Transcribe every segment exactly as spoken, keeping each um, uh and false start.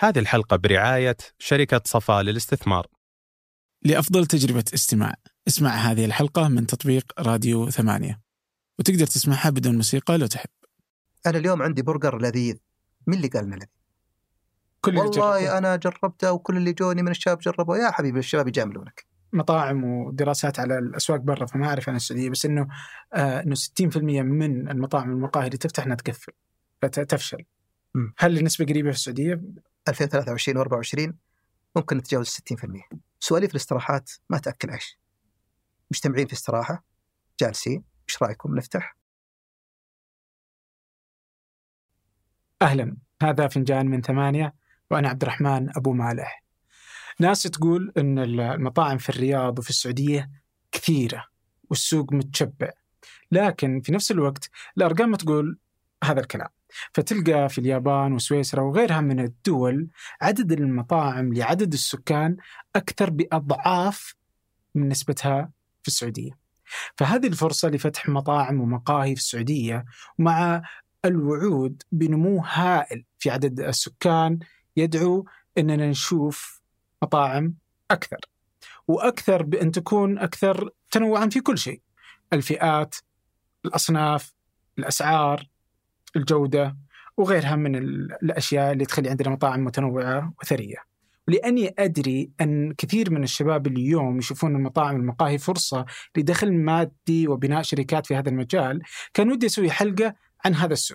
هذه الحلقة برعاية شركة صفا للاستثمار. لأفضل تجربة استماع اسمع هذه الحلقة من تطبيق راديو ثمانية، وتقدر تسمعها بدون موسيقى لو تحب. أنا اليوم عندي برجر لذيذ. من اللي قال لنا لذيذ؟ كل والله أنا جربته وكل اللي جوني من الشباب جربوا. يا حبيبي الشباب يجاملونك. مطاعم ودراسات على الأسواق برا، فما أعرف عن السعودية، بس إنه آه إنه ستين بالمئة من المطاعم والمقاهي اللي تفتح إنها تقفل فتفشل. م. هل النسبة قريبة في السعودية؟ ألفين وثلاثة وعشرين وأربعة وعشرين ممكن نتجاوز ستين بالمئة. سواليف الاستراحات ما تأكل عيش. مجتمعين في استراحة جالسين، إيش رأيكم نفتح؟ أهلا، هذا فنجان من ثمانية وأنا عبد الرحمن أبو مالح. ناس تقول إن المطاعم في الرياض وفي السعودية كثيرة والسوق متشبع، لكن في نفس الوقت الأرقام تقول هذا الكلام. فتلقى في اليابان وسويسرا وغيرها من الدول عدد المطاعم لعدد السكان أكثر بأضعاف من نسبتها في السعودية. فهذه الفرصة لفتح مطاعم ومقاهي في السعودية، ومع الوعود بنمو هائل في عدد السكان يدعو أننا نشوف مطاعم أكثر وأكثر، بأن تكون أكثر تنوعا في كل شيء: الفئات، الأصناف، الأسعار، الجودة، وغيرها من الأشياء اللي تخلي عندنا مطاعم متنوعة وثرية. ولأني أدري أن كثير من الشباب اليوم يشوفون المطاعم والمقاهي فرصة لدخل مادي وبناء شركات في هذا المجال، كان ودي أسوي حلقة عن هذا السوق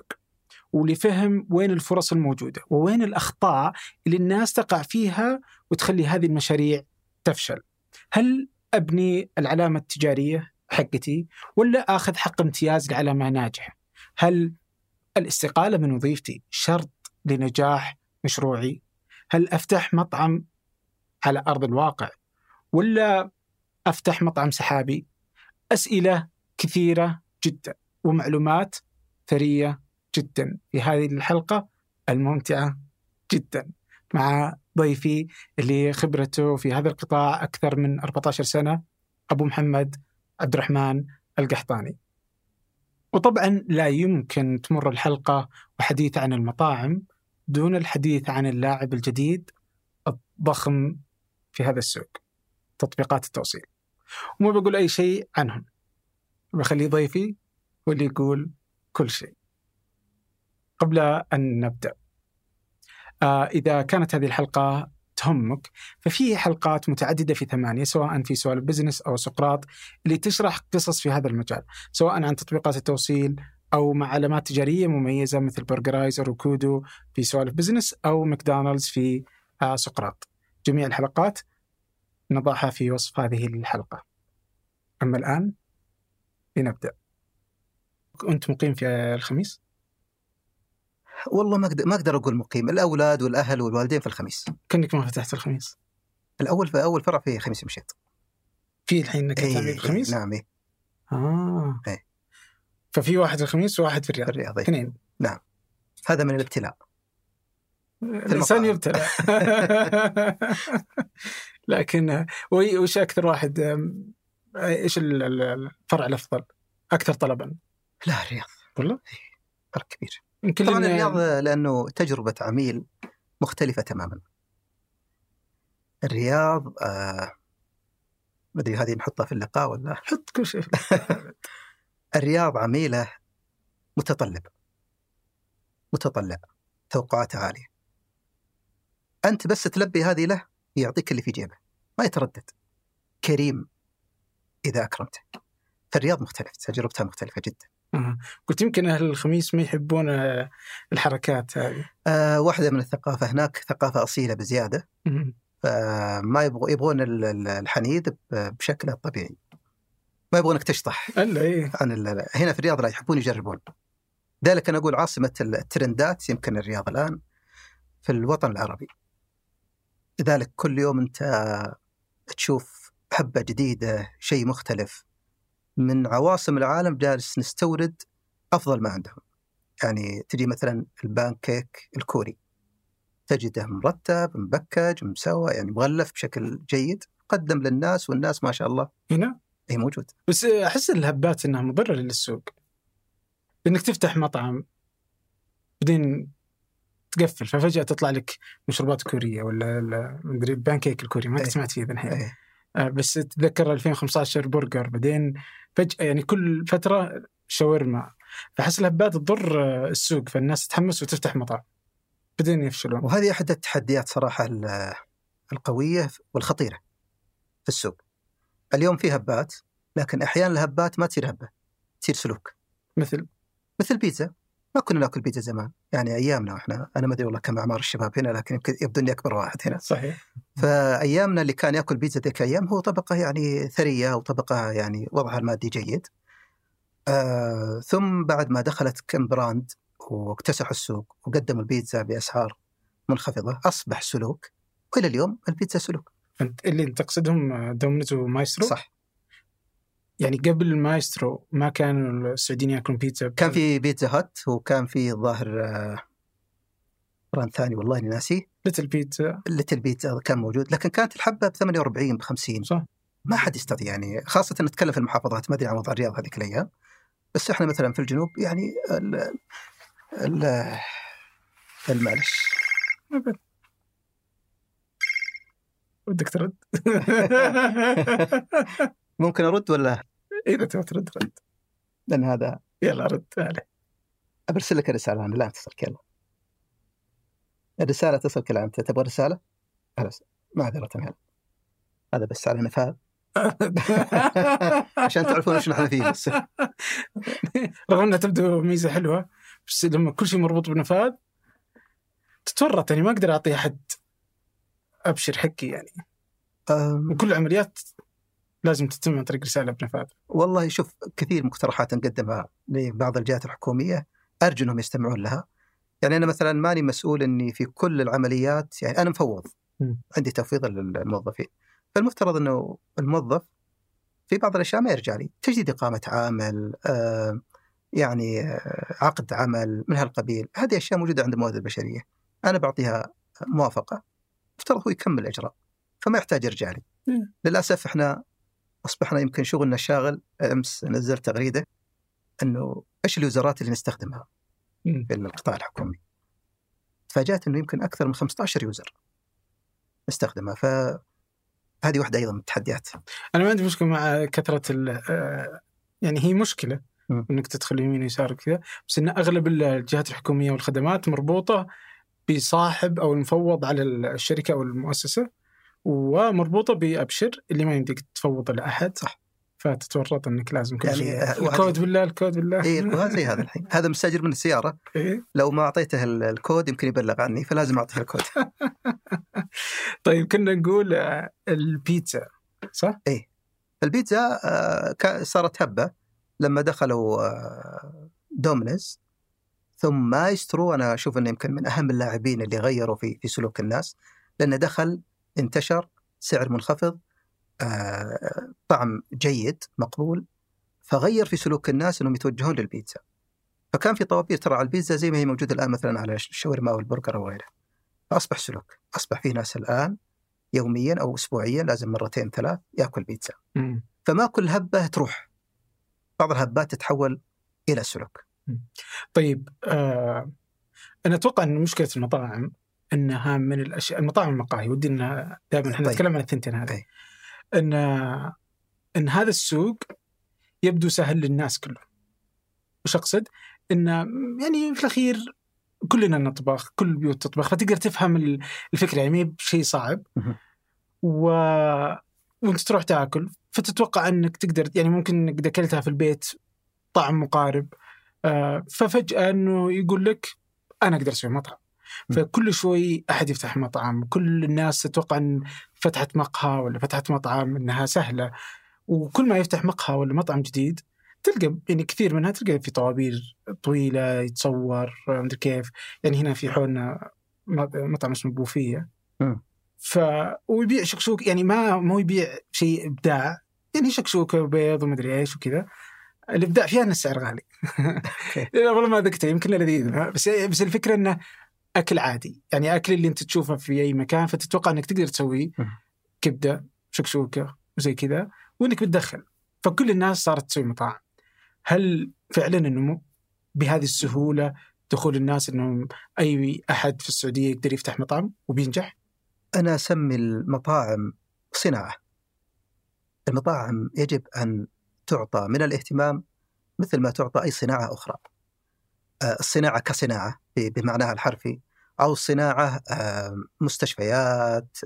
ولفهم وين الفرص الموجودة ووين الأخطاء اللي الناس تقع فيها وتخلي هذه المشاريع تفشل. هل أبني العلامة التجارية حقتي ولا أخذ حق امتياز لعلامة ناجحة؟ هل الاستقالة من وظيفتي شرط لنجاح مشروعي؟ هل أفتح مطعم على أرض الواقع ولا أفتح مطعم سحابي؟ أسئلة كثيرة جدا ومعلومات ثرية جدا في هذه الحلقة الممتعة جدا مع ضيفي اللي خبرته في هذا القطاع أكثر من أربعة عشر سنة، أبو محمد عبد الرحمن القحطاني. وطبعا لا يمكن تمر الحلقة وحديث عن المطاعم دون الحديث عن اللاعب الجديد الضخم في هذا السوق، تطبيقات التوصيل. وما بقول أي شيء عنهم، بخلي ضيفي واللي يقول كل شيء. قبل أن نبدأ، آه إذا كانت هذه الحلقة تهمك ففي حلقات متعددة في ثمانية، سواء في سوالف بزنس أو سقراط، اللي تشرح قصص في هذا المجال، سواء عن تطبيقات التوصيل أو مع علامات تجارية مميزة مثل برجرايزر وكودو في سوالف بزنس، أو ماكدونالدز في آه سقراط. جميع الحلقات نضعها في وصف هذه الحلقة. أما الآن لنبدأ. أنت مقيم في الخميس؟ والله ما أقدر ما أقدر أقول مقيم. الأولاد والأهل والوالدين في الخميس. كأنك ما فتحت الخميس. الأول في أول فرع في خميس مشيت. في الحين إنك تعمل إيه الخميس؟ نعم. إيه. آه. إيه. ففي واحد في الخميس وواحد في الرياض. الرياض. اثنين. نعم. هذا من الابتلاء. الإنسان يبتلى. لكن وش أكثر واحد، إيش الفرع الأفضل أكثر طلبا؟ لا الرياض. والله فرق كبير. طبعا الرياض لأنه تجربة عميل مختلفة تماما. الرياض آه ما أدري هذه نحطها في اللقاء ولا حط كل شيء. الرياض عميلة متطلب متطلع توقعات عالية. أنت بس تلبي هذه له يعطيك اللي في جيبه، ما يتردد. كريم إذا أكرمته. فالرياض مختلف، تجربتها مختلفة جدا. آه. قلت يمكن أهل الخميس ما يحبون الحركات هذه. آه واحدة من الثقافة هناك ثقافة أصيلة بزيادة. فما يبغوا يبغون الحنيد بشكله الطبيعي، ما يبغونك تشطح. ألا إيه. عن هنا في الرياض لا، يحبون يجربون. ذلك أنا أقول عاصمة الترندات يمكن الرياض الآن في الوطن العربي. لذلك كل يوم أنت تشوف حبة جديدة، شيء مختلف من عواصم العالم. جالس نستورد أفضل ما عندهم. يعني تجي مثلا البانكيك الكوري، تجده مرتب مبكج مسوى، يعني مغلف بشكل جيد، قدم للناس والناس ما شاء الله هنا أي موجود. بس أحس الهبات إنها مضرة للسوق، إنك تفتح مطعم بعدين تقفل، ففجأة تطلع لك مشروبات كورية ولا مدري بانكيك الكوري، ما قد سمعت فيه الحين. بس تذكر ألفين وخمسة عشر برجر، بعدين فجأة يعني كل فترة شاورما. فحس الهبات تضر السوق، فالناس تتحمس وتفتح مطعم بدين يفشلون. وهذه أحد التحديات صراحة القوية والخطيرة في السوق. اليوم في هبات، لكن أحيانا الهبات ما تصير هبة، تصير سلوك. مثل مثل بيتزا. ما كنا ناكل بيتزا زمان، يعني أيامنا وإحنا، أنا ما أدري والله كم أعمار الشباب هنا، لكن يبدو أني أكبر واحد هنا. صحيح. فأيامنا اللي كان يأكل بيتزا ذيك أيام هو طبقة يعني ثرية أو طبقة يعني وضعها المادي جيد. آه ثم بعد ما دخلت كم براند واكتسحوا السوق وقدموا البيتزا بأسعار منخفضة، أصبح سلوك، وإلى اليوم البيتزا سلوك. أنت اللي تقصدهم دومينوز ومايسترو؟ صح. يعني قبل المايسترو ما كانوا السعوديين يأكلون بيتزا؟ كان في بيتزا هات، وكان في ظاهر آه براند ثاني والله ناسي. ليتل بيتزا. ليتل بيتزا كان موجود، لكن كانت الحبة بثمانية وأربعين بخمسين. صح. ما حد يستطيع يعني، خاصة نتكلم في المحافظات، ما أدري عن وضع الرياض هذيك الأيام، بس إحنا مثلا في الجنوب يعني ال ال المعلش ودك ترد؟ ممكن أرد ولا؟ إذا تبغى ترد رد، لأن هذا يلا رد عليه. أرسل لك رسالة أنا، لا تصلك، يلا الرسالة تصلك. لا أنت تبغى رسالة؟ خلاص معذرة، هذا هذا بس على نفاذ عشان تعرفون إيش نحن فيه. بس رغم أنها تبدو ميزة حلوة، بس لما كل شيء مربوط بنفاذ تتورط. يعني ما أقدر أعطي أحد أبشر حقي يعني، وكل عمليات لازم تتم عن طريق رسالة بنفاذ. والله شوف، كثير مقترحات نقدمها لبعض الجهات الحكومية، أرجو أنهم يستمعون لها. يعني أنا مثلا ماني مسؤول أني في كل العمليات، يعني أنا مفوض، م. عندي تفويض للموظفين، فالمفترض أنه الموظف في بعض الأشياء ما يرجع لي، تجديد إقامة عامل، آه يعني آه عقد عمل من هالقبيل، هذه أشياء موجودة عند الموارد البشرية، أنا بعطيها موافقة، مفترض هو يكمل الإجراء، فما يحتاج يرجع لي. م. للأسف إحنا أصبحنا يمكن شغلنا شاغل. أمس نزلت تغريدة أنه إيش الوزارات اللي نستخدمها م. في القطاع الحكومي، تفاجأت أنه يمكن أكثر من خمسة عشر يوزر نستخدمها، فهذه واحدة أيضا من التحديات. أنا ما عندي مشكلة مع كثرة ال يعني هي مشكلة م. أنك تدخل يمين ويسار كذا، بس إن أغلب الجهات الحكومية والخدمات مربوطة بصاحب أو المفوض على الشركة أو المؤسسة، ومربوطة بأبشر اللي ما يمديك تفوض لأحد. صح. فتتورط أنك لازم كل يعني شيء الكود بالله الكود بالله. إيه الكود زي هذا الحين، هذا مستأجر من السيارة. إيه؟ لو ما أعطيته الكود يمكن يبلغ عني، فلازم أعطيه الكود. طيب كنا نقول البيتزا صح؟ إيه البيتزا صارت هبة لما دخلوا دومينوز ثم مايسترو. أنا أشوف أنه يمكن من أهم اللاعبين اللي غيروا في في سلوك الناس، لأنه دخل انتشر، سعر منخفض، آه، طعم جيد مقبول، فغير في سلوك الناس أنهم يتوجهون للبيتزا. فكان في طوابير ترى على البيتزا زي ما هي موجودة الآن مثلا على الشاورما والبرجر وغيره، فأصبح سلوك. أصبح في ناس الآن يوميا أو أسبوعيا لازم مرتين ثلاث يأكل بيتزا. م. فما كل هبة تروح، بعض الهبات تتحول إلى سلوك. م. طيب آه أنا أتوقع أن مشكلة المطاعم أنها من الأشياء، المطاعم والمقاهي، ودي أن دائما إحنا طيب. نتكلم عن الثنتين هذه، أن أن هذا السوق يبدو سهل للناس كله. وش أقصد؟ أن يعني في الأخير كلنا نطبخ، كل البيوت تطبخ، فتقدر تفهم الفكرة، يعني مي بشيء صعب. و... وانت تروح تاكل فتتوقع انك تقدر، يعني ممكن انك اكلتها في البيت طعم مقارب، آه ففجأة انه يقول لك انا اقدر اسوي مطعم. فكل شوي احد يفتح مطعم، كل الناس تتوقع ان فتحت مقهى ولا فتحت مطعم انها سهلة، وكل ما يفتح مقهى ولا مطعم جديد تلقى يعني كثير منها تلقى في طوابير طويلة يتصور مدري كيف. يعني هنا في حولنا مطعم اسمه بوفية، ف ويبيع شكشوك، يعني ما مو يبيع شيء إبداع، يعني شكشوكة وبيض ومدري إيش وكذا. الإبداع فيها أن السعر غالي. لا والله ما ذقته، يمكن لذيذ، بس بس الفكرة أنه أكل عادي، يعني أكل اللي أنت تشوفه في أي مكان، فتتوقع أنك تقدر تسوي كبدة شكشوكة وزي كذا وأنك بتدخل، فكل الناس صارت تسوي مطاعم. هل فعلا أنه بهذه السهولة دخول الناس أنهم أي أحد في السعودية يقدر يفتح مطعم وبينجح؟ أنا أسمي المطاعم صناعة. المطاعم يجب أن تعطى من الاهتمام مثل ما تعطى أي صناعة أخرى. الصناعة كصناعة بمعناها الحرفي، أو الصناعة مستشفيات،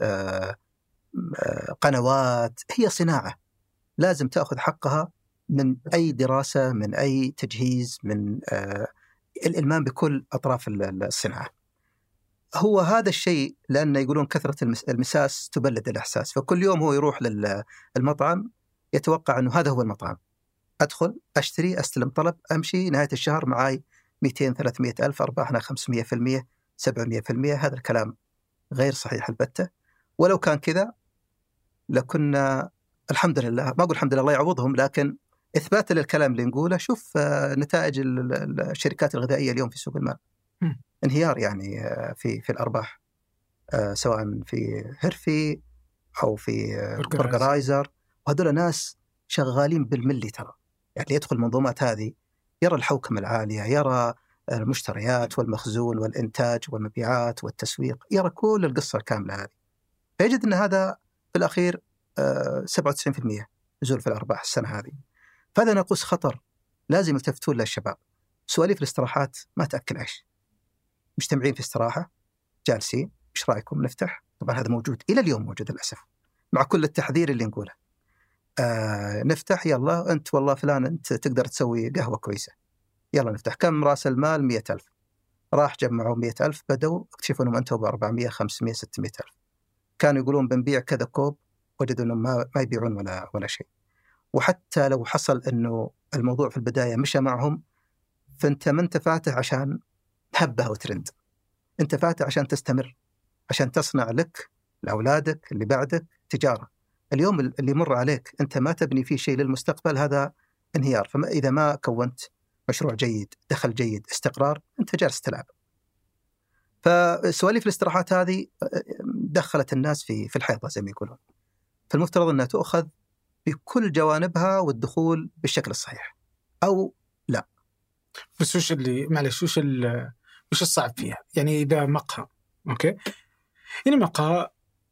قنوات، هي صناعة لازم تأخذ حقها من أي دراسة، من أي تجهيز، من الإلمام بكل أطراف الصناعة. هو هذا الشيء، لأن يقولون كثرة المساس تبلد الإحساس، فكل يوم هو يروح للمطعم يتوقع أنه هذا هو المطعم، أدخل أشتري أستلم طلب أمشي نهاية الشهر معاي مئتين ثلاثمئة ألف، أرباحنا خمسمئة بالمئة سبعمئة بالمئة. هذا الكلام غير صحيح البتة. ولو كان كذا لكنا الحمد لله، ما أقول الحمد لله الله يعوضهم، لكن إثباتا للكلام اللي نقوله، شوف نتائج الشركات الغذائية اليوم في سوق المال، انهيار يعني في في الأرباح، سواء في هيرفي أو في برجرايزر. وهذول ناس شغالين بالملي ترى، يعني يدخل المنظومات هذه يرى الحوكمة العالية، يرى المشتريات والمخزون والإنتاج والمبيعات والتسويق، يرى كل القصة الكاملة هذه، فيجد أن هذا في الأخير سبعة وتسعين بالمئة نزول في الأرباح السنة هذه. فهذا ناقوس خطر لازم يلتفتون للشباب. سواليف الاستراحات ما تأكل عيش، مجتمعين في استراحة جالسين، إيش رأيكم نفتح؟ طبعا هذا موجود إلى اليوم، موجود للأسف مع كل التحذير اللي نقوله. آه نفتح، يلا أنت والله فلان أنت تقدر تسوي قهوة كويسة، يلا نفتح. كم رأس المال؟ مئة ألف. راح جمعوا مئة ألف، بدوا اكتشفوا أنهم أنتوا بأربعمئة خمسمئة ستمئة ألف. كانوا يقولون بنبيع كذا كوب، وجدوا أنهم ما, ما يبيعون ولا, ولا شيء. وحتى لو حصل أنه الموضوع في البداية مشى معهم، فأنت ما أنت فاتح عشان هبة أو ترند، أنت فاتح عشان تستمر، عشان تصنع لك لأولادك اللي بعدك تجارة. اليوم اللي مر عليك أنت ما تبني فيه شيء للمستقبل، هذا انهيار. فإذا ما كونت مشروع جيد، دخل جيد، استقرار، أنت جالس تلعب. فسواليف الاستراحات هذه دخلت الناس في في الحيطة زي ما يقولون. فالمفترض أنها تؤخذ بكل جوانبها والدخول بالشكل الصحيح، أو لا. بس وش اللي معلش وش ال وش الصعب فيها؟ يعني إذا مقهى، أوكي، يعني مقهى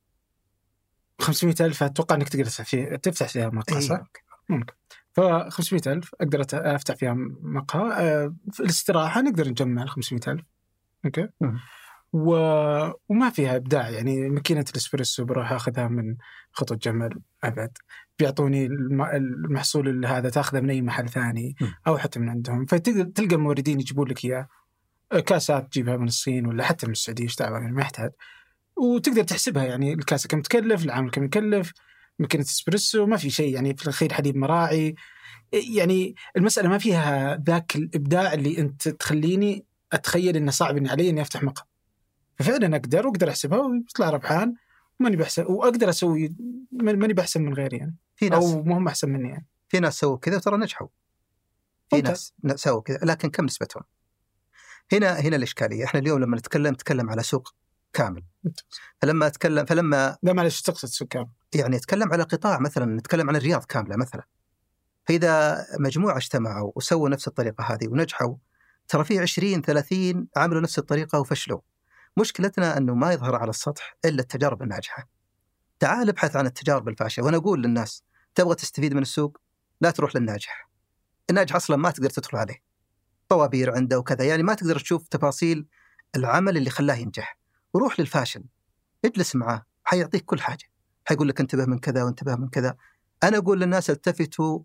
خمسمئة ألف، أتوقع أنك تقدر تفتح فيها تفتح فيها مقهى، صح؟ ممكن. فخمسمئة ألف أقدر أفتح فيها مقهى. في الاستراحة نقدر نجمع خمسمئة ألف، أوكي. و... وما فيها إبداع، يعني ماكينة الإسبريسو بروح أخذها من خطوة جمل أبد، بيعطوني المحصول هذا تأخذه من أي محل ثاني أو حتى من عندهم. فتلقى الموردين يجيبون لك إياه كاسات تجيبها من الصين ولا حتى من السعودية، إيش دعوة، يعني ما يحتاج. وتقدر تحسبها يعني الكاسة كم تكلف، العامل كم يكلف، ماكينة إسبريسو ما في شيء، يعني في الأخير حليب مراعي. يعني المسألة ما فيها ذاك الإبداع اللي أنت تخليني أتخيل إنه صعب إني علي إني أفتح مقهى. ففعلا أقدر وأقدر أحسبها ويطلع ربحان، وماني بحسن، وأقدر أسوي ماني بحسن من غيري يعني، في ناس أو مهم أحسن مني يعني. في ناس سووا كذا وترى نجحوا، في ناس سووا كذا، لكن كم نسبتهم؟ هنا هنا الإشكالية. إحنا اليوم لما نتكلم نتكلم على سوق كامل. فلما أتكلم فلما لا معلش تقصد سوق كامل، يعني نتكلم على قطاع، مثلا نتكلم عن الرياض كاملة مثلا. فإذا مجموعة اجتمعوا وسووا نفس الطريقة هذه ونجحوا، ترى في عشرين ثلاثين عملوا نفس الطريقة وفشلوا. مشكلتنا أنه ما يظهر على السطح إلا التجارب الناجحة. تعال ابحث عن التجارب الفاشلة. وأنا أقول للناس تبغى تستفيد من السوق، لا تروح للناجح. الناجح أصلا ما تقدر تدخل عليه، طوابير عنده وكذا، يعني ما تقدر تشوف تفاصيل العمل اللي خلاه ينجح. وروح للفاشل، اجلس معاه، حيعطيك كل حاجة، حيقول لك انتبه من كذا وانتبه من كذا. أنا أقول للناس التفتوا،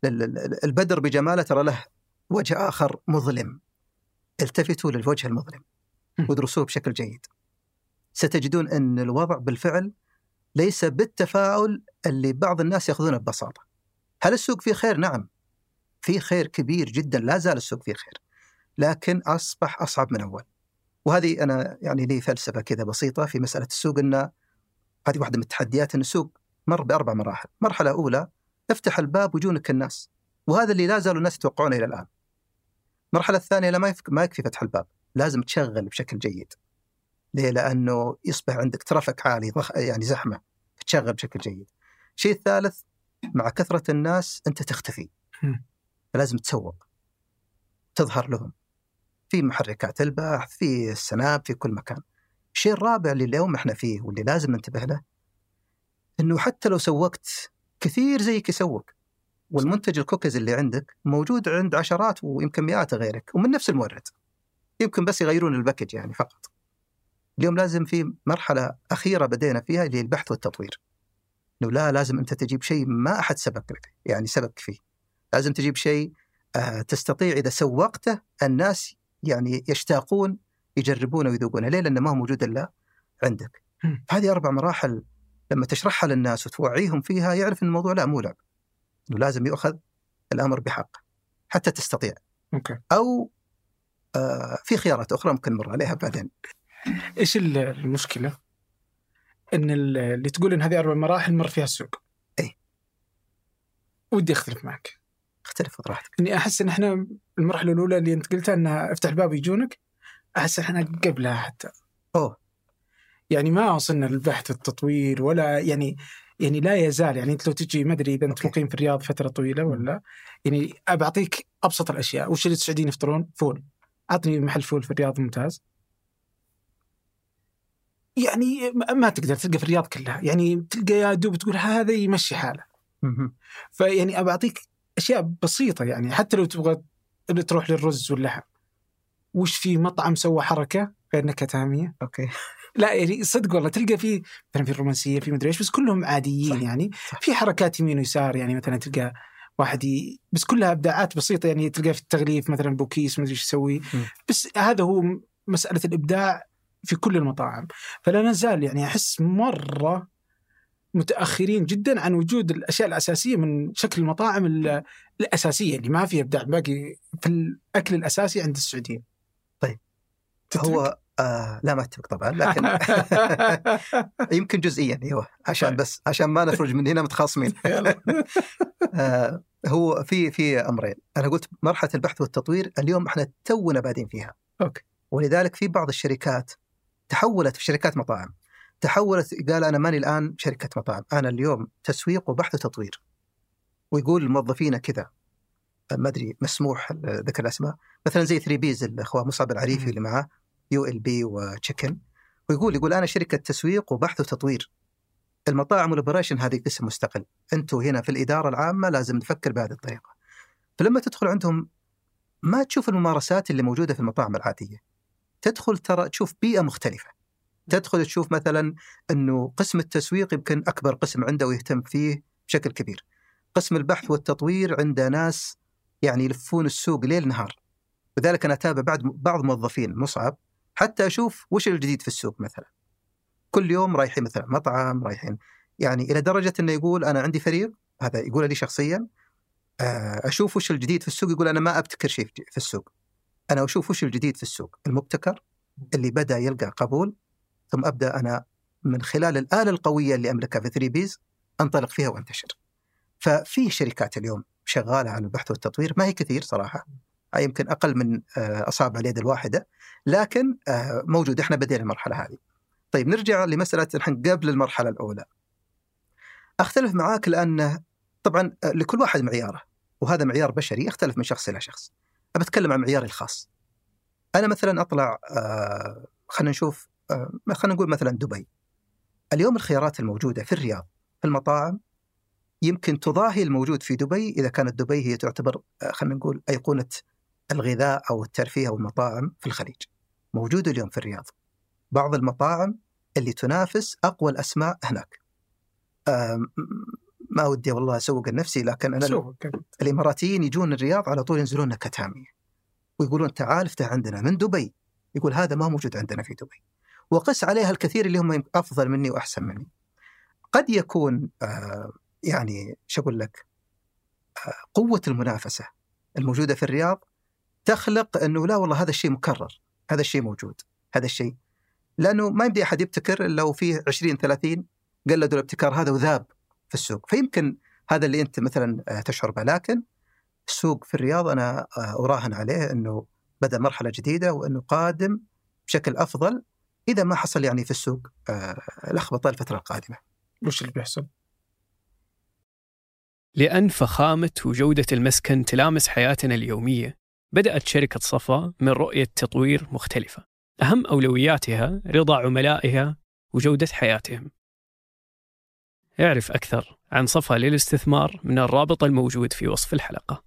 البدر بجماله ترى له وجه آخر مظلم، التفتوا للوجه المظلم ودرسوه بشكل جيد. ستجدون أن الوضع بالفعل ليس بالتفاعل اللي بعض الناس يأخذونه ببساطة. هل السوق فيه خير؟ نعم، فيه خير كبير جدا، لا زال السوق فيه خير، لكن أصبح أصعب من أول. وهذه أنا يعني لي فلسفة كذا بسيطة في مسألة السوق، أن هذه واحدة من التحديات، أن السوق مر بأربع مراحل. مرحلة أولى افتح الباب وجونك الناس، وهذا اللي لا زالوا الناس يتوقعونه إلى الآن. المرحلة الثانية لا ما يكفي فتح الباب، لازم تشغل بشكل جيد. ليه؟ لأنه يصبح عندك ترافيك عالي، ضخ يعني زحمة، تشغل بشكل جيد. الشيء الثالث، مع كثرة الناس أنت تختفي، فلازم تسوق، تظهر لهم، في محركات البحث، في السناب، في كل مكان. الشيء الرابع اللي اليوم احنا فيه واللي لازم ننتبه له، انه حتى لو سوقت كثير زيك يسوق، والمنتج الكوكيز اللي عندك موجود عند عشرات ويمكن مئات غيرك ومن نفس المورد، يمكن بس يغيرون الباكج يعني فقط. اليوم لازم في مرحلة أخيرة بدينا فيها اللي هي البحث والتطوير. إنه لا، لازم أنت تجيب شيء ما أحد سبق يعني سبق فيه. لازم تجيب شيء آه تستطيع إذا سوقته الناس يعني يشتاقون يجربونه ويذوقونه. ليه؟ لأنه ما هو موجود إلا عندك. هذه أربع مراحل لما تشرحها للناس وتوعيهم فيها يعرف إن الموضوع لا مو لعب، إنه لازم يأخذ الأمر بحق حتى تستطيع. أوكي. أو آه في خيارات أخرى ممكن نمر عليها بعدين. إيش المشكلة؟ إن اللي تقول إن هذه أربع مراحل مر فيها السوق. إيه. ودي أختلف معك. اختلف براحتك. إني أحس إن إحنا المرحلة الأولى اللي أنت قلتها إنها افتح الباب يجونك، أحس إحنا قبلها حتى. أوه. يعني ما وصلنا للبحث والتطوير ولا يعني يعني لا يزال. يعني أنت لو تجي ما أدري إذا أنت مقيم في الرياض فترة طويلة ولا، يعني أبعطيك أبسط الأشياء. وش اللي السعوديين يفطرون؟ فول. أعطني محل فول في الرياض ممتاز. يعني ما تقدر تلقى في الرياض كلها، يعني تلقى يا دوب تقول هذا يمشي حاله. فيعني أبعطيك أشياء بسيطة. يعني حتى لو تبغى تروح للرز واللحم، وش في مطعم سوى حركة غير نكهة تامية؟ أوكي. لا يعني صدق والله تلقى في مثلا في الرومانسية في مدري إيش، بس كلهم عاديين. صح. يعني صح. في حركات يمين ويسار، يعني مثلا تلقى واحد ي... بس كلها إبداعات بسيطة. يعني تلقى في التغليف مثلا بوكيس مدري إيش يسوي، بس هذا هو مسألة الإبداع في كل المطاعم. فلا نزال يعني أحس مرة متأخرين جدا عن وجود الأشياء الأساسية من شكل المطاعم الأساسية اللي ما فيها إبداع باقي في الأكل الأساسي عند السعوديين. طيب تتفق؟ هو آه لا ما أتفق طبعا، لكن يمكن جزئيا ايوه عشان طيب. بس عشان ما نخرج من هنا متخاصمين. آه هو في في أمرين. أنا قلت مرحلة البحث والتطوير اليوم احنا تونا بادين فيها. أوكي. ولذلك في بعض الشركات تحولت في شركات مطاعم تحولت قال أنا ماني الآن شركة مطاعم، أنا اليوم تسويق وبحث وتطوير. ويقول الموظفين كذا، ما أدري مسموح ذكر الأسماء، مثلا زي ثري بيز الأخوة مصعب العريفي اللي معاه يو إل بي وتشيكن، ويقول يقول أنا شركة تسويق وبحث وتطوير. المطاعم والأوبريشن هذه قسم مستقل، أنتوا هنا في الإدارة العامة لازم نفكر بهذه الطريقة. فلما تدخل عندهم ما تشوف الممارسات اللي موجودة في المطاعم العادية، تدخل ترى تشوف بيئة مختلفة. تدخل تشوف مثلا أنه قسم التسويق يمكن أكبر قسم عنده ويهتم فيه بشكل كبير. قسم البحث والتطوير عنده ناس يعني يلفون السوق ليل نهار. وذلك أنا أتابع بعض بعض موظفين مصعب حتى أشوف وش الجديد في السوق. مثلا كل يوم رايحين مثلا مطعم، رايحين يعني إلى درجة أنه يقول أنا عندي فريق، هذا يقول لي شخصيا، أشوف وش الجديد في السوق. يقول أنا ما أبتكر شيء في السوق، أنا أشوف وش الجديد في السوق المبتكر اللي بدأ يلقى قبول، ثم أبدأ أنا من خلال الآلة القوية اللي أملكها في ثري بيز أنطلق فيها وانتشر. ففي شركات اليوم شغالة على البحث والتطوير، ما هي كثير صراحة، يمكن أقل من أصابع اليد الواحدة، لكن موجود. إحنا بدينا المرحلة هذه. طيب نرجع لمسألة نحن قبل المرحلة الأولى. أختلف معاك لأن طبعا لكل واحد معياره، وهذا معيار بشري يختلف من شخص إلى شخص. أنا بتكلم عن معياري الخاص. أنا مثلا أطلع آه خلينا نشوف آه خلينا نقول مثلا دبي. اليوم الخيارات الموجودة في الرياض في المطاعم يمكن تضاهي الموجود في دبي، إذا كانت دبي هي تعتبر آه خلينا نقول أيقونة الغذاء أو الترفيه أو المطاعم في الخليج. موجود اليوم في الرياض بعض المطاعم اللي تنافس أقوى الأسماء هناك. آه ما ودي والله أسوق النفسي، لكن أنا الإماراتيين يجون الرياض على طول ينزلون نكهة تامية ويقولون تعال افتح عندنا من دبي. يقول هذا ما موجود عندنا في دبي، وقس عليها الكثير اللي هم أفضل مني وأحسن مني. قد يكون آه يعني شو أقول لك آه قوة المنافسة الموجودة في الرياض تخلق أنه لا والله هذا الشيء مكرر، هذا الشيء موجود، هذا الشيء لأنه ما يمدي أحد يبتكر إلا وفيه عشرين ثلاثين قلدوا الابتكار هذا وذاب في السوق. فيمكن هذا اللي أنت مثلا تشعر به، لكن السوق في الرياض أنا أراهن عليه أنه بدأ مرحلة جديدة وأنه قادم بشكل أفضل إذا ما حصل يعني في السوق لخبطة الفترة القادمة. وش اللي بيحصل؟ لأن فخامة وجودة المسكن تلامس حياتنا اليومية، بدأت شركة صفا من رؤية تطوير مختلفة، أهم أولوياتها رضا عملائها وجودة حياتهم. اعرف أكثر عن صفا للاستثمار من الرابط الموجود في وصف الحلقة.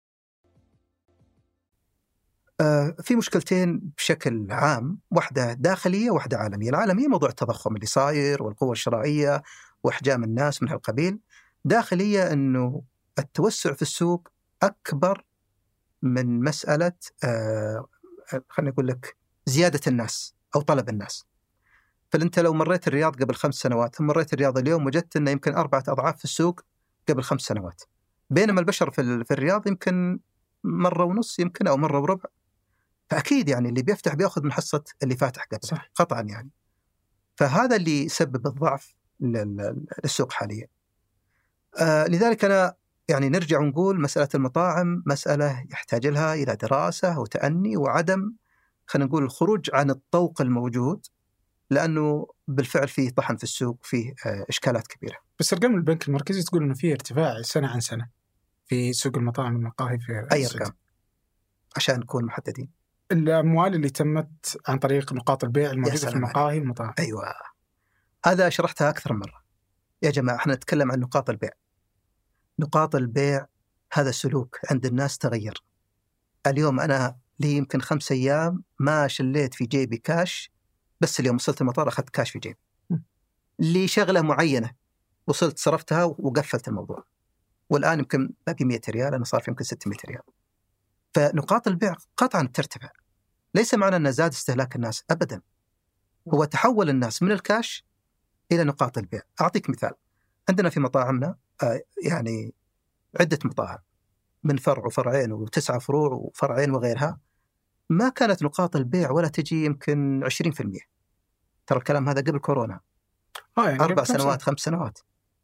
آه في مشكلتين بشكل عام، واحدة داخلية وواحدة عالمية. العالمية موضوع التضخم اللي صاير والقوة الشرائية وإحجام الناس من هالقبيل. داخلية أنه التوسع في السوق أكبر من مسألة آه خلينا نقول لك زيادة الناس أو طلب الناس. فأنت لو مريت الرياض قبل خمس سنوات ثم مريت الرياض اليوم وجدت أنه يمكن أربعة أضعاف في السوق قبل خمس سنوات، بينما البشر في, في الرياض يمكن مرة ونص يمكن أو مرة وربع. فأكيد يعني اللي بيفتح بيأخذ من حصة اللي فاتح قبل، صح. قطعا يعني. فهذا اللي يسبب الضعف للسوق حاليا. آه لذلك أنا يعني نرجع ونقول مسألة المطاعم مسألة يحتاج لها إلى دراسة وتأني وعدم خلينا نقول الخروج عن الطوق الموجود، لأنه بالفعل فيه طحن في السوق، فيه آه إشكالات كبيرة. بس أرقام البنك المركزي تقول إنه فيه ارتفاع سنة عن سنة في سوق المطاعم والمقاهي في أي أرقام عشان نكون محددين؟ الأموال اللي تمت عن طريق نقاط البيع الموجودة في المقاهي والمطاعم. أيوة، هذا شرحتها أكثر مرة يا جماعة. احنا نتكلم عن نقاط البيع. نقاط البيع هذا سلوك عند الناس تغير. اليوم أنا لي يمكن خمس أيام ما شليت في جيبي كاش، بس اليوم وصلت المطار أخذت كاش في جيبي لي شغلة معينة، وصلت صرفتها وقفلت الموضوع. والآن يمكن باقي مئة ريال، أنا صار في يمكن ستمئة ريال. فنقاط البيع قطعا ترتفع. ليس معنى أن زاد استهلاك الناس أبدا، هو تحول الناس من الكاش إلى نقاط البيع. أعطيك مثال. عندنا في مطاعمنا آه يعني عدة مطاعم من فرع وفرعين وتسعة فروع وفرعين وغيرها، ما كانت نقاط البيع ولا تجي يمكن عشرين في المئة. ترى الكلام هذا قبل كورونا آه يعني أربع سنوات خمس سنوات.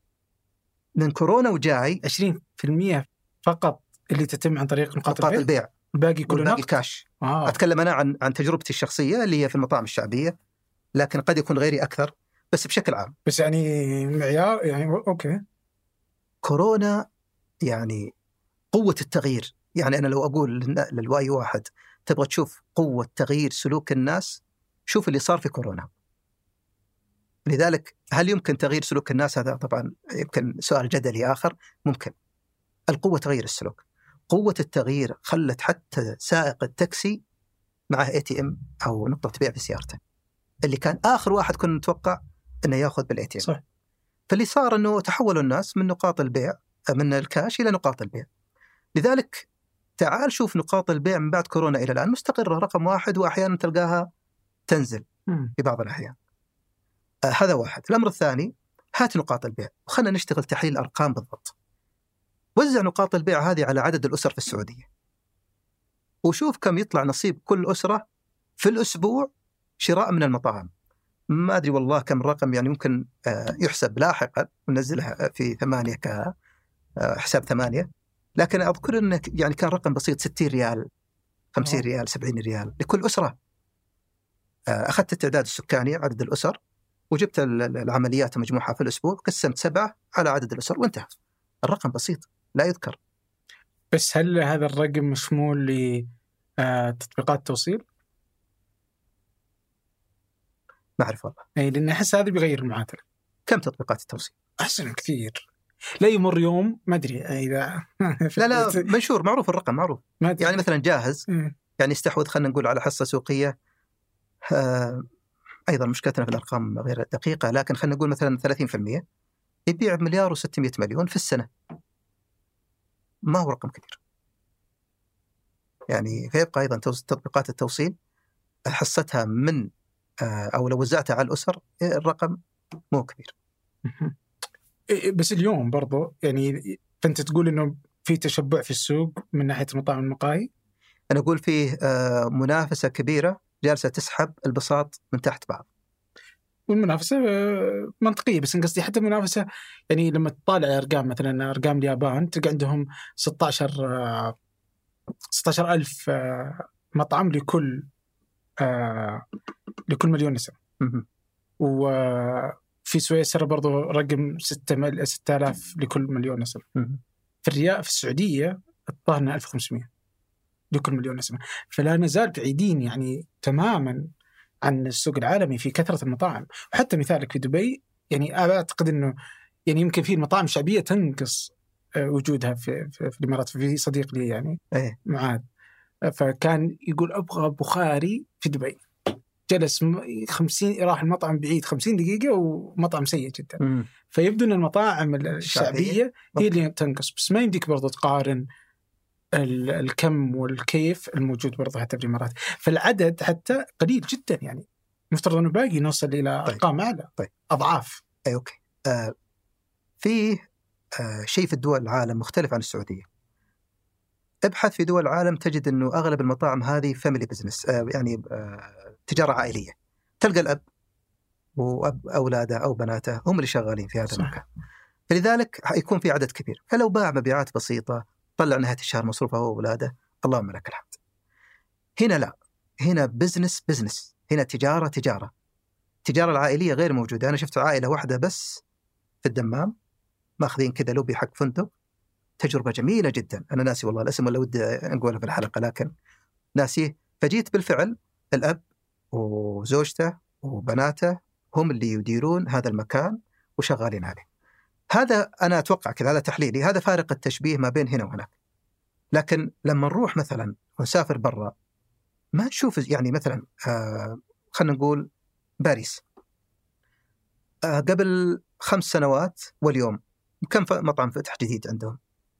من كورونا وجاي عشرين في المئة فقط اللي تتم عن طريق نقاط, نقاط البيع, البيع. الباقي كله نقد كاش. آه. أتكلم أنا عن عن تجربتي الشخصية اللي هي في المطاعم الشعبية، لكن قد يكون غيري أكثر، بس بشكل عام. بس يعني معيار يعني أوكي. كورونا يعني قوة التغيير. يعني أنا لو أقول للواي واحد تبغى تشوف قوة تغيير سلوك الناس، شوف اللي صار في كورونا. لذلك هل يمكن تغيير سلوك الناس؟ هذا طبعا يمكن سؤال جدلي آخر. ممكن. القوة تغيير السلوك. قوة التغيير خلت حتى سائق التاكسي معه اي تي ام أو نقطة بيع في سيارته، اللي كان آخر واحد كنا نتوقع أنه يأخذ بالاي تي ام. صح. فاللي صار أنه تحول الناس من نقاط البيع من الكاش إلى نقاط البيع. لذلك تعال شوف نقاط البيع من بعد كورونا إلى الآن مستقرة رقم واحد، وأحيانا تلقاها تنزل في بعض الأحيان. آه هذا واحد. الأمر الثاني، هات نقاط البيع وخلنا نشتغل تحليل أرقام بالضبط. وزع نقاط البيع هذه على عدد الأسر في السعودية، وشوف كم يطلع نصيب كل أسرة في الأسبوع شراء من المطاعم. ما أدري والله كم رقم، يعني ممكن آه يحسب لاحقا وننزلها في ثمانية كحساب ثمانية، لكن أذكر أنه يعني كان رقم بسيط، ستين ريال خمسين ريال سبعين ريال لكل أسرة. أخذت التعداد السكاني عدد الأسر وجبت العمليات مجموعة في الأسبوع، قسمت سبعة على عدد الأسر وانتهى. الرقم بسيط لا يذكر. بس هل هذا الرقم مشمول لتطبيقات التوصيل؟ ما أعرف والله. أي لأن أحس هذا بيغير المعادلة. كم تطبيقات التوصيل؟ أحسن كثير. لا يمر يوم ما أدري إذا لا لا منشور معروف الرقم معروف. يعني مثلا جاهز يعني يستحوذ خلنا نقول على حصة سوقية. آه أيضا مشكلتنا في الأرقام غير دقيقة، لكن خلنا نقول مثلا ثلاثين في المئة يبيع مليار وستمائة مليون في السنة. ما هو رقم كبير يعني. فيبقى أيضا تطبيقات التوصيل حصتها من آه أو لو وزعتها على الأسر الرقم مو كبير. بس اليوم برضو يعني فأنت تقول إنه في تشبع في السوق من ناحية المطاعم والمقاهي. أنا أقول فيه آه منافسة كبيرة جالسة تسحب البساط من تحت بعض. والمنافسة منطقية، بس قصدي حتى منافسة يعني لما تطالع أرقام مثلا أرقام اليابان تلقى عندهم ستة عشر ستة عشر ألف مطعم لكل لكل مليون نسمة. وفي سويسرا برضو رقم ستة ستة آلاف لكل مليون نسمة. في الرياض في السعودية الظاهر ألف وخمسمائة لكل مليون نسمة. فلا نزال بعيدين يعني تماما عن السوق العالمي في كثرة المطاعم. وحتى مثالك في دبي يعني أعتقد أنه يعني يمكن في المطاعم الشعبية تنقص وجودها في, في, في الإمارات. في صديق لي يعني إيه. معاذ فكان يقول أبغى بخاري في دبي، جلس خمسين راح المطعم بعيد خمسين دقيقة ومطعم سيء جدا. مم. فيبدو أن المطاعم الشعبية هي اللي تنقص، بس ما يمديك برضو تقارن الكم والكيف الموجود برضو حتى في الإمارات. فالعدد حتى قليل جدا، يعني مفترض أنه باقي نوصل إلى طيب. أرقام أعلى. طيب. أضعاف. أي أوكي. آه في آه شيء في الدول العالم مختلف عن السعودية. ابحث في دول العالم تجد أنه أغلب المطاعم هذه فاميلي بزنس، آه يعني آه تجارة عائلية. تلقى الأب وأب أولاده أو بناته هم اللي شغالين في هذا صح. المكان. فلذلك يكون في عدد كبير. فلو باع مبيعات بسيطة طلع نهاية الشهر مصروفه هو وأولاده، اللهم لك الحمد. هنا لا، هنا بزنس بزنس، هنا تجارة تجارة. التجارة العائلية غير موجودة. أنا شفت عائلة واحدة بس في الدمام ماخذين كذا لوبي حق فندق، تجربة جميلة جدا. أنا ناسي والله الاسم ولا ودي أقوله في الحلقة لكن ناسيه. فجيت بالفعل الأب وزوجته وبناته هم اللي يديرون هذا المكان وشغالين عليه. هذا أنا أتوقع كذا، هذا تحليلي، هذا فارق التشبيه ما بين هنا وهناك. لكن لما نروح مثلا ونسافر برا ما نشوف يعني مثلا آه خلنا نقول باريس آه قبل خمس سنوات واليوم كم مطعم فتح جديد عندهم؟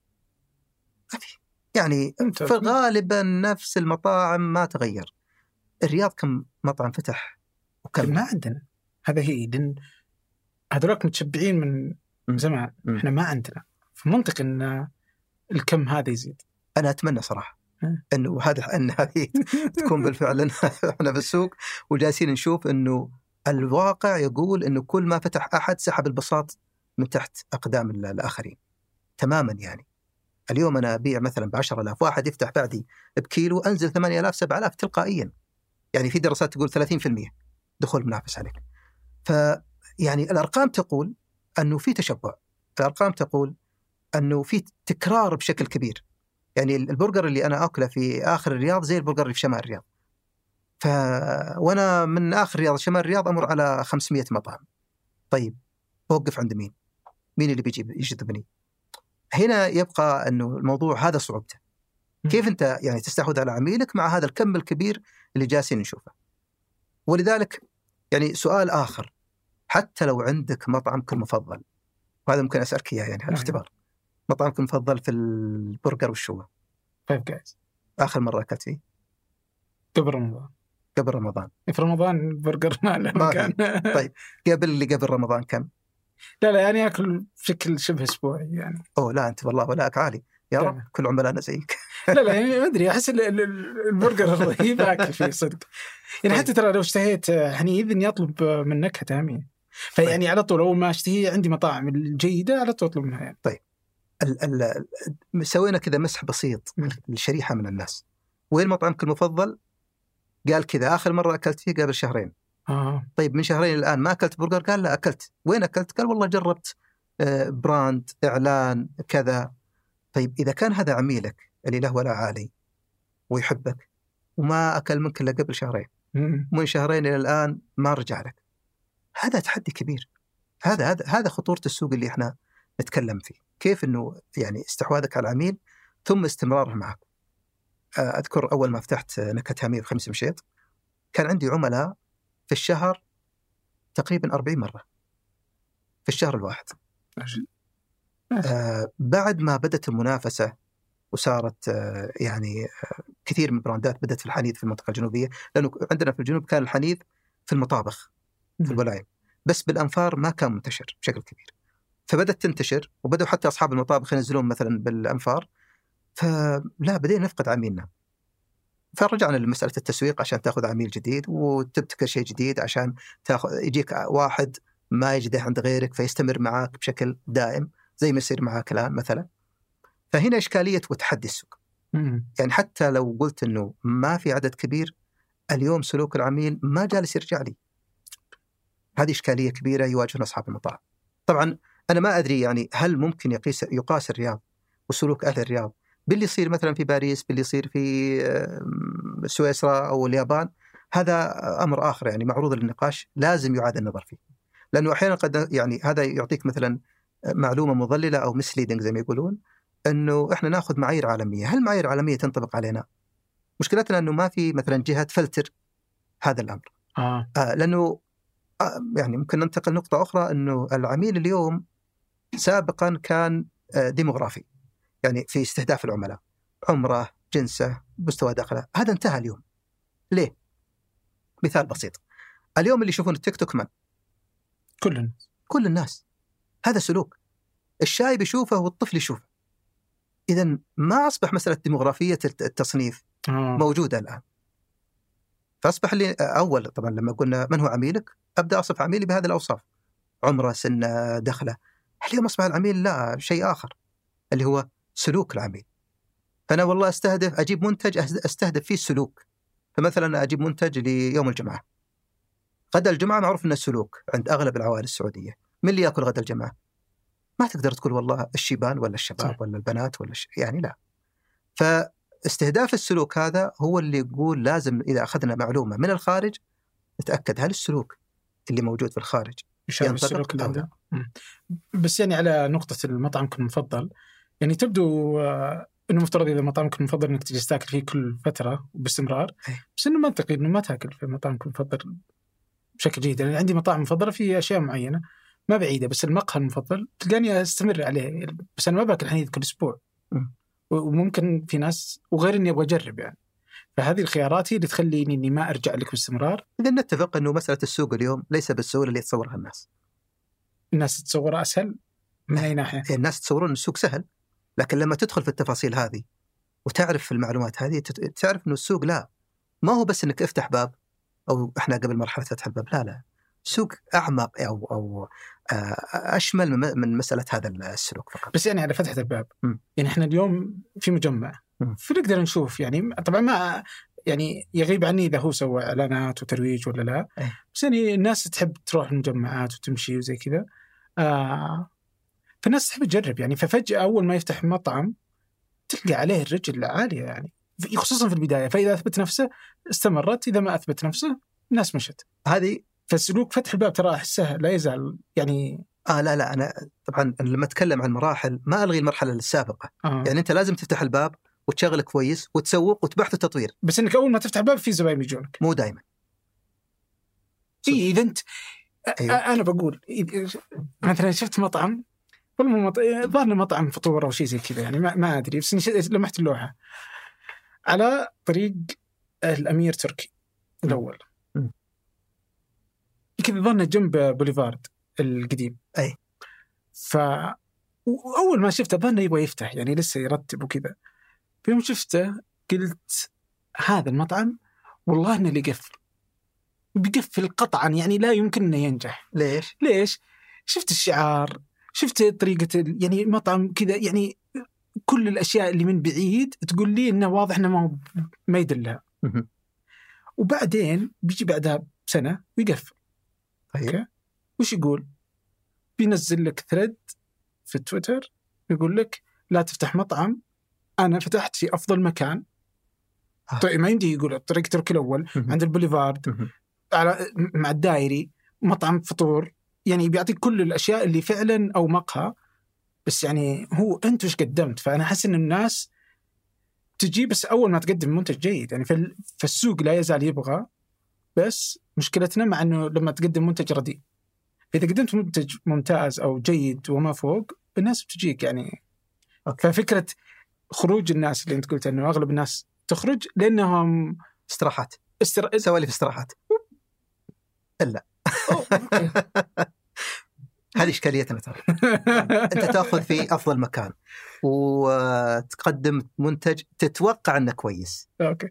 يعني فغالبا نفس المطاعم ما تغير. الرياض كم مطعم فتح وكم؟ ما عندنا. هذا هي لأن هذولك متشبعين من م. زمان. م. احنا ما عندنا، فمنطق ان الكم هذا يزيد. انا اتمنى صراحه م. انه هذا ان هذه تكون بالفعل. احنا في السوق وجالسين نشوف انه الواقع يقول انه كل ما فتح احد سحب البساط من تحت اقدام الاخرين تماما. يعني اليوم انا ابيع مثلا بعشرة آلاف، واحد يفتح بعدي بكيلو انزل ثمانية آلاف سبعة آلاف تلقائيا. يعني في دراسات تقول ثلاثين بالمئة دخول منافس عليك. ف يعني الارقام تقول أنه في تشبع، الأرقام تقول أنه في تكرار بشكل كبير. يعني البرجر اللي أنا أكله في آخر الرياض زي البرجر اللي في شمال الرياض. ف... وأنا من آخر الرياض شمال الرياض أمر على خمسمائة مطعم. طيب أوقف عند مين؟ مين اللي بيجي يجذبني؟ هنا يبقى أنه الموضوع هذا صعوبته. كيف أنت يعني تستحوذ على عميلك مع هذا الكم الكبير اللي جالسين نشوفه؟ ولذلك يعني سؤال آخر، حتى لو عندك مطعمك المفضل، وهذا ممكن أسألك إياه يعني الاختبار، مطعمك المفضل في البرجر والشوة فايف جايز، آخر مرة أكلت فيه؟ قبل رمضان. قبل رمضان. في رمضان البرجر ما له مكان. طيب قبل اللي قبل رمضان كم؟ لا لا يعني أكل بشكل شبه أسبوعي يعني. أوه لا أنت والله ولاك عالي يا رب، كل عملانا زيك. لا لا يعني ما أدري، أحس البرجر الرهيب أكل فيه صدق. يعني حتى ترى لو اشتهيت حنيذ إني أطلب من نكهة تامية، فيعني على طول أول ما أشتهي عندي مطاعم الجيدة على طول أطلب منها يعني. طيب ال ال سوينا كذا مسح بسيط لشريحة من الناس. وين مطعمك المفضل؟ قال كذا آخر مرة أكلت فيه قبل شهرين. آه. طيب من شهرين الآن ما أكلت برجر؟ قال لا أكلت. وين أكلت؟ قال والله جربت آه براند إعلان كذا. طيب إذا كان هذا عميلك اللي له ولا عالي ويحبك وما أكل منك إلا قبل شهرين، من شهرين إلى الآن ما رجع لك، هذا تحدي كبير. هذا هذا هذا خطورة السوق اللي إحنا نتكلم فيه. كيف إنه يعني استحواذك على العميل ثم استمراره معك. أذكر أول ما فتحت نكهة تامية في خميس مشيط كان عندي عملاء في الشهر تقريبا أربعين مرة في الشهر الواحد. آه بعد ما بدأت المنافسة وصارت آه يعني آه كثير من البراندات بدأت في الحنيذ في المنطقة الجنوبية، لأنه عندنا في الجنوب كان الحنيذ في المطابخ في الولايم، بس بالأنفار ما كان منتشر بشكل كبير. فبدأت تنتشر وبدأوا حتى أصحاب المطابخ ينزلون مثلا بالأنفار، فلا بدينا نفقد عميلنا. فرجعنا لمسألة التسويق عشان تأخذ عميل جديد وتبتكر شيء جديد عشان تأخذ يجيك واحد ما يجده عند غيرك فيستمر معك بشكل دائم زي ما يصير معك الآن مثلا. فهنا إشكالية وتحدي السوق. يعني حتى لو قلت إنه ما في عدد كبير، اليوم سلوك العميل ما جالس يرجع لي. هذه إشكالية كبيرة يواجهنا أصحاب المطاعم. طبعا أنا ما أدري يعني هل ممكن يقيس يقاس الرياض وسلوك أهل الرياض باللي يصير مثلا في باريس، باللي يصير في سويسرا أو اليابان، هذا أمر آخر يعني معروض للنقاش، لازم يعاد النظر فيه. لأنه أحيانا قد يعني هذا يعطيك مثلا معلومة مضللة أو misleading زي ما يقولون، أنه إحنا نأخذ معايير عالمية. هل معايير عالمية تنطبق علينا؟ مشكلتنا أنه ما في مثلا جهة تفلتر هذا الأمر. آه. آه لأنه آه يعني ممكن ننتقل نقطة أخرى، أنه العميل اليوم سابقا كان آه ديموغرافي، يعني في استهداف العملاء، عمره، جنسه، مستوى دخله، هذا انتهى اليوم. ليه؟ مثال بسيط، اليوم اللي يشوفون التيك توك من؟ كل الناس. كل الناس. هذا سلوك الشايب يشوفه والطفل يشوفه. إذن ما أصبح مسألة ديموغرافية التصنيف آه. موجودة الآن. فأصبح لي أول طبعا لما قلنا من هو عميلك، أبدأ أصف عميلي بهذه الأوصاف: عمره، سنه، دخله. اليوم أصبح العميل لا شيء آخر، اللي هو سلوك العميل. فأنا والله أستهدف أجيب منتج أستهدف فيه السلوك. فمثلا أجيب منتج ليوم الجمعة، غدا الجمعة معروف أنه السلوك عند أغلب العوائل السعودية. من اللي يأكل غدا الجمعة؟ ما تقدر تقول والله الشيبان ولا الشباب صح. ولا البنات ولا الش... يعني لا. فاستهداف السلوك هذا هو اللي يقول لازم إذا أخذنا معلومة من الخارج نتأكد هل السلوك اللي موجود في الخارج يشابه السلوك اللي عنده. بس يعني على نقطة المطعم المفضل، يعني تبدو آه إنه مفترض إذا مطعمك المفضل إنك تجلس تاكل فيه كل فترة وباستمرار، بس إنه منطقي إنه ما تاكل في مطعمك المفضل بشكل جيد. يعني عندي مطاعم مفضلة في أشياء معينة ما بعيدة، بس المقهى المفضل تلقاني أستمر عليه، بس أنا ما باكل حنيذ كل أسبوع. م. وممكن في ناس وغير إني أبغى أجرب يعني. فهذه الخيارات هي اللي تخليني إني ما أرجع لك باستمرار. إذا نتفق إنه مسألة السوق اليوم ليس بالسهولة اللي يتصورها الناس. الناس تتصورها أسهل من أي ناحية؟ الناس تتصورون السوق سهل، لكن لما تدخل في التفاصيل هذه وتعرف المعلومات هذه تعرف إنه السوق لا ما هو بس إنك افتح باب أو إحنا قبل مرحلة فتح الباب، لا لا سوق أعمق أو أو أشمل من مسألة هذا السلوك فقط. بس يعني على فتحة الباب م. يعني إحنا اليوم في مجمع م. فنقدر نشوف يعني طبعا ما يعني يغيب عني إذا هو سوى إعلانات وترويج ولا لا أيه. بس يعني الناس تحب تروح المجمعات وتمشي وزي كذا آه فالناس تحب تجرب يعني. ففجأة أول ما يفتح مطعم تلقى عليه الرجل عالية يعني خصوصا في البداية، فإذا أثبت نفسه استمرت، إذا ما أثبت نفسه الناس مشت. هذه فالسلوك فتح الباب ترى أحسها لا يزال يعني. آه لا لا أنا طبعا لما أتكلم عن مراحل ما ألغي المرحلة السابقة. آه. يعني أنت لازم تفتح الباب وتشغل كويس وتسوق وتبحث التطوير، بس إنك أول ما تفتح الباب في زباين يجونك مو دائما. إيه إذا أنت أيوه. أنا بقول مثلا شفت مطعم والله مط... ظهرنا مطعم فطور أو شيء زي كذا يعني ما, ما أدري، بس لمحت اللوحة على طريق الأمير تركي الأول كذا، ظهرنا جنب بوليفارد القديم. أي فأول ما شفته ظهرنا يبغى يفتح يعني لسه يرتب وكذا. بيوم شفته قلت هذا المطعم والله إنه اللي يقفل بيقفل قطعا يعني لا يمكن أنه ينجح. ليش؟ ليش؟ شفت الشعار، شفت طريقة يعني مطعم كذا يعني كل الأشياء اللي من بعيد تقول لي إنه واضح إنه ما ما يدلها. وبعدين بيجي بعدها سنة ويقفل. أوكي. وش يقول؟ بينزل لك ثريد في تويتر يقول لك لا تفتح مطعم، أنا فتحت في أفضل مكان. آه. طيب ما يمدي يقول طريق تركي الأول عند البوليفارد على مع الدائري مطعم فطور، يعني بيعطيك كل الأشياء اللي فعلا أو مقهى. بس يعني هو أنت وش قدمت؟ فأنا حاسس إن الناس تجي بس أول ما تقدم منتج جيد يعني. فالسوق لا يزال يبغى، بس مشكلتنا مع إنه لما تقدم منتج رديء. إذا قدمت منتج ممتاز أو جيد وما فوق الناس بتجيك يعني. أوكي. ففكرة خروج الناس اللي أنت قلت إنه أغلب الناس تخرج لأنهم استراحات استر... سوالف استراحات إلا هذه إشكاليتنا ترى. أنت تأخذ في أفضل مكان وتقدم منتج تتوقع أنه كويس، أوكي،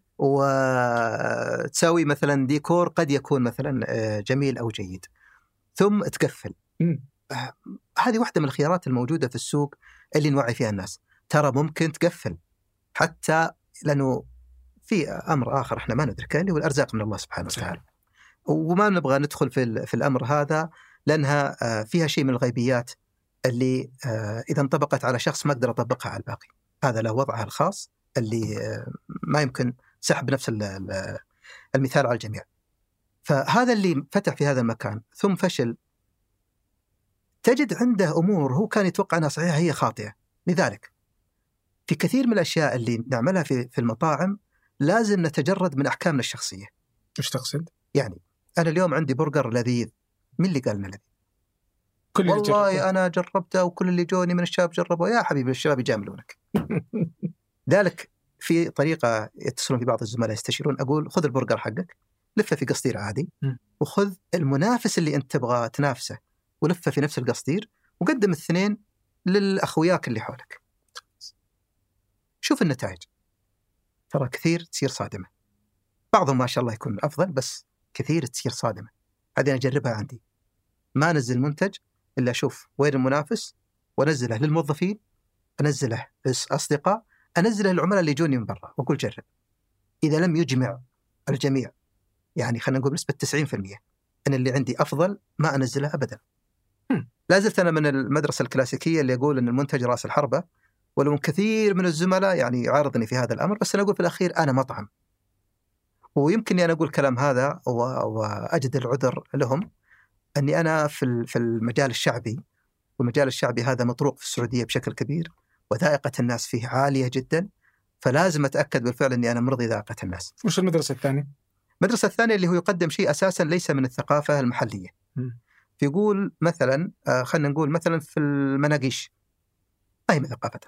وتسوي مثلا ديكور قد يكون مثلا جميل أو جيد ثم تقفل. هذه واحدة من الخيارات الموجودة في السوق اللي نوعي فيها الناس. ترى ممكن تقفل حتى لأنه في أمر آخر إحنا ما ندركه اللي هو الأرزاق من الله سبحانه وتعالى، وما نبغى ندخل في في الأمر هذا لأنها فيها شيء من الغيبيات اللي إذا انطبقت على شخص ما أقدر أطبقها على الباقي. هذا له وضعه الخاص اللي ما يمكن سحب نفس المثال على الجميع. فهذا اللي فتح في هذا المكان ثم فشل، تجد عنده أمور هو كان يتوقع أنها صحيحة هي خاطئة. لذلك في كثير من الأشياء اللي نعملها في في المطاعم لازم نتجرد من أحكامنا الشخصية. إيش تقصد؟ يعني أنا اليوم عندي برجر لذيذ، من اللي قال لنا لذيذ؟ كل والله اللي أنا جربته وكل اللي جوني من الشباب جربوا. يا حبيبي الشباب يجاملونك. ذلك في طريقة يتصلون في بعض الزملاء يستشيرون، أقول خذ البرجر حقك لفه في قصدير عادي، وخذ المنافس اللي أنت تبغى تنافسه ولفه في نفس القصدير، وقدم الاثنين للأخوياك اللي حولك. شوف النتائج، ترى كثير تصير صادمة. بعضهم ما شاء الله يكون أفضل، بس كثير تصير صادمة. هذه أنا أجربها عندي، ما أنزل منتج إلا أشوف وين المنافس وأنزله للموظفين، أنزله للأصدقاء، أنزله للعملاء اللي يجوني من برا، وأقول جرب. إذا لم يجمع الجميع، يعني خلينا نقول بنسبة تسعين بالمئة أن اللي عندي أفضل، ما أنزله أبدا. لا زلت أنا من المدرسة الكلاسيكية اللي يقول أن المنتج رأس الحربة، ولو من كثير من الزملاء يعني يعارضني في هذا الأمر، بس أنا أقول في الأخير أنا مطعم، ويمكن أنا أقول كلام هذا وأجد العذر لهم أني أنا في في المجال الشعبي، والمجال الشعبي هذا مطروق في السعودية بشكل كبير، وذائقة الناس فيه عالية جدا، فلازم أتأكد بالفعل أني أنا مرضي ذائقة الناس. وش المدرسة الثانية؟ المدرسة الثانية اللي هو يقدم شيء أساسا ليس من الثقافة المحلية. م. يقول مثلا آه خلينا نقول مثلا في المناقيش ما هي من ثقافتنا.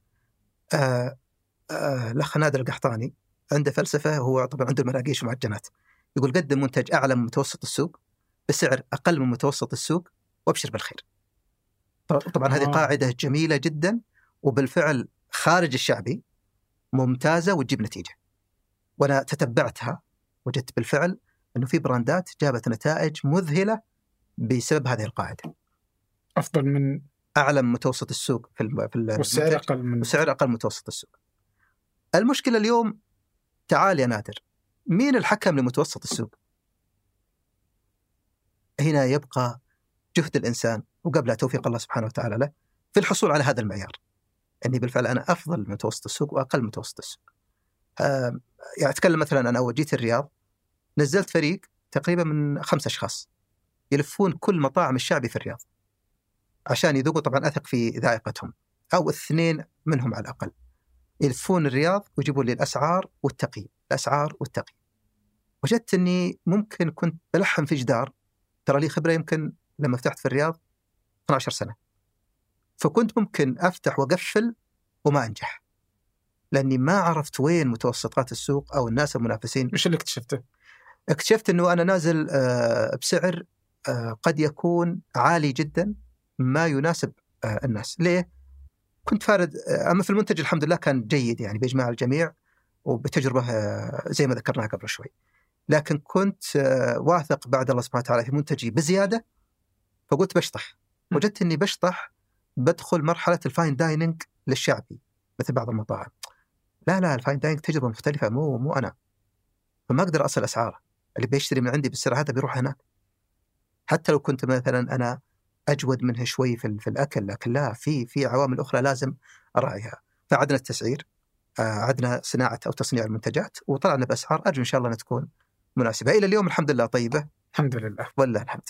آه آه الأخ نادر القحطاني عنده فلسفة، هو طبعا عنده المناقيش ومعجنات، يقول قدم منتج أعلى من متوسط السوق بسعر أقل من متوسط السوق وابشر بالخير. طبعا هذه قاعدة جميلة جدا، وبالفعل خارج الشعبي ممتازة وتجيب نتيجة، وأنا تتبعتها وجدت بالفعل أنه في براندات جابت نتائج مذهلة بسبب هذه القاعدة. أفضل من أعلى من متوسط السوق في المنتج، والسعر أقل من والسعر أقل من متوسط السوق. المشكلة اليوم، تعال يا نادر، مين الحكم لمتوسط السوق؟ هنا يبقى جهد الإنسان وقبلها توفيق الله سبحانه وتعالى له في الحصول على هذا المعيار، أني بالفعل أنا أفضل من متوسط السوق وأقل من متوسط السوق. آه يعني أتكلم مثلا أنا أول جيت الرياض نزلت فريق تقريبا من خمس أشخاص يلفون كل مطاعم الشعبي في الرياض عشان يذوقوا، طبعا أثق في ذائقتهم، أو اثنين منهم على الأقل يلفون الرياض ويجيبوا لي الأسعار والتقييم، الأسعار والتقييم. وجدت أني ممكن كنت بلحم في جدار، ترى لي خبرة يمكن لما فتحت في الرياض اثنتي عشرة سنة، فكنت ممكن أفتح وأقفل وما أنجح، لأني ما عرفت وين متوسطات السوق أو الناس المنافسين. وش اللي اكتشفته؟ اكتشفت أنه أنا نازل بسعر قد يكون عالي جدا ما يناسب الناس. ليه؟ كنت فارد، أما في المنتج الحمد لله كان جيد يعني بإجماع الجميع وبتجربة زي ما ذكرناها قبل شوي، لكن كنت واثق بعد الله سبحانه وتعالى في منتجي بزيادة، فقلت بشطح. وجدت أني بشطح بدخل مرحلة الفاين دايننج للشعبي مثل بعض المطاعم. لا لا الفاين دايننج تجربة مختلفة، مو مو أنا، فما أقدر أصل أسعاره. اللي بيشتري من عندي بالسعر هذا بيروح هناك، حتى لو كنت مثلا أنا أجود منه شوي في, في الأكل، لكن لا، في في عوامل أخرى لازم أراعيها. فعدنا التسعير، عدنا صناعة أو تصنيع المنتجات، وطلعنا بأسعار أرجو إن شاء الله أن تكون مناسبة. إلى اليوم الحمد لله طيبة، الحمد لله والله الحمد.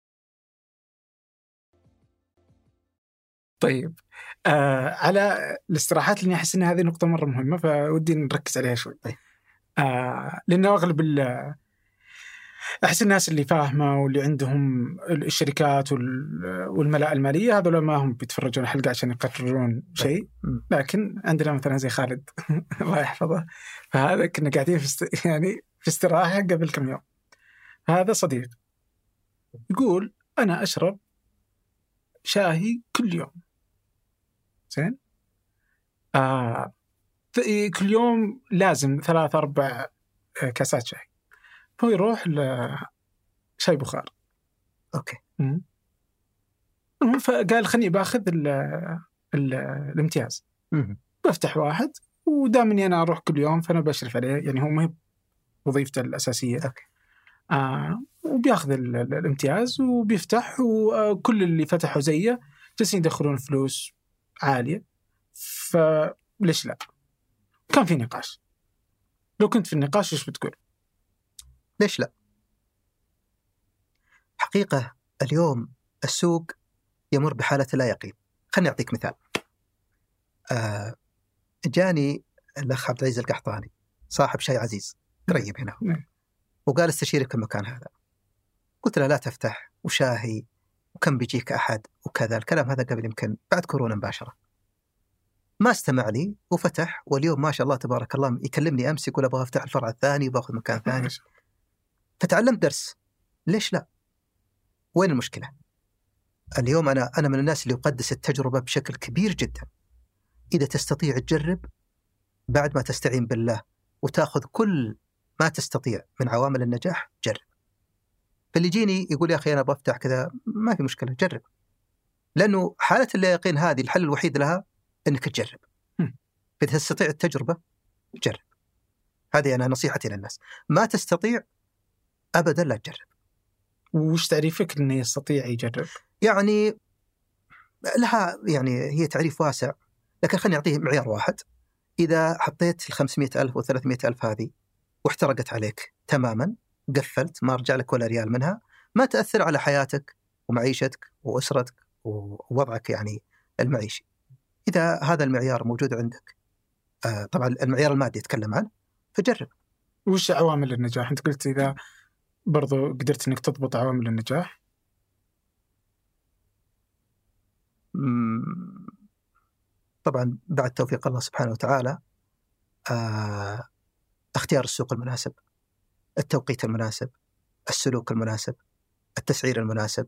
طيب آه على الاستراحات، اللي أحس أن هذه نقطة مرة مهمة فودي نركز عليها شوي. طيب. آه لأنه أغلب أحس الناس اللي فاهمة واللي عندهم الشركات والملاءة المالية هذول ما هم بيتفرجون الحلقة عشان يقررون شيء، لكن عندنا مثلا زي خالد الله يحفظه، فهذا كنا قاعدين في است... يعني في استراحة قبل كم يوم، هذا صديق يقول أنا أشرب شاهي كل يوم، زين آه كل يوم لازم ثلاث أربع كاسات شاي، هو يروح لشاي بخار. أوكي. م- فقال خلني باخذ ال ال الامتياز، م- بفتح واحد، ودامني أنا أروح كل يوم فأنا بشرف عليه، يعني هو ما هي وظيفته الأساسية. أوكي. آه وبياخذ ال- ال- الامتياز وبيفتح، وكل اللي فتحوا زيه جالسين يدخلون فلوس عالية. ف ليش لا؟ كان في نقاش. لو كنت في النقاش إيش بتقول؟ ليش لا؟ حقيقة اليوم السوق يمر بحالة لا يقين. خلني أعطيك مثال. آه جاني الأخ عبد العزيز القحطاني صاحب شاي عزيز قريب هنا، نعم. وقال استشيري في المكان هذا. قلت له لا تفتح، وشاهي، وكم بيجيك أحد، وكذا. الكلام هذا قبل يمكن بعد كورونا مباشرة. ما استمع لي وفتح، واليوم ما شاء الله تبارك الله يكلمني أمس يقول أبغى أفتح الفرع الثاني وبأخذ مكان ثاني. فتعلمت درس. ليش لا؟ وين المشكلة؟ اليوم أنا أنا من الناس اللي يقدس التجربة بشكل كبير جدا. إذا تستطيع تجرب بعد ما تستعين بالله وتأخذ كل ما تستطيع من عوامل النجاح، جرب. فاللي يجيني يقول يا أخي أنا بفتح كذا، ما في مشكلة، جرب. لأنه حالة اللا يقين هذه الحل الوحيد لها أنك تجرب. إذا تستطيع التجربة جرب. هذه أنا نصيحتي للناس. ما تستطيع أبدا لا تجرب. وش تعريفك أنه يستطيع يجرب؟ يعني لها يعني هي تعريف واسع، لكن خليني أعطيه معيار واحد. إذا حطيت الخمسمائة ألف وثلاثمائة ألف هذه واحترقت عليك تماما، قفلت، ما رجع لك ولا ريال منها، ما تأثر على حياتك ومعيشتك وأسرتك ووضعك يعني المعيشي. إذا هذا المعيار موجود عندك، آه طبعا المعيار المادي يتكلم عنه، فجرب. وش عوامل النجاح؟ أنت قلت إذا برضو قدرت أنك تضبط عوامل النجاح. طبعا بعد توفيق الله سبحانه وتعالى، آه اختيار السوق المناسب، التوقيت المناسب، السلوك المناسب، التسعير المناسب،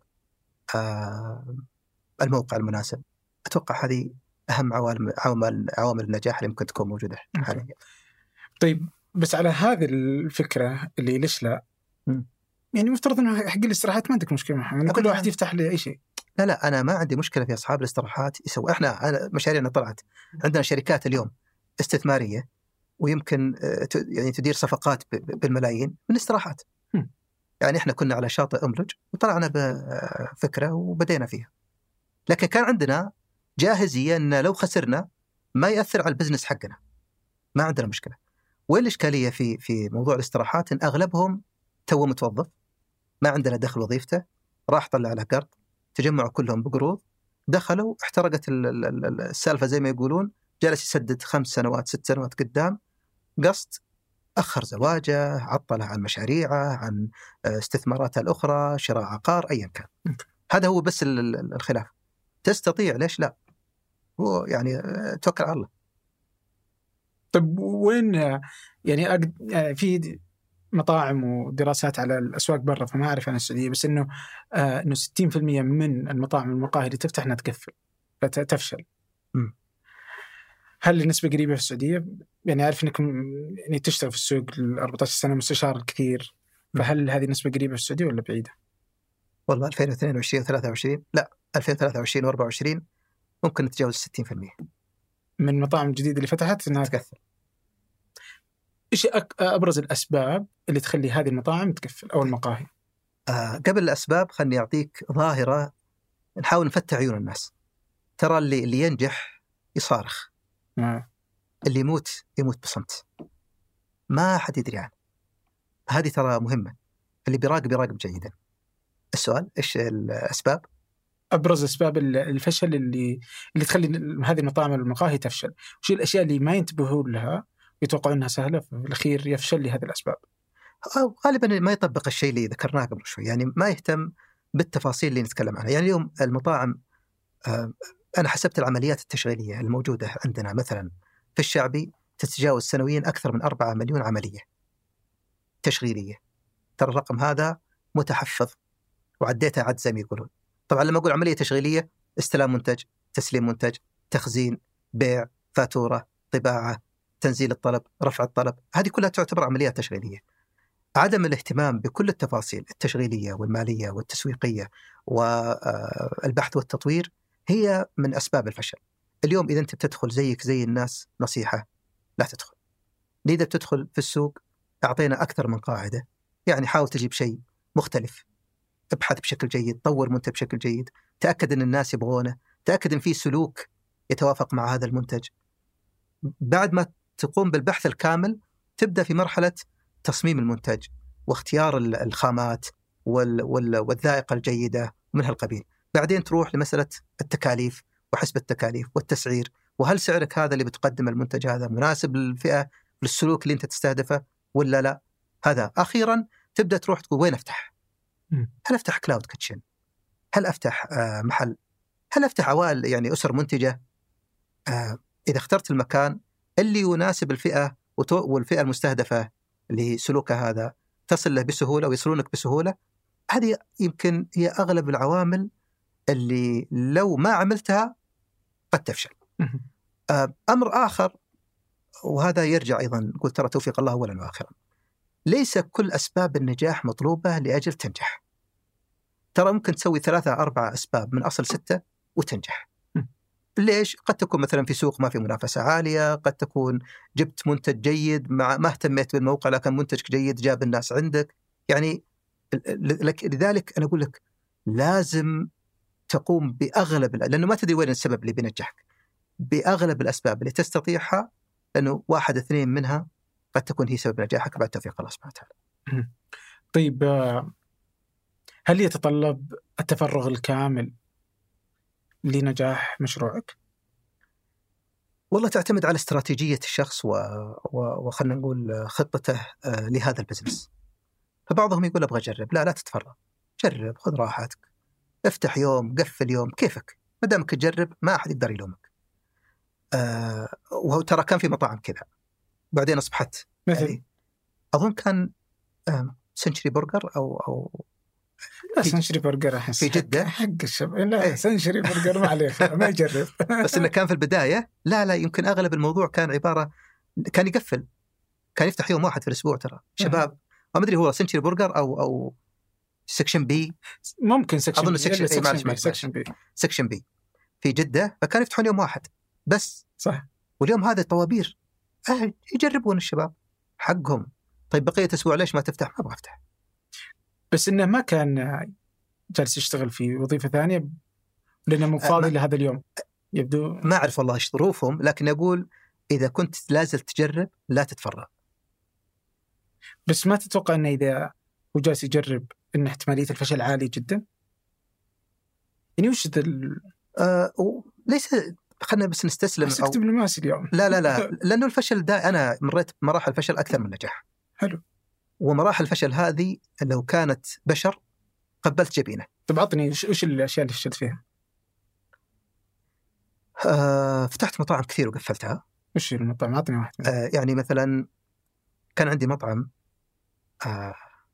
آه الموقع المناسب. أتوقع هذه أهم عوامل عوامل عوامل النجاح اللي ممكن تكون موجودة حاليا. طيب بس على هذه الفكرة اللي ليش لا، م. يعني مفترض إنه حق الاستراحات ما عندك مشكلة معها، إنه كل واحد يفتح لي أي شيء. لا لا أنا ما عندي مشكلة في أصحاب الاستراحات يسوي. إحنا أنا مشاريعنا طلعت عندنا شركات اليوم استثمارية ويمكن يعني تدير صفقات بالملايين من استراحات. م. يعني إحنا كنا على شاطئ أملج وطلعنا بفكرة وبدينا فيها، لكن كان عندنا جاهزية أن لو خسرنا ما يأثر على البزنس حقنا، ما عندنا مشكلة. وين الإشكالية في في موضوع الاستراحات؟ إن أغلبهم تو متوظف، ما عندنا دخل وظيفته، راح طلع على قرض، تجمعوا كلهم بقروض، دخلوا احترقت السالفة زي ما يقولون، جالس يسدد خمس سنوات ست سنوات قدام، قسط، أخر زواجه، عطله عن مشاريعه، عن استثماراته الأخرى، شراء عقار، أيا كان. هذا هو بس الخلاف. تستطيع، ليش لا؟ هو يعني توكل على الله. طيب وين يعني أقد... في مطاعم ودراسات على الأسواق برا، فما أعرف عن السعودية، بس إنه آه إنه ستين بالمئة من المطاعم والمقاهي اللي تفتح إنها تقفل فتفشل. م. هل النسبة قريبة في السعودية؟ يعني أعرف إنكم يعني تشتغل في السوق أربعة عشر سنة مستشار كثير، فهل هذه النسبة قريبة في السعودية ولا بعيدة؟ والله ألفين واثنين وعشرين وثلاثة وعشرين لا ألفين وثلاثة وعشرين وأربعة وعشرين ممكن نتجاوز ستين بالمئة من المطاعم الجديدة اللي فتحت إنها تقفل. إيش أبرز الأسباب اللي تخلي هذه المطاعم تقفل أو المقاهي؟ آه قبل الأسباب خلني أعطيك ظاهرة نحاول نفتح عيون الناس. ترى اللي اللي ينجح يصارخ، آه. اللي يموت يموت بصمت، ما حد يدري عنه. هذه ترى مهمة. اللي بيراقب يراقب جيدا. السؤال إيش الأسباب؟ أبرز أسباب الفشل اللي اللي تخلي هذه المطاعم والمقاهي تفشل، وش الأشياء اللي ما ينتبهوا لها يتوقعون أنها سهلة في الأخير يفشل لهذه الأسباب؟ غالبا ما يطبق الشيء اللي ذكرناه قبل شوي، يعني ما يهتم بالتفاصيل اللي نتكلم عنها. يعني اليوم المطاعم، أنا حسبت العمليات التشغيلية الموجودة عندنا مثلا في الشعبي تتجاوز سنويا أكثر من أربعة مليون عملية تشغيلية. ترى الرقم هذا متحفظ وعديتها عد زي ما يقولون. طبعا لما أقول عملية تشغيلية، استلام منتج، تسليم منتج، تخزين، بيع، فاتورة، طباعة، تنزيل الطلب، رفع الطلب، هذه كلها تعتبر عمليات تشغيلية. عدم الاهتمام بكل التفاصيل التشغيلية والمالية والتسويقية والبحث والتطوير هي من أسباب الفشل. اليوم إذا أنت بتدخل زيك زي الناس، نصيحة لا تدخل. إذا بتدخل في السوق أعطينا أكثر من قاعدة، يعني حاول تجيب شيء مختلف، ابحث بشكل جيد، طور منتج بشكل جيد، تأكد أن الناس يبغونه، تأكد أن في سلوك يتوافق مع هذا المنتج. بعد ما تقوم بالبحث الكامل تبدأ في مرحلة تصميم المنتج واختيار الخامات والذائقة الجيدة من هالقبيل. بعدين تروح لمسألة التكاليف وحسب التكاليف والتسعير، وهل سعرك هذا اللي بتقدم المنتج هذا مناسب للفئة للسلوك اللي أنت تستهدفه ولا لا. هذا أخيرا تبدأ تروح تقول وين أفتح؟ هل أفتح كلاود كيتشن؟ هل أفتح آه محل؟ هل أفتح عوائل يعني أسر منتجة؟ آه إذا اخترت المكان اللي يناسب الفئة والفئة المستهدفة لسلوكها هذا تصل له بسهولة ويصلونك بسهولة، هذه يمكن هي أغلب العوامل اللي لو ما عملتها قد تفشل. آه أمر آخر، وهذا يرجع أيضا قلت ترى توفيق الله أولا وآخرا، ليس كل أسباب النجاح مطلوبة لأجل تنجح. ترى ممكن تسوي ثلاثة أربعة أسباب من أصل ستة وتنجح. ليش؟ قد تكون مثلا في سوق ما في منافسة عالية، قد تكون جبت منتج جيد مع ما اهتميت بالموقع لكن منتجك جيد جاب الناس عندك. يعني لذلك أنا أقول لك لازم تقوم بأغلب، لأنه ما تدري وين السبب اللي بينجحك، بأغلب الأسباب اللي تستطيعها، لأنه واحد اثنين منها قد تكون هي سبب نجاحك بعد توفيق الله سبحانه وتعالى. طيب هل يتطلب التفرغ الكامل لنجاح مشروعك؟ والله تعتمد على استراتيجية الشخص و... و... وخلنا نقول خطته لهذا البزنس. فبعضهم يقول أبغى أجرب. لا لا تتفرغ، جرب، خذ راحتك، افتح يوم، قفل يوم، كيفك، ما دامك تجرب ما أحد يقدر يلومك. آه وترى كان في مطاعم كذا بعدين أصبحت يعني أظن كان آه سنشري برجر أو أو لا سنشري برجر أحس في جدة حق الشباب. لا إيه؟ سنشري برجر ما عليه ما يجرب. بس إنه كان في البداية لا لا يمكن أغلب الموضوع كان عبارة كان يقفل، كان يفتح يوم واحد في الأسبوع. ترى شباب ما أدري هو سنشري برجر أو أو سكشن بي، ممكن سكشن أظن بي. سكشن سكشن, معلش بي. سكشن بي سكشن بي في جدة، فكان يفتحون يوم واحد بس. صح. واليوم هذا طوابير أه يجربون الشباب حقهم. طيب بقية أسبوع ليش ما تفتح؟ ما أبغى أفتح. بس إنه ما كان جالس يشتغل في وظيفة ثانية لأنه مو فاضي أه لهذا اليوم يبدو. ما أعرف والله إيش ظروفهم، لكن أقول إذا كنت لازل تجرب لا تتفرغ. بس ما تتوقع أنه إذا هو جالس يجرب إن احتمالية الفشل عالية جدا؟ يعني وش ال... آه ليس خلنا بس نستسلم أو دبلوماسي اليوم. لا لا لا لأنه الفشل ده أنا مريت مراحل فشل أكثر من نجاح. حلو. ومراحل الفشل هذه لو كانت بشر قبلت جبينه. طب عطني وش الأشياء اللي فشلت فيها؟ آه فتحت مطاعم كثير وقفلتها. وش المطاعم؟ عطني واحد. آه يعني مثلا كان عندي مطعم آه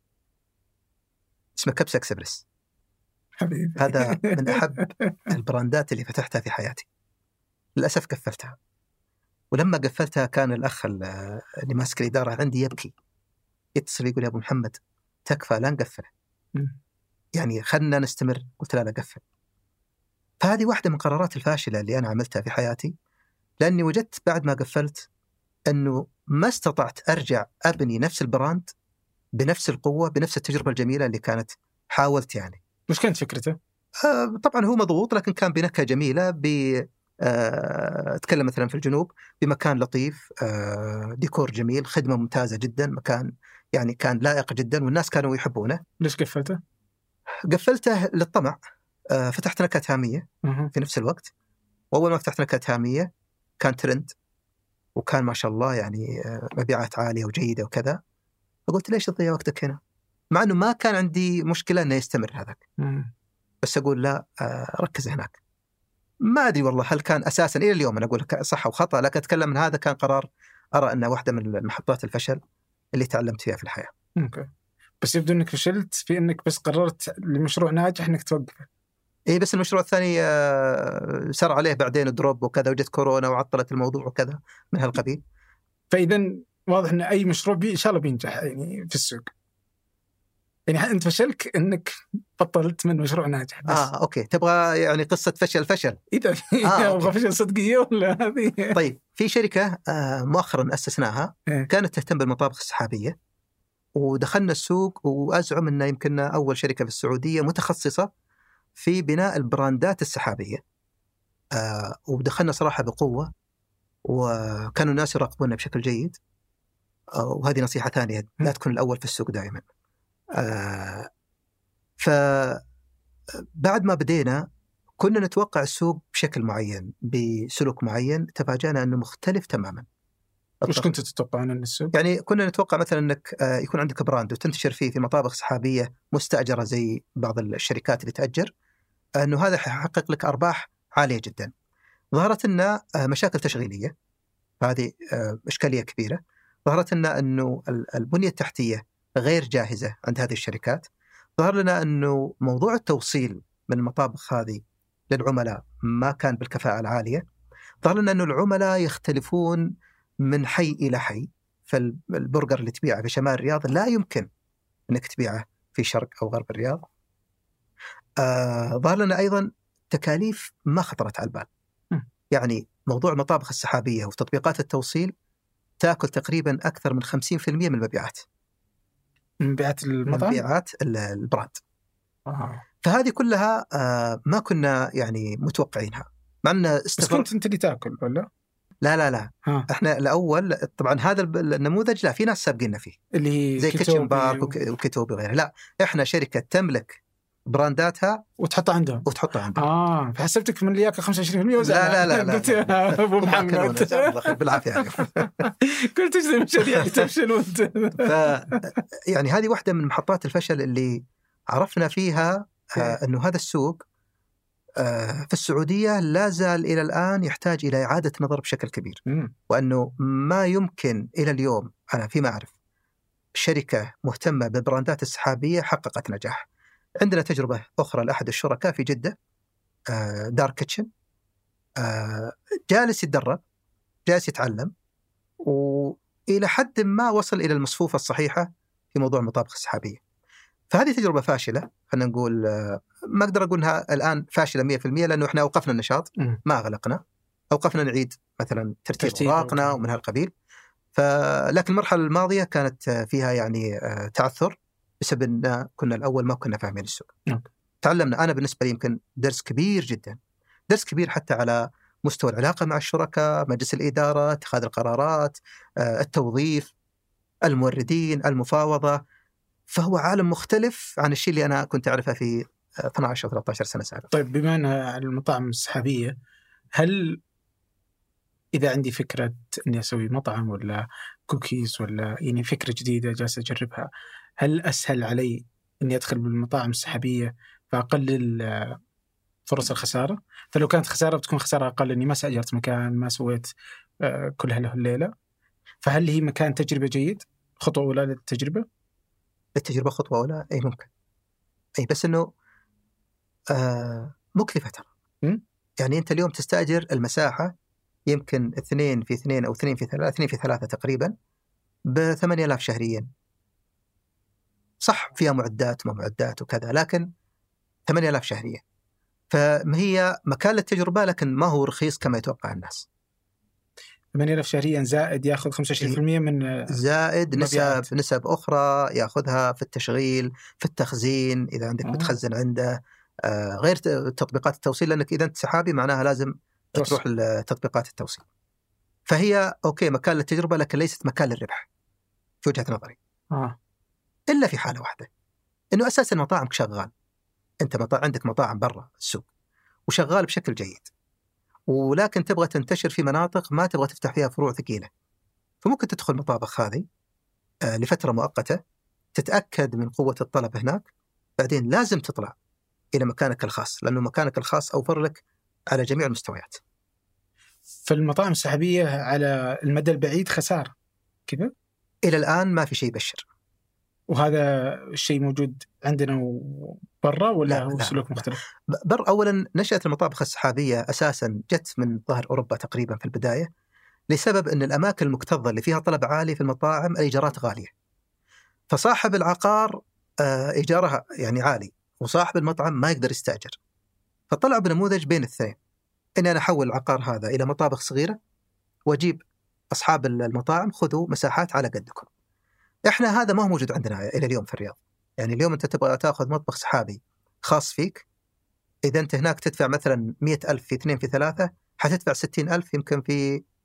اسمه كبسة اكسبرس. حبيبي. هذا من أحب البراندات اللي فتحتها في حياتي. للأسف قفلتها، ولما قفلتها كان الأخ اللي ماسك الإدارة عندي يبكي، يتصل يقول يا أبو محمد تكفى لا نقفل، يعني خلنا نستمر. قلت لا لا قفل. فهذه واحدة من قرارات الفاشلة اللي أنا عملتها في حياتي، لأني وجدت بعد ما قفلت أنه ما استطعت أرجع أبني نفس البراند بنفس القوة بنفس التجربة الجميلة اللي كانت. حاولت يعني. مش كانت فكرته؟ آه طبعا هو مضغوط، لكن كان بنكهة جميلة، ب آه أتكلم مثلا في الجنوب بمكان لطيف، آه ديكور جميل، خدمة ممتازة جدا، مكان يعني كان لائق جدا والناس كانوا يحبونه. ليش قفلته؟ قفلته للطمع. آه فتحت نكهة هامية في نفس الوقت، وأول ما فتحت نكهة هامية كان ترند وكان ما شاء الله يعني مبيعات عالية وجيدة وكذا. فقلت ليش تضيع وقتك هنا؟ مع أنه ما كان عندي مشكلة أنه يستمر هذاك، بس أقول لا آه ركز هناك. ما أدري والله هل كان أساساً إلى اليوم أنا أقول لك صح وخطأ، لكن أتكلم من هذا كان قرار أرى أنه واحدة من محطات الفشل اللي تعلمت فيها في الحياة. أوكي. بس يبدو أنك فشلت في أنك بس قررت لمشروع ناجح أنك توقفه. إيه بس المشروع الثاني آه سر عليه بعدين دروب وكذا، وجت كورونا وعطلت الموضوع وكذا من هالقبيل. فإذا واضح أن أي مشروع بي إن شاء الله بينجح يعني في السوق. يعني أنت فشلك أنك بطلت من مشروع ناجح بس. آه أوكي. تبغى يعني قصة فشل فشل إذا آه أبغى فشل صدقية ولا هذه؟ طيب في شركة آه مؤخرا أسسناها كانت تهتم بالمطابخ السحابية، ودخلنا السوق، وأزعم أنه يمكن أول شركة في السعودية متخصصة في بناء البراندات السحابية. آه ودخلنا صراحة بقوة، وكانوا الناس يراقبوننا بشكل جيد. وهذه نصيحة ثانية، لا تكون الأول في السوق دائما. فبعد ما بدينا كنا نتوقع السوق بشكل معين بسلوك معين، تفاجأنا أنه مختلف تماما. وش كنت تتوقعون أن السوق؟ يعني كنا نتوقع مثلا أنك يكون عندك براند وتنتشر فيه في مطابخ سحابية مستأجرة زي بعض الشركات اللي تأجر، أنه هذا حيحقق لك أرباح عالية جدا. ظهرت لنا مشاكل تشغيلية، هذه إشكالية كبيرة. ظهرت لنا أنه البنية التحتية غير جاهزة عند هذه الشركات. ظهر لنا أنه موضوع التوصيل من المطابخ هذه للعملاء ما كان بالكفاءة العالية. ظهر لنا أنه العملاء يختلفون من حي إلى حي. فالبرجر اللي تبيعه في شمال الرياض لا يمكن أنك تبيعه في شرق أو غرب الرياض. آه ظهر لنا أيضا تكاليف ما خطرت على البال. يعني موضوع المطابخ السحابية وتطبيقات التوصيل تأكل تقريبا أكثر من خمسين بالمئة من المبيعات. مبيعات المطعم؟ مبيعات البراند. آه. فهذه كلها آه ما كنا يعني متوقعينها. مع أن استفر... بس كنت أنت اللي تأكل ولا؟ لا لا لا ها. احنا الأول طبعا هذا النموذج لا في ناس سابقيننا فيه اللي زي كيتشن بارك و... وكيتوبي وغيره. لا احنا شركة تملك برانداتها وتحطها عندهم وتحطها عندهم. اه فحسبتك من اللي ياكل خمسة وعشرين بالمئة وزع. لا لا لا قلت يا ابو محمد الله خير بالعافيه. قلت ايش ذي المشاريع اللي تفشل وانت. ف يعني هذه واحده من محطات الفشل اللي عرفنا فيها آه انه هذا السوق آه في السعوديه لا زال الى الان يحتاج الى اعاده نظر بشكل كبير. م. وانه ما يمكن الى اليوم انا فيما اعرف شركه مهتمه بالبراندات السحابيه حققت نجاح. عندنا تجربة أخرى لأحد الشركاء في جدة، دار كيتشن، جالس يتدرب، جالس يتعلم، وإلى حد ما وصل إلى المصفوفة الصحيحة في موضوع المطابخ السحابية. فهذه تجربة فاشلة، خلينا نقول ما أقدر أقولها الآن فاشلة مئة بالمئة لأنه إحنا أوقفنا النشاط، ما أغلقنا، أوقفنا نعيد مثلا ترتيب أوراقنا ومن هالقبيل. فلكن المرحلة الماضية كانت فيها يعني تعثر بسبب أن كنا الأول ما كنا فاهمين السوق. نعم. تعلمنا. أنا بالنسبة لي يمكن درس كبير جدا، درس كبير حتى على مستوى العلاقة مع الشركاء، مجلس الإدارة، اتخاذ القرارات، التوظيف، الموردين، المفاوضة. فهو عالم مختلف عن الشيء اللي أنا كنت أعرفه في اثنتي عشرة أو ثلاثة عشر سنة سابقة. طيب بما أن المطاعم السحابية، هل إذا عندي فكرة أني أسوي مطعم ولا كوكيز ولا يعني فكرة جديدة جالس أجربها، هل أسهل علي أني أدخل بالمطاعم السحابية فأقلل فرص الخسارة؟ فلو كانت خسارة بتكون خسارة أقل، أني ما سأجرت مكان، ما سويت كل هله الليلة. فهل هي مكان تجربة جيد؟ خطوة أولى للتجربة؟ التجربة خطوة أولى أي ممكن، أي بس أنه آه مكلفة ترى. يعني أنت اليوم تستأجر المساحة يمكن اثنين في اثنين أو اثنين في ثلاثة، اثنين في ثلاثة تقريبا بثمانية آلاف شهريا. صح فيها معدات وما معدات وكذا، لكن ثمانية آلاف شهريا. فما هي مكان للتجربة، لكن ما هو رخيص كما يتوقع الناس. ثمانية آلاف شهريا زائد يأخذ خمسة وعشرين بالمئة من زائد نسب نسب أخرى يأخذها في التشغيل، في التخزين إذا عندك بتخزن عنده، آه غير تطبيقات التوصيل، لأنك إذا أنت سحابي معناها لازم تروح لتطبيقات التوصيل. فهي أوكي مكان للتجربة، لكن ليست مكان للربح في وجهة نظري. آه. إلا في حالة واحدة، إنه أساساً مطاعمك شغال، أنت مطاعم عندك مطاعم برا السوق وشغال بشكل جيد، ولكن تبغى تنتشر في مناطق ما تبغى تفتح فيها فروع ثقيلة، فممكن تدخل مطابخ هذه آه لفترة مؤقتة، تتأكد من قوة الطلب هناك، بعدين لازم تطلع إلى مكانك الخاص، لأنه مكانك الخاص أوفر لك على جميع المستويات. فالمطاعم السحابية على المدى البعيد خسارة كذا؟ إلى الآن ما في شيء يبشر. وهذا الشيء موجود عندنا برا ولا هو سلوك مختلف؟ بر أولا نشأة المطابخ السحابية أساسا جت من ظهر أوروبا تقريبا في البداية، لسبب أن الأماكن المكتظة اللي فيها طلب عالي في المطاعم الإيجارات غالية، فصاحب العقار إيجارها يعني عالي، وصاحب المطعم ما يقدر يستأجر، فطلعوا بنموذج بين الاثنين، إن أنا أحول العقار هذا إلى مطابخ صغيرة وأجيب أصحاب المطاعم خذوا مساحات على قدكم. إحنا هذا ما هو موجود عندنا إلى اليوم في الرياض. يعني اليوم أنت تبغى تأخذ مطبخ سحابي خاص فيك، إذا أنت هناك تدفع مثلا مئة ألف في اثنين في ثلاثة، حتدفع ستين ألف يمكن في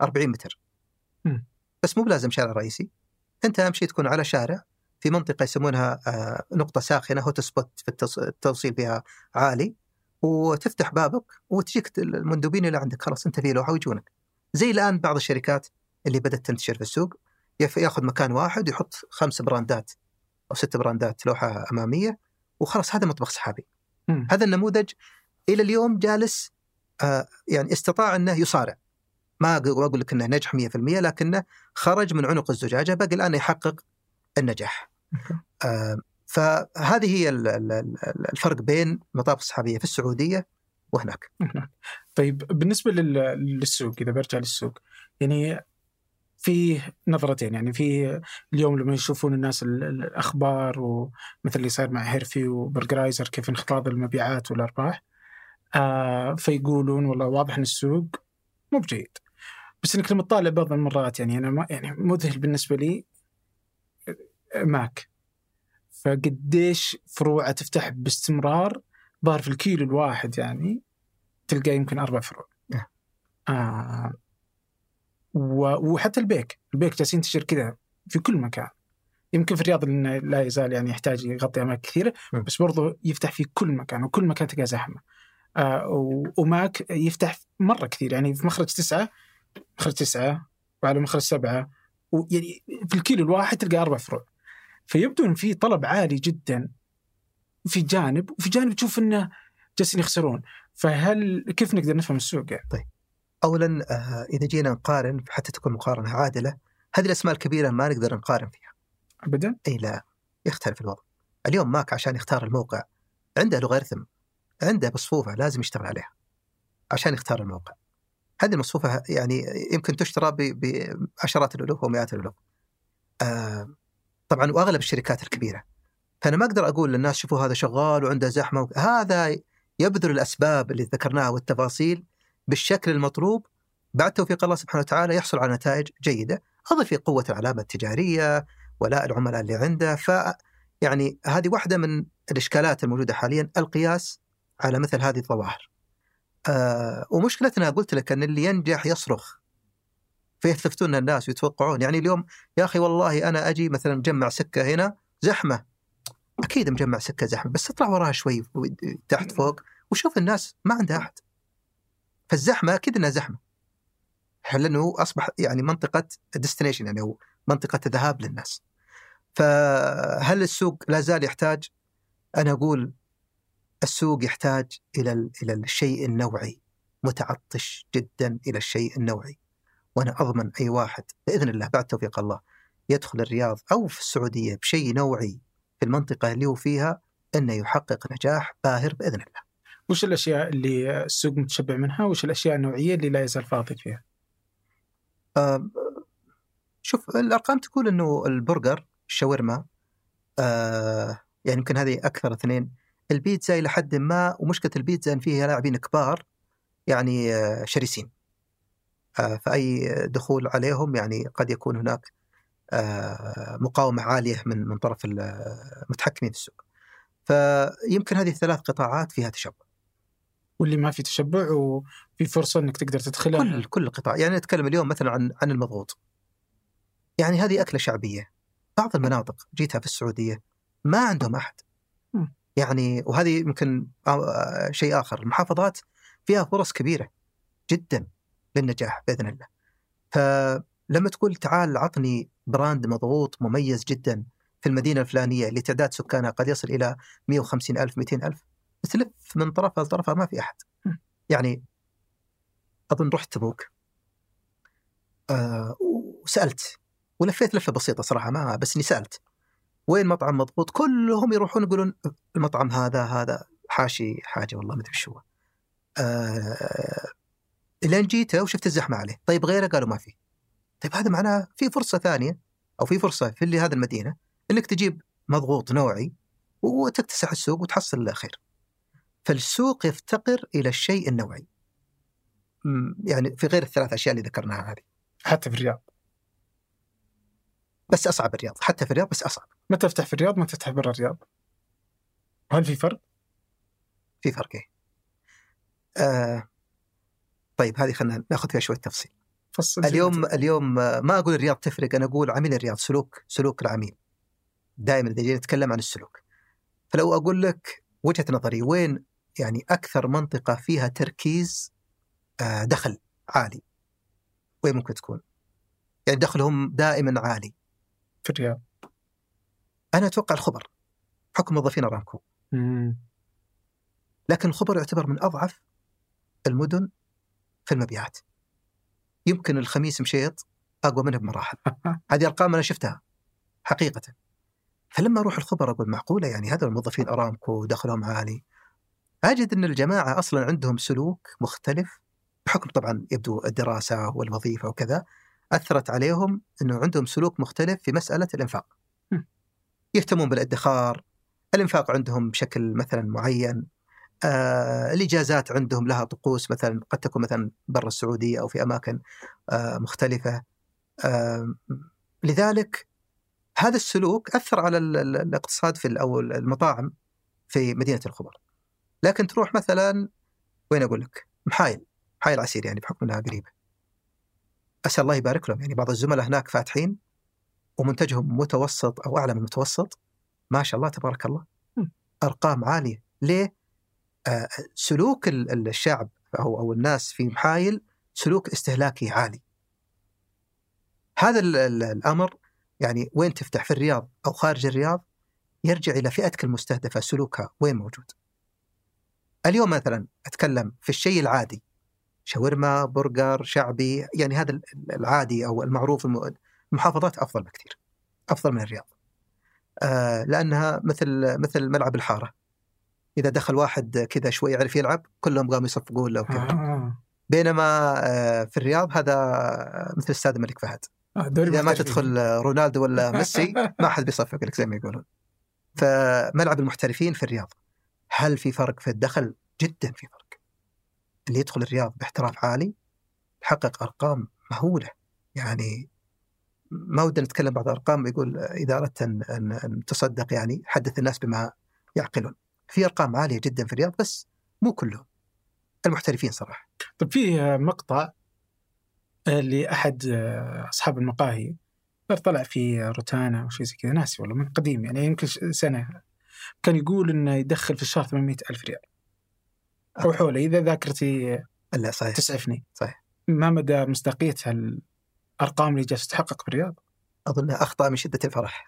أربعين متر. م. بس مو بلازم شارع رئيسي، أنت أهم شيء تكون على شارع في منطقة يسمونها آه نقطة ساخنة، هوت سبوت في التوصيل فيها عالي، وتفتح بابك وتجيك المندوبين اللي عندك، خلاص أنت في لوحة ويجونك. زي الآن بعض الشركات اللي بدأت تنتشر في السوق ياخذ مكان واحد ويحط خمس براندات أو ست براندات لوحة أمامية وخلاص، هذا مطبخ سحابي. م. هذا النموذج إلى اليوم جالس آه يعني استطاع أنه يصارع، ما أقول لك أنه نجح مية بالمية، لكنه خرج من عنق الزجاجة، بقى الآن يحقق النجاح. آه فهذه هي الفرق بين المطابخ السحابية في السعودية وهناك. طيب بالنسبة للسوق، إذا برجع للسوق، يعني في نظرتين، يعني في اليوم لما يشوفون الناس الأخبار ومثل اللي صار مع هيرفي وبرجرايزر كيف انخفاض المبيعات والأرباح، آه فيقولون والله واضح أن السوق مو بجيد. بس إنك لما تطالع بعض المرات، يعني أنا ما يعني مذهل بالنسبة لي ماك، فقديش فروعة تفتح باستمرار، ظهر في الكيلو الواحد يعني تلقى يمكن أربع فروع. آه وحتى البيك البيك جالسين تشير كذا في كل مكان. يمكن في الرياض لا يزال يعني يحتاج يغطي أماكن كثيرة، بس برضو يفتح في كل مكان، وكل مكان تلقى زحمة. آه وماك يفتح مرة كثير، يعني في مخرج تسعة مخرج تسعة وعلى مخرج سبعة، ويعني في الكيلو الواحد تلقى أربع فروع. فيبدو أن في طلب عالي جدا في جانب، وفي جانب تشوف أنه جالسين يخسرون. فهل كيف نقدر نفهم السوق يعني؟ طيب أولا آه إذا جينا نقارن حتى تكون مقارنة عادلة، هذه الأسماء الكبيرة ما نقدر نقارن فيها أبدا. أي لا، يختلف الوضع. اليوم ماك عشان يختار الموقع عنده لوغاريتم، عنده مصفوفة لازم يشتغل عليها عشان يختار الموقع. هذه المصفوفة يعني يمكن تشترى بعشرات الألوف ومئات الألوف. آه طبعا وأغلب الشركات الكبيرة. فأنا ما أقدر أقول للناس شوفوا هذا شغال وعنده زحمة، هذا يبذل الأسباب اللي ذكرناها والتفاصيل بالشكل المطلوب، بعد توفيق الله سبحانه وتعالى يحصل على نتائج جيدة. أضف قوة العلامة التجارية، ولاء العملاء اللي عنده. ف يعني هذه واحدة من الإشكالات الموجودة حاليا، القياس على مثل هذه الظواهر. آه ومشكلتنا قلت لك أن اللي ينجح يصرخ فيلتفتون الناس ويتوقعون. يعني اليوم يا أخي والله أنا أجي مثلا مجمع سكة هنا زحمة، أكيد مجمع سكة زحمة، بس اطلع وراها شوي تحت فوق وشوف الناس ما عندها أحد. فالزحمة أكيد أنها زحمة، لأنه أصبح يعني منطقة destination، يعني هو منطقة ذهاب للناس. فهل السوق لا زال يحتاج؟ أنا أقول السوق يحتاج إلى إلى الشيء النوعي، متعطش جدا إلى الشيء النوعي. وأنا أضمن أي واحد بإذن الله بعد توفيق الله يدخل الرياض أو في السعودية بشيء نوعي في المنطقة اللي هو فيها أنه يحقق نجاح باهر بإذن الله. وش الأشياء اللي السوق متشبع منها؟ وش الأشياء النوعية اللي لا يزال فاضل فيها؟ آه شوف الأرقام تقول أنه البرجر، الشاورما، آه يعني يمكن هذه أكثر اثنين. البيتزا إلى حد ما، ومشكلة البيتزا أن فيها لاعبين كبار يعني آه شرسين، آه فأي دخول عليهم يعني قد يكون هناك آه مقاومة عالية من من طرف المتحكمين في السوق. فيمكن هذه الثلاث قطاعات فيها تشبع. واللي ما في تشبع وفي فرصة أنك تقدر تدخلها. كل كل قطاع. يعني نتكلم اليوم مثلا عن عن المضغوط، يعني هذه أكلة شعبية. بعض المناطق جيتها في السعودية ما عندهم أحد يعني، وهذه يمكن شيء آخر. المحافظات فيها فرص كبيرة جدا للنجاح بإذن الله. فلما تقول تعال عطني براند مضغوط مميز جدا في المدينة الفلانية اللي تعداد سكانها قد يصل إلى مئة وخمسين ألف مئتين ألف، تلف من طرفها لطرفها ما في أحد. يعني أظن رحت تبوك أه وسألت ولفيت لفة بسيطة صراحة، ما بس إني سألت وين مطعم مضبوط، كلهم يروحون يقولون المطعم هذا هذا حاشي حاجة والله ما أدري شو. أه لين جيته وشفت الزحمة عليه. طيب غيره قالوا ما في. طيب هذا معناه في فرصة ثانية أو في فرصة في اللي هذا المدينة إنك تجيب مضغوط نوعي وتكتسح السوق وتحصل خير. فالسوق يفتقر إلى الشيء النوعي، يعني في غير الثلاث أشياء اللي ذكرناها هذه. حتى في الرياض بس أصعب الرياض، حتى في الرياض بس أصعب. ما تفتح في الرياض ما تفتح برا الرياض. هل في فرق؟ في فرق إيه؟ آه طيب هذه خلنا نأخذ فيها شوية تفصيل. فصل اليوم زيادة. اليوم ما أقول الرياض تفرق، أنا أقول عميل الرياض، سلوك سلوك العميل. دائما إذا جينا نتكلم عن السلوك، فلو أقول لك وجهة نظري وين يعني أكثر منطقة فيها تركيز دخل عالي، وين ممكن تكون؟ يعني دخلهم دائما عالي في الرياض. أنا أتوقع الخبر، حكم موظفين أرامكو. مم. لكن الخبر يعتبر من أضعف المدن في المبيعات. يمكن الخميس مشيط أقوى منه بمراحل. هذه أرقام أنا شفتها حقيقة. فلما أروح الخبر أقول معقولة يعني هذول الموظفين أرامكو دخلهم عالي، أجد أن الجماعة أصلا عندهم سلوك مختلف، بحكم طبعا يبدو الدراسة والوظيفة وكذا أثرت عليهم أنه عندهم سلوك مختلف في مسألة الإنفاق. يهتمون بالادخار، الإنفاق عندهم بشكل مثلا معين، آه، الإجازات عندهم لها طقوس مثلا قد تكون مثلا برا السعودية أو في أماكن آه، مختلفة. آه، لذلك هذا السلوك أثر على الاقتصاد في أو المطاعم في مدينة الخبر. لكن تروح مثلا وين أقول لك محايل محايل عسير، يعني بحكم أنها قريبة، أسأل الله يبارك لهم، يعني بعض الزملاء هناك فاتحين ومنتجهم متوسط أو أعلى من المتوسط، ما شاء الله تبارك الله، أرقام عالية. ليه؟ آه سلوك الشعب أو أو الناس في محايل سلوك استهلاكي عالي. هذا ال ال الأمر يعني وين تفتح في الرياض أو خارج الرياض يرجع إلى فئتك المستهدفة، سلوكها وين موجود. اليوم مثلا أتكلم في الشيء العادي، شاورما، برجر، شعبي، يعني هذا العادي أو المعروف، المحافظات أفضل بكثير، أفضل من الرياض. آه لأنها مثل مثل ملعب الحارة، إذا دخل واحد كذا شوي يعرف يلعب كلهم قاموا يصفقون له وكذا. آه. بينما آه في الرياض هذا مثل استاد الملك فهد، آه إذا ما تدخل رونالدو ولا ميسي ما حد بيصفق لك زي ما يقولون. فملعب المحترفين في الرياض، هل في فرق في الدخل؟ جدا في فرق. اللي يدخل الرياض باحتراف عالي يحقق أرقام مهولة. يعني ما ودنا نتكلم بعض الأرقام، يقول إذا أردت أن, أن, أن تصدق يعني حدث الناس بما يعقلون. في أرقام عالية جدا في الرياض، بس مو كلهم المحترفين صراحة. طب في مقطع لأحد أصحاب المقاهي طلع في روتانا وشيء زي كذا، ناسي والله، من قديم يعني يمكن سنة، كان يقول إنه يدخل في الشهر ثمانمائة ألف ريال أو حوله، إذا ذاكرتي لا صحيح تسعفني. صحيح. ما مدى مصداقية هالأرقام اللي جالسة تحقق في الرياض؟ أظن أخطأ من شدة الفرح.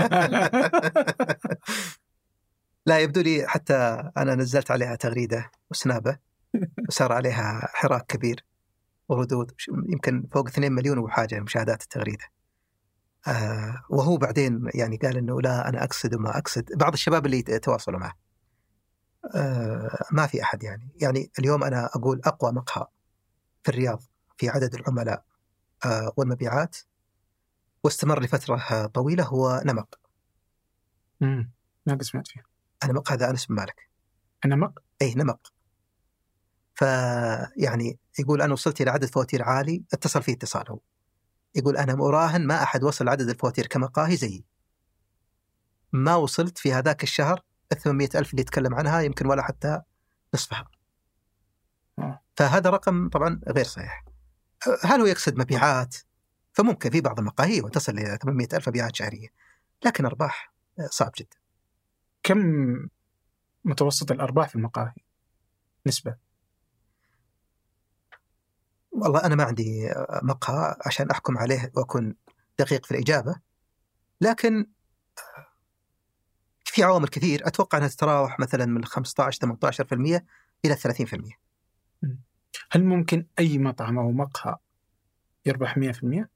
لا يبدو لي، حتى أنا نزلت عليها تغريدة وسنابة وصار عليها حراك كبير وردود، يمكن فوق اثنين مليون وحاجة مشاهدات التغريدة. آه وهو بعدين يعني قال إنه لا أنا أقصد وما أقصد. بعض الشباب اللي تواصلوا معه آه ما في أحد يعني يعني اليوم أنا أقول أقوى مقهى في الرياض في عدد العملاء آه والمبيعات واستمر لفترة طويلة هو نمق. امم ما قد سمعت فيه. نمق هذا أنس بن مالك. نمق؟ أي نمق. فيعني يقول أنا وصلت إلى عدد فواتير عالي، اتصل فيه اتصال هو يقول أنا مراهن ما أحد وصل عدد الفواتير كمقاهي زيي، ما وصلت في هذاك الشهر ثمانمائة ألف اللي يتكلم عنها يمكن ولا حتى نصفها. فهذا رقم طبعا غير صحيح. هل هو يقصد مبيعات؟ فممكن في بعض المقاهي وتصل إلى ثمانمائة ألف مبيعات شهرية، لكن أرباح صعب جدا. كم متوسط الأرباح في المقاهي نسبة؟ والله أنا ما عندي مقهى عشان أحكم عليه وأكون دقيق في الإجابة، لكن في عوامل كثير أتوقع أنها تتراوح مثلا من خمسة عشر ثمانية عشر بالمئة إلى ثلاثين بالمئة. هل ممكن أي مطعم أو مقهى يربح مئة بالمئة؟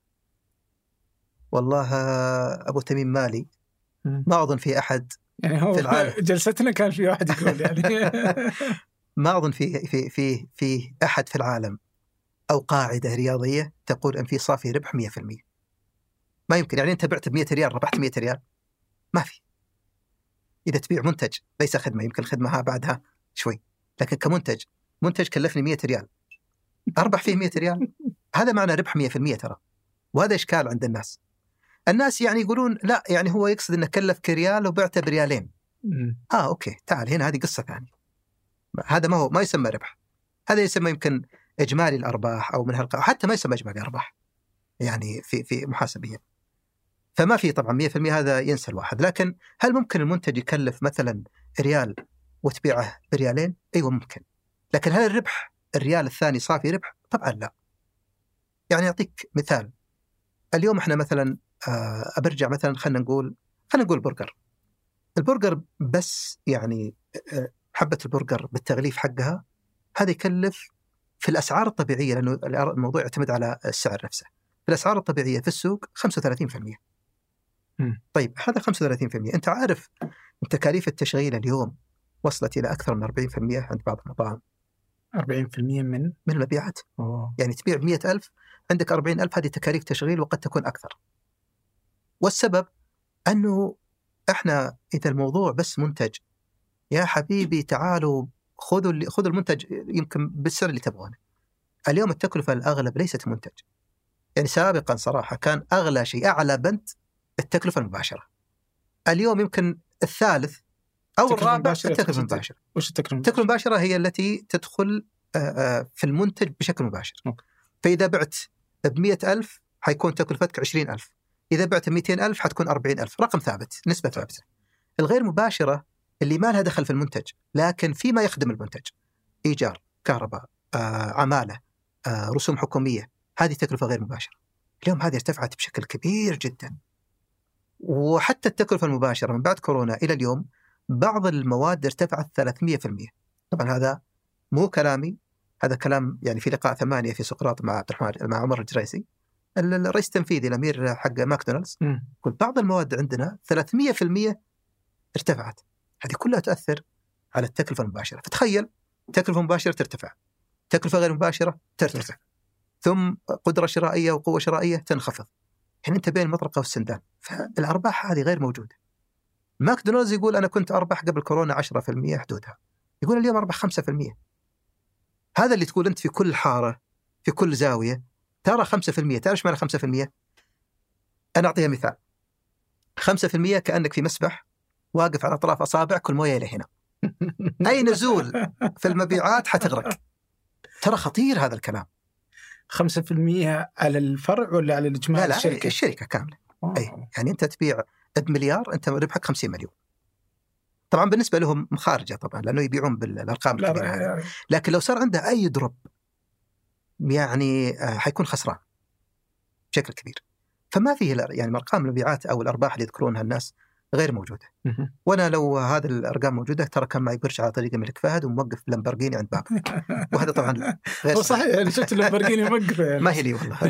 والله أبو تميم مالي ما أظن في أحد يعني هو في العالم. جلستنا كان في واحد يقول يعني ما أظن في في في في أحد في العالم أو قاعدة رياضية تقول أن في صافي ربح مئة بالمئة. ما يمكن. يعني أنت بعت بمئة ريال ربحت مئة ريال، ما في. إذا تبيع منتج ليس خدمة، يمكن الخدمة ها بعدها شوي، لكن كمنتج منتج كلفني مئة ريال أربح فيه مئة ريال، هذا معنى ربح مئة بالمئة ترى. وهذا إشكال عند الناس. الناس يعني يقولون لا، يعني هو يقصد أنه كلفك ريال وبعته بريالين. آه أوكي، تعال هنا هذه قصة ثانية. هذا ما هو ما يسمى ربح، هذا يسمى يمكن إجمالي الأرباح أو من هالق... حتى ما يسمى إجمالي أرباح يعني في في محاسبيا. فما في طبعا مية بالمية، هذا ينسى الواحد. لكن هل ممكن المنتج يكلف مثلا ريال وتبيعه بريالين؟ أيوة ممكن. لكن هل الربح الريال الثاني صافي ربح؟ طبعا لا. يعني أعطيك مثال. اليوم إحنا مثلا آه أبرجع مثلا خلنا نقول خلنا نقول برجر. البرجر بس يعني آه حبة البرجر بالتغليف حقها هذا يكلف في الأسعار الطبيعية، لأنه الموضوع يعتمد على السعر نفسه. في الأسعار الطبيعية في السوق خمسة وثلاثين بالمئة. طيب هذا خمسة وثلاثين بالمئة أنت عارف تكاليف التشغيل اليوم وصلت إلى أكثر من أربعين بالمئة عند بعض المطاعم. أربعين بالمئة من من المبيعات. أوه. يعني تبيع مئة ألف عندك أربعين ألف، هذه تكاليف تشغيل وقد تكون أكثر. والسبب أنه إحنا إذا الموضوع بس منتج، يا حبيبي تعالوا خذوا اللي خذوا المنتج يمكن بالسعر اللي تبغونه. اليوم التكلفة الأغلب ليست منتج. يعني سابقا صراحة كان أغلى شيء أعلى بند التكلفة المباشرة. اليوم يمكن الثالث أو الرابع التكلفة المباشرة. وش التكلفة المباشرة؟ التكلفة المباشرة هي التي تدخل في المنتج بشكل مباشر. أوكي. فإذا بعت بمئة ألف حيكون تكلفتك عشرين ألف، إذا بعت مئتين ألف حتكون أربعين ألف، رقم ثابت، نسبة ثابتة. الغير مباشرة اللي ما لها دخل في المنتج لكن فيما يخدم المنتج، إيجار، كهرباء، آه، عمالة، آه، رسوم حكومية، هذه تكلفة غير مباشرة. اليوم هذه ارتفعت بشكل كبير جدا. وحتى التكلفة المباشرة من بعد كورونا إلى اليوم بعض المواد ارتفعت ثلاثمئة بالمئة. طبعا هذا مو كلامي، هذا كلام يعني في لقاء ثمانية في سقراط مع عبد الرحمن مع عمر الجريسي الرئيس التنفيذي الأمير حق ماكدونالدز. قلت بعض المواد عندنا ثلاثمئة بالمئة ارتفعت. هذه كلها تؤثر على التكلفة المباشرة. فتخيل تكلفة مباشرة ترتفع، تكلفة غير مباشرة ترتفع، ثم قدرة شرائية وقوة شرائية تنخفض. يعني أنت بين المطرقة والسندان. فالأرباح هذه غير موجودة. ماكدونالدز يقول أنا كنت أربح قبل كورونا عشرة بالمئة حدودها، يقول اليوم أربح خمسة بالمئة. هذا اللي تقول أنت في كل حارة في كل زاوية ترى خمسة بالمئة. تعرف إيش معنى خمسة بالمئة؟ أنا أعطيها مثال. خمسة بالمئة كأنك في مسبح واقف على أطراف أصابعك والموية إلى هنا. أي نزول في المبيعات حتغرق. ترى خطير هذا الكلام. خمسة بالمئة على الفرع ولا على الإجمال؟ لا لا الشركة, الشركة كاملة. أي يعني أنت تبيع بمليار أنت ربحك خمسين مليون. طبعا بالنسبة لهم مخارجة طبعا لأنه يبيعون بالأرقام الكبيرة. لكن لو صار عنده أي دروب يعني حيكون خسران بشكل كبير. فما فيه يعني أرقام المبيعات أو الأرباح اللي يذكرونها الناس غير موجودة. وأنا لو هذه الأرقام موجودة ترى كان معي برج على طريق الملك فهد وموقف لامبرجيني عند بابك. وهذا طبعا غير صحيح. يعني شفت اللامبرجيني موقفه يعني. ما هي لي والله.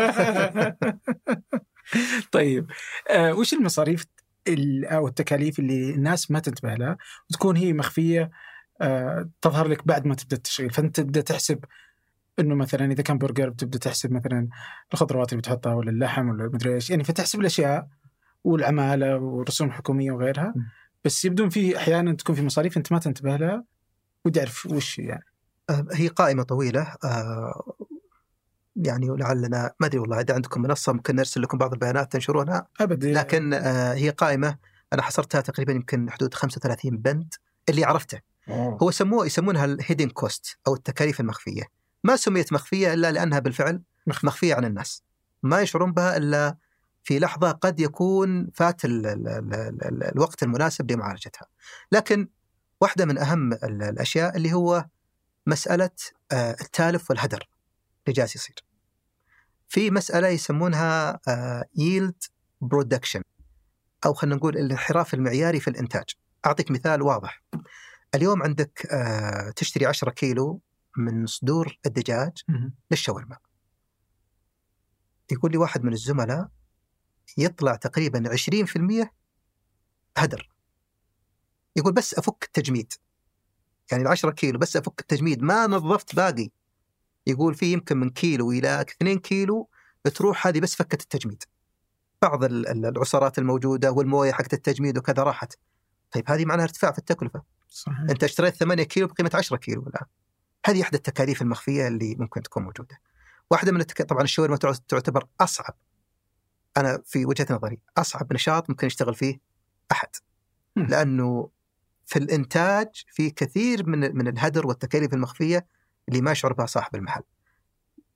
طيب آه وش المصاريف أو التكاليف اللي الناس ما تنتبه لها وتكون هي مخفية آه تظهر لك بعد ما تبدأ التشغيل؟ فأنت تبدأ تحسب إنه مثلا إذا كان برجر بتبدأ تحسب مثلا الخضروات اللي بتحطها ولا اللحم ولا مدري إيش، يعني فتحسب الأشياء والعمالة والرسوم الحكومية وغيرها. بس يبدون في أحيانا تكون في مصاريف أنت ما تنتبه لها ودي أعرف وش يعني. هي قائمة طويلة آه يعني ولعلنا ما أدري والله إذا عندكم منصة ممكن نرسل لكم بعض البيانات تنشرونها أبدا. لكن آه هي قائمة أنا حصرتها تقريبا يمكن حدود خمسة وثلاثين بند اللي عرفته. أوه. هو سموه يسمونها الهيدن كوست أو التكاليف المخفية. ما سميت مخفية إلا لأنها بالفعل مخفية عن الناس، ما يشعرون بها إلا في لحظة قد يكون فات ال ال ال ال الوقت المناسب لمعالجتها. لكن واحدة من أهم الأشياء اللي هو مسألة آه التالف والهدر اللي جالس يصير. في مسألة يسمونها آه yield production أو خلينا نقول الانحراف المعياري في الإنتاج. أعطيك مثال واضح. اليوم عندك آه تشتري عشرة كيلو من صدور الدجاج للشاورما. يقول لي واحد من الزملاء يطلع تقريبا عشرين بالمئة هدر. يقول بس أفك التجميد، يعني العشرة كيلو بس أفك التجميد ما نظفت باقي. يقول فيه يمكن من كيلو إلى اثنين كيلو بتروح هذه بس فكت التجميد، بعض العصارات الموجودة والموية حقت التجميد وكذا راحت. طيب هذه معناها ارتفاع في التكلفة. صحيح. أنت اشتريت ثمانية كيلو بقيمة عشرة كيلو الآن. هذه إحدى التكاليف المخفية اللي ممكن تكون موجودة. واحدة من التك... طبعا الشاورما تعتبر أصعب، أنا في وجهة نظري أصعب نشاط ممكن يشتغل فيه أحد، لأنه في الإنتاج في كثير من من الهدر والتكاليف المخفية اللي ما يشعر بها صاحب المحل.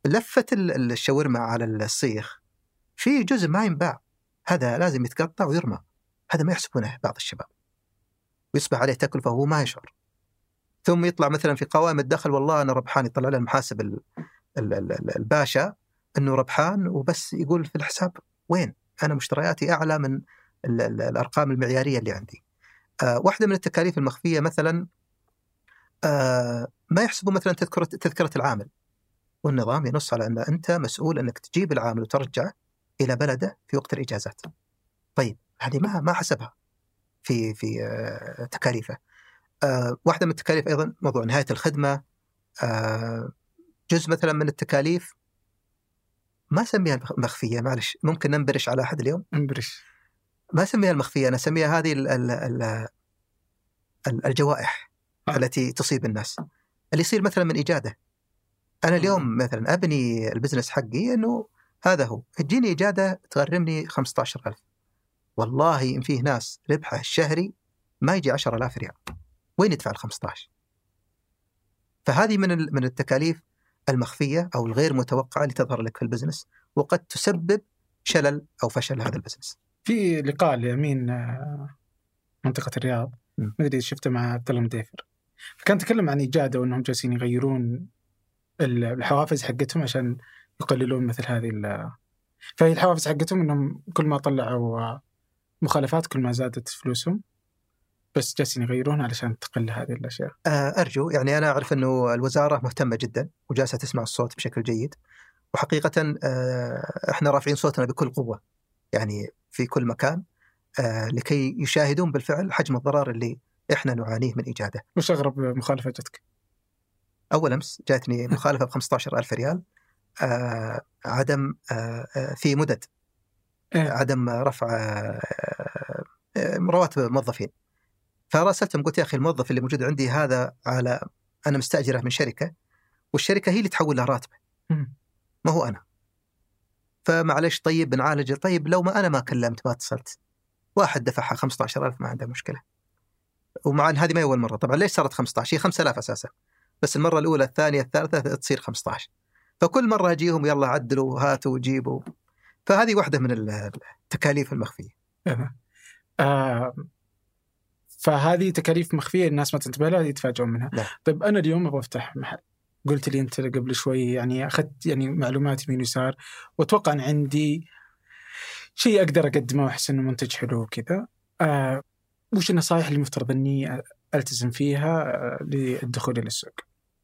لفة الشاورما على الصيخ في جزء ما ينباع، هذا لازم يتقطع ويرمى، هذا ما يحسبونه بعض الشباب، ويصبح عليه تكلفة وهو ما يشعر. ثم يطلع مثلا في قوائم الدخل والله أنا ربحان، يطلع له المحاسب ال ال ال الباشا أنه ربحان، وبس يقول في الحساب وين أنا مشترياتي أعلى من ال ال الأرقام المعيارية اللي عندي. آه واحدة من التكاليف المخفية مثلا آه ما يحسبوا مثلا تذكرة تذكرة العامل، والنظام ينص على أن أنت مسؤول أنك تجيب العامل وترجعه إلى بلده في وقت الإجازات. طيب هذه ما ما حسبها في في آه تكاليفه. آه واحدة من التكاليف أيضا موضوع نهاية الخدمة. آه جزء مثلا من التكاليف ما أسميها المخفية، معلش ممكن ننبرش على أحد اليوم، انبرش، ما أسميها المخفية، أنا أسميها هذه ال ال ال الجوائح آه. التي تصيب الناس، اللي يصير مثلا من إجادة. أنا اليوم مثلا أبني البزنس حقي أنه هذا هو، تجيني إجادة تغرمني خمسة عشر ألف، والله إن فيه ناس ربحه الشهري ما يجي عشرة آلاف ريال، وين يدفع الخمسة عشر؟ فهذه من من التكاليف المخفية أو الغير متوقعة اللي تظهر لك في البزنس، وقد تسبب شلل أو فشل هذا البزنس. في لقاء لأمين منطقة الرياض ما أدري شفته مع عبد الله مديفر، فكان تكلم عن إجادة وأنهم جالسين يغيرون الحوافز حقتهم عشان يقللون مثل هذه ال فهي الحوافز حقتهم أنهم كل ما طلعوا مخالفات كل ما زادت فلوسهم، بس جالسين يغيرون علشان تقل هذه الأشياء. أرجو يعني أنا أعرف أنه الوزارة مهتمة جدا وجالسة تسمع الصوت بشكل جيد، وحقيقة إحنا رافعين صوتنا بكل قوة يعني في كل مكان لكي يشاهدون بالفعل حجم الضرر اللي إحنا نعانيه من إيجاده. وش أغرب مخالفة جتك؟ أول أمس جاتني مخالفة بخمسة عشر ألف ريال، آه عدم آه في مدد، آه عدم رفع آه رواتب موظفين. فراسلتهم قلت يا أخي الموظف اللي موجود عندي هذا على أنا مستأجره من شركة، والشركة هي اللي تحول له راتبه ما هو أنا، فمعلش طيب بنعالج. طيب لو ما أنا ما كلمت ما اتصلت، واحد دفعها خمسة عشر ألف ما عنده مشكلة، ومع أن هذه ما أول مرة طبعا. ليش صارت خمسة عشر؟ هي خمسة آلاف أساسا، بس المرة الأولى الثانية الثالثة تصير خمسة عشر، فكل مرة أجيهم يلا عدلوا هاتوا وجيبوا. فهذه واحدة من التكاليف المخفية. آه فهذه تكاليف مخفية الناس ما تنتبه لها يتفاجئون منها. لا. طيب أنا اليوم أبغى أفتح محل، قلت لي أنت قبل شوي يعني أخذت يعني معلومات من يسار، وأتوقع أن عندي شيء أقدر أقدمه وأحس إنه منتج حلو وكذا. آه وش النصائح اللي مفترض أني ألتزم فيها آه للدخول إلى السوق؟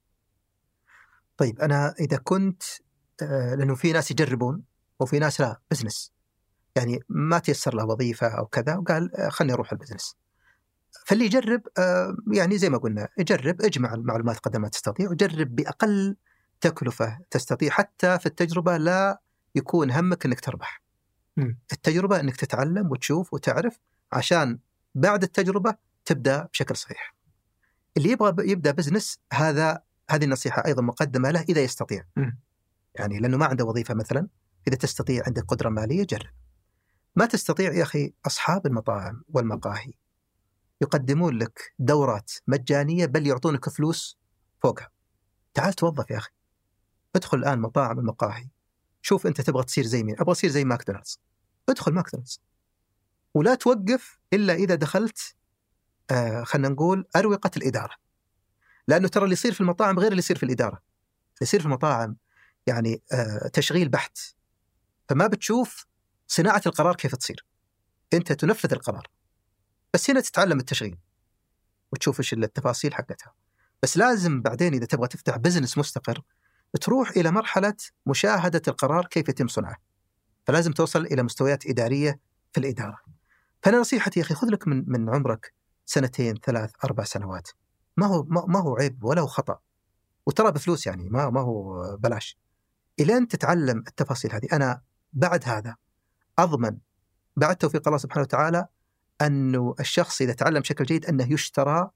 طيب أنا إذا كنت آه لأنه في ناس يجربون وفي ناس لا بزنس، يعني ما تيسر له وظيفة أو كذا وقال آه خلني أروح البزنس. فاللي يجرب آه يعني زي ما قلنا يجرب، اجمع المعلومات قدر ما تستطيع، وجرب بأقل تكلفة تستطيع. حتى في التجربة لا يكون همك أنك تربح، م. التجربة أنك تتعلم وتشوف وتعرف عشان بعد التجربة تبدأ بشكل صحيح. اللي يبغى يبدأ بزنس هذا هذه النصيحة أيضا مقدمة له إذا يستطيع، م. يعني لأنه ما عنده وظيفة مثلا، إذا تستطيع عندك قدرة مالية جرب. ما تستطيع يا أخي أصحاب المطاعم والمقاهي يقدمون لك دورات مجانية بل يعطونك فلوس فوقها. تعال توظف يا أخي، ادخل الآن مطاعم المقاهي، شوف أنت تبغى تصير زي مين. أبغى أصير زي ماكدونالدز، ادخل ماكدونالدز، ولا توقف إلا إذا دخلت آه خلنا نقول أروقة الإدارة، لأنه ترى اللي يصير في المطاعم غير اللي يصير في الإدارة. اللي يصير في المطاعم يعني آه تشغيل بحت، فما بتشوف صناعة القرار كيف تصير، أنت تنفذ القرار، بس هنا تتعلم التشغيل وتشوف إيش التفاصيل حقتها. بس لازم بعدين إذا تبغى تفتح بزنس مستقر تروح إلى مرحلة مشاهدة القرار كيف يتم صنعه، فلازم توصل إلى مستويات إدارية في الإدارة. فأنا نصيحتي يا أخي خذ لك من من عمرك سنتين ثلاث أربع سنوات، ما هو ما هو عيب ولا هو خطأ، وترى بفلوس يعني ما ما هو بلاش، إلى أن تتعلم التفاصيل هذه. أنا بعد هذا أضمن بعد توفيق الله سبحانه وتعالى أنه الشخص إذا تعلم بشكل جيد أنه يشترى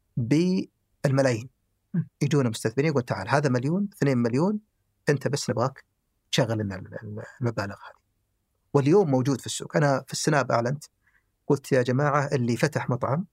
بالملايين. يجونا مستثمرين يقول تعال هذا مليون اثنين مليون، أنت بس نبغاك تشغل لنا المبالغ هذه. واليوم موجود في السوق. أنا في السناب أعلنت قلت يا جماعة اللي فتح مطعم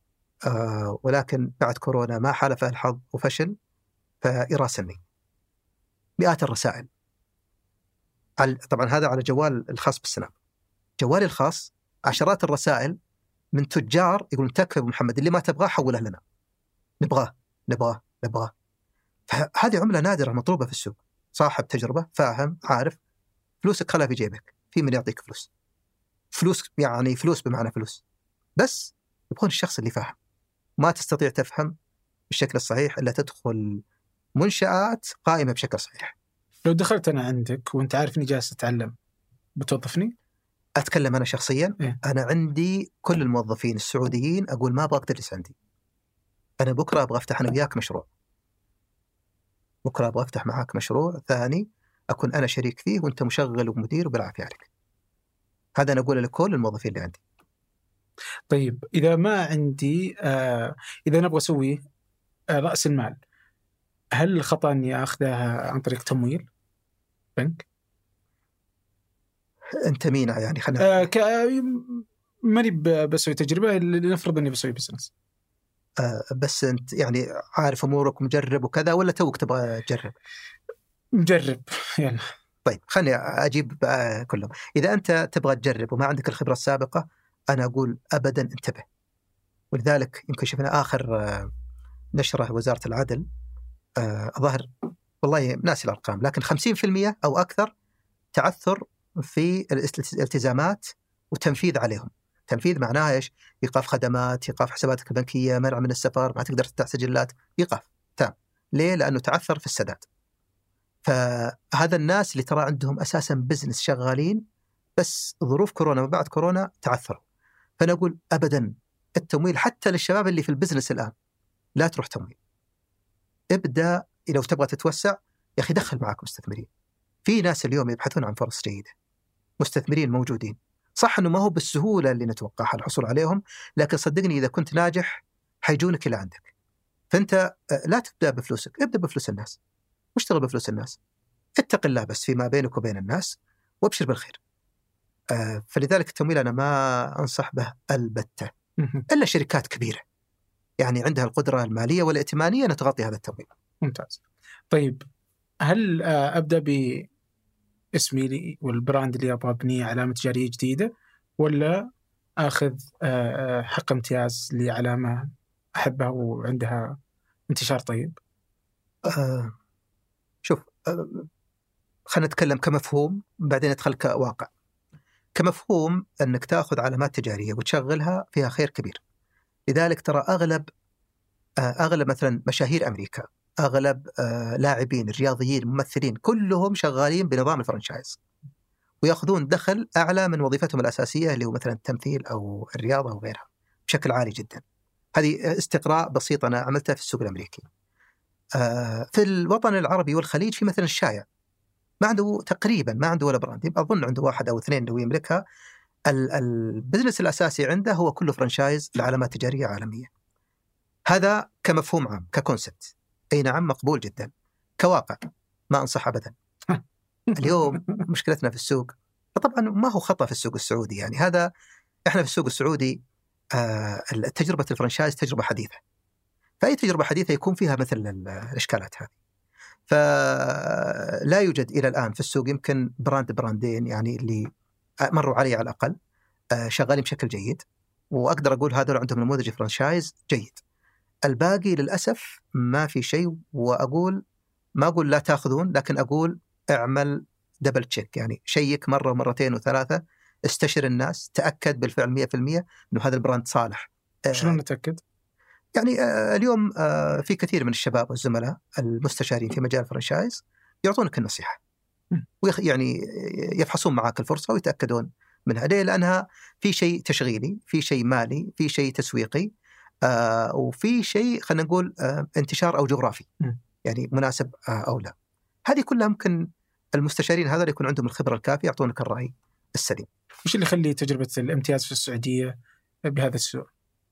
آه ولكن بعد كورونا ما حالفه الحظ وفشل فيراسلني، مئات الرسائل. طبعا هذا على جوال الخاص بالسناب. جوالي الخاص عشرات الرسائل من تجار يقولون تكفى أبو محمد، اللي ما تبغاه حوله لنا، نبغاه نبغاه نبغاه. فهذه عملة نادرة مطلوبة في السوق. صاحب تجربة فاهم عارف، فلوسك خلها في جيبك، في من يعطيك فلوس فلوس يعني فلوس بمعنى فلوس، بس يبغون الشخص اللي فاهم. ما تستطيع تفهم بالشكل الصحيح إلا تدخل منشآت قائمة بشكل صحيح. لو دخلت أنا عندك وأنت عارف إني جالس أتعلم بتوظفني؟ أتكلم أنا شخصيا إيه؟ أنا عندي كل الموظفين السعوديين أقول ما أبغى تجلس عندي، أنا بكرة أبغى أفتح أنا وياك مشروع، بكرة أبغى أفتح معاك مشروع ثاني أكون أنا شريك فيه وأنت مشغل ومدير وبالعافية عليك. هذا أنا أقوله لكل الموظفين اللي عندي. طيب إذا ما عندي آه إذا نبغى أسوي آه رأس المال، هل الخطأ أني أخذها عن طريق تمويل بنك؟ أنت مين يعني؟ خلنا آه ك... ماني بسوي تجربة، لنفرض أني بسوي بزنس. آه بس أنت يعني عارف أمورك ومجرب وكذا، ولا توك تبغى تجرب؟ مجرب يلا. طيب خلني أجيب كلهم. إذا أنت تبغى تجرب وما عندك الخبرة السابقة، أنا أقول أبدا انتبه. ولذلك يمكن شفنا آخر نشرة وزارة العدل ظهر والله ناسي الأرقام، لكن خمسين بالمئة أو أكثر تعثر في الالتزامات وتنفيذ عليهم. تنفيذ معناه إيش؟ إيقاف خدمات، إيقاف حساباتك البنكية، منع من السفر، ما تقدر تفتح سجلات، إيقاف تام. ليه؟ لأنه تعثر في السداد. فهذا الناس اللي ترى عندهم أساساً بزنس شغالين، بس ظروف كورونا وبعد كورونا تعثروا. فأنا أقول أبداً التمويل حتى للشباب اللي في البزنس الآن لا تروح تمويل. ابدأ لو تبغى تتوسع يا أخي دخل معك مستثمرين. في ناس اليوم يبحثون عن فرص جيدة، مستثمرين موجودين. صح أنه ما هو بالسهولة اللي نتوقعها الحصول عليهم، لكن صدقني إذا كنت ناجح حيجونك إلى عندك. فأنت لا تبدأ بفلوسك، ابدأ بفلوس الناس، واشتغل بفلوس الناس. اتق الله بس فيما بينك وبين الناس وابشر بالخير. آه فلذلك التمويل أنا ما أنصح به البتة إلا شركات كبيرة يعني عندها القدرة المالية والائتمانية أن تغطي هذا التمويل. ممتاز. طيب هل آه أبدأ باسمي لي والبراند اللي أبغى أبنيه علامة تجارية جديدة، ولا أخذ آه حق امتياز لعلامة أحبها وعندها انتشار طيب؟ آه شوف آه خلينا نتكلم كمفهوم بعدين ندخل كواقع. كمفهوم أنك تأخذ علامات تجارية وتشغلها فيها خير كبير. لذلك ترى أغلب أغلب مثلا مشاهير أمريكا، أغلب لاعبين رياضيين ممثلين كلهم شغالين بنظام الفرنشايز ويأخذون دخل أعلى من وظيفتهم الأساسية اللي هو مثلا التمثيل أو الرياضة أو غيرها بشكل عالي جدا. هذه استقراء بسيط أنا عملتها في السوق الأمريكي. في الوطن العربي والخليج في مثلا الشايع ما عنده تقريبا ما عنده ولا براند، أظن عنده واحد أو اثنين اللي يملكها. البزنس الأساسي عنده هو كله فرنشايز لعلامات تجارية عالمية. هذا كمفهوم عام ككونسبت، أي نعم مقبول جدا. كواقع ما أنصح أبدا. اليوم مشكلتنا في السوق طبعا ما هو خطأ في السوق السعودي، يعني هذا إحنا في السوق السعودي آه تجربة الفرنشايز تجربة حديثة، فأي تجربة حديثة يكون فيها مثل الإشكالات هذه. فلا يوجد إلى الآن في السوق يمكن براند براندين يعني اللي مروا علي على الأقل شغالين بشكل جيد، وأقدر أقول هذول عندهم نموذج فرنشايز جيد. الباقي للأسف ما في شيء. وأقول ما أقول لا تأخذون، لكن أقول اعمل دبل تشيك، يعني شيك مرة ومرتين وثلاثة، استشر الناس، تأكد بالفعل مية في المية أنه هذا البراند صالح. شلون نتأكد؟ يعني اليوم في كثير من الشباب والزملاء المستشارين في مجال الفرنشايز يعطونك النصيحة، ويعني يفحصون معك الفرصة ويتأكدون منها. ليه؟ لأنها في شيء تشغيلي، في شيء مالي، في شيء تسويقي، آه وفي شيء خلينا نقول آه انتشار أو جغرافي، يعني مناسب آه أو لا. هذه كلها ممكن المستشارين هذا يكون عندهم الخبرة الكافية يعطونك الرأي السليم. وش اللي يخلي تجربة الامتياز في السعودية بهذا السوء؟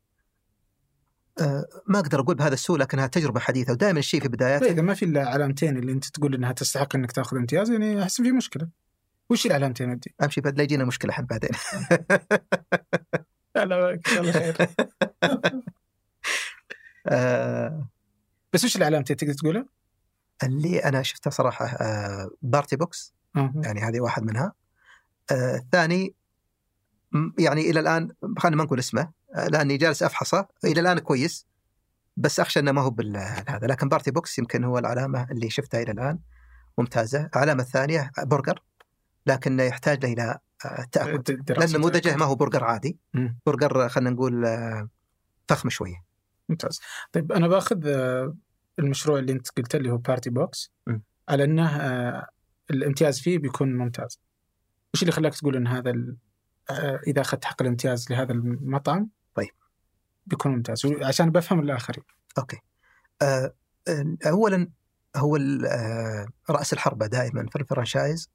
آه ما أقدر أقول بهذا السوء، لكنها تجربة حديثة ودائما الشيء في بداياته. إذا ما في إلا علامتين اللي أنت تقول إنها تستحق إنك تأخذ امتياز، يعني أحس في مشكلة. وش العلامتين ودي؟ أمشي بعد لا يجينا مشكلة حد بعدين. لا لا إن شاء الله خير. آه بس وش العلامتين تقدر تقولها؟ اللي أنا شفتها صراحة آه بارتي بوكس، آه. يعني هذه واحد منها. آه الثاني يعني إلى الآن خلينا ما نقول اسمه آه لأني جالس أفحصه، إلى الآن كويس بس أخشى أنه ما هو بالهذا. لكن بارتي بوكس يمكن هو العلامة اللي شفتها إلى الآن ممتازة. العلامة الثانية برجر، لكن يحتاج له إلى تأكد لأن نموذجه ما هو برجر عادي، م. برجر خلينا نقول فخم شوية. ممتاز. طيب أنا باخذ المشروع اللي أنت قلت اللي هو بارتي بوكس م. على أنه الامتياز فيه بيكون ممتاز. وش اللي خلاك تقول أن هذا إذا أخذت حق الامتياز لهذا المطعم طيب بيكون ممتاز؟ عشان بفهم الآخرين. أوكي. أه أولا هو رأس الحربة دائما في الفرنشايز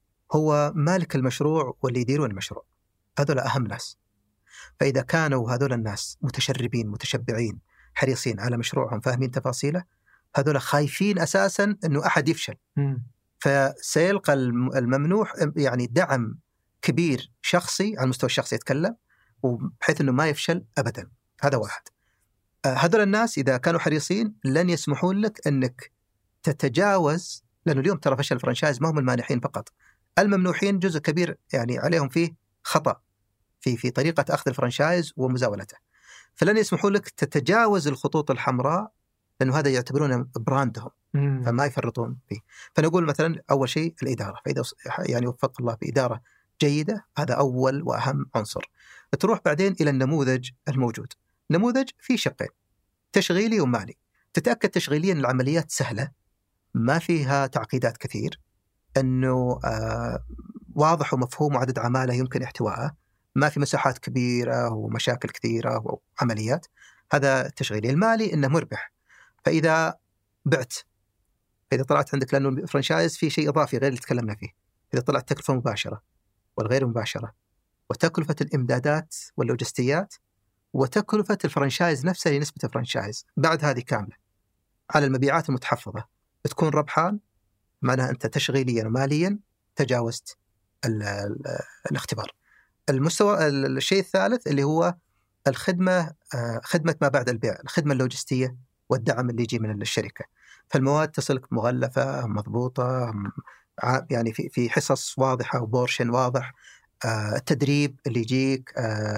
هو مالك المشروع واللي يديرون المشروع، هذول أهم ناس. فإذا كانوا هذول الناس متشربين متشبعين حريصين على مشروعهم فاهمين تفاصيله، هذول خايفين أساسا أنه أحد يفشل. م. فسيلقى الممنوح يعني دعم كبير شخصي على المستوى الشخصي يتكلم، وبحيث أنه ما يفشل أبدا. هذا واحد. هذول الناس إذا كانوا حريصين لن يسمحون لك أنك تتجاوز، لأنه اليوم ترى فشل الفرنشايز ما هم المانحين فقط، الممنوحين جزء كبير يعني عليهم فيه خطأ في في طريقة أخذ الفرنشايز ومزاولته. فلن يسمحوا لك تتجاوز الخطوط الحمراء، لأنه هذا يعتبرونه براندهم مم. فما يفرطون فيه. فنقول مثلا أول شيء الإدارة، فإذا يعني وفق الله بإدارة جيدة هذا أول وأهم عنصر. تروح بعدين إلى النموذج الموجود. نموذج فيه شقين، تشغيلي ومالي. تتأكد تشغيليا العمليات سهلة ما فيها تعقيدات كثير، أنه آه واضح ومفهوم وعدد عمالة يمكن احتوائه، ما في مساحات كبيرة ومشاكل كثيرة وعمليات. هذا التشغيلي. المالي إنه مربح، فإذا بعت، إذا طلعت عندك، لأنه الفرنشايز فيه شيء إضافي غير اللي تكلمنا فيه، إذا طلعت تكلفة مباشرة والغير مباشرة وتكلفة الإمدادات واللوجستيات وتكلفة الفرنشايز نفسه لنسبة فرنشايز، بعد هذه كاملة على المبيعات المتحفظة بتكون ربحان، معناها أنت تشغيليا وماليا تجاوزت ال ال الاختبار. المستوى الشيء الثالث اللي هو الخدمة، خدمة ما بعد البيع، الخدمة اللوجستية والدعم اللي يجي من الشركة. فالمواد تصلك مغلفة مضبوطة، يعني في في حصص واضحة وبورشن واضح، التدريب اللي يجيك،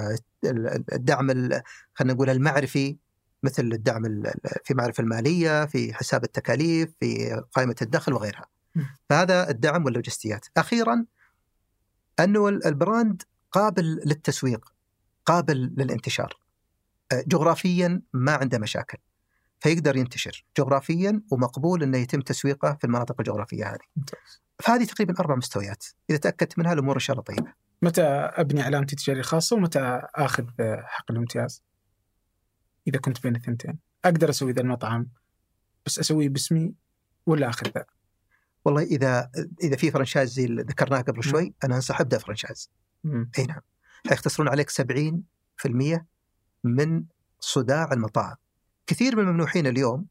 الدعم خلينا نقول المعرفي، مثل الدعم في معرفة المالية، في حساب التكاليف، في قائمة الدخل وغيرها. فهذا الدعم واللوجستيات. أخيرا أنه البراند قابل للتسويق، قابل للانتشار جغرافيا، ما عنده مشاكل، فيقدر ينتشر جغرافيا ومقبول أنه يتم تسويقه في المناطق الجغرافية هذه. فهذه تقريبا أربع مستويات، إذا تأكدت منها الأمور إن شاء الله طيبة. متى أبني علامتي التجارية الخاصة ومتى أخذ حق الامتياز؟ إذا كنت بين الثنتين أقدر أسوي ذا المطعم بس أسويه باسمي ولا أخذ ذا؟ والله إذا إذا في فرنشايز زي اللي ذكرناه قبل شوي، أنا أنصح أبدأ فرنشايز. أي نعم، حيختصرون عليك سبعين في المية من صداع المطاعم. كثير من الممنوحين اليوم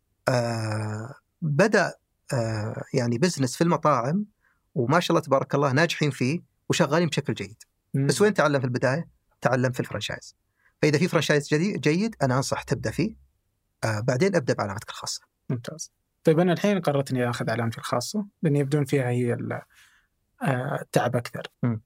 آه بدأ آه يعني بزنس في المطاعم، وما شاء الله تبارك الله ناجحين فيه وشغالين بشكل جيد. مم. بس وين تعلم في البداية؟ تعلم في الفرنشايز. فإذا في فرنشايز جديد جيد أنا أنصح تبدأ فيه، آه بعدين أبدأ بعلامتك الخاصة. ممتاز. طيب أنا الحين قررت إني أخذ علامتي الخاصة لأن يبدون فيها هي التعب أكثر. م.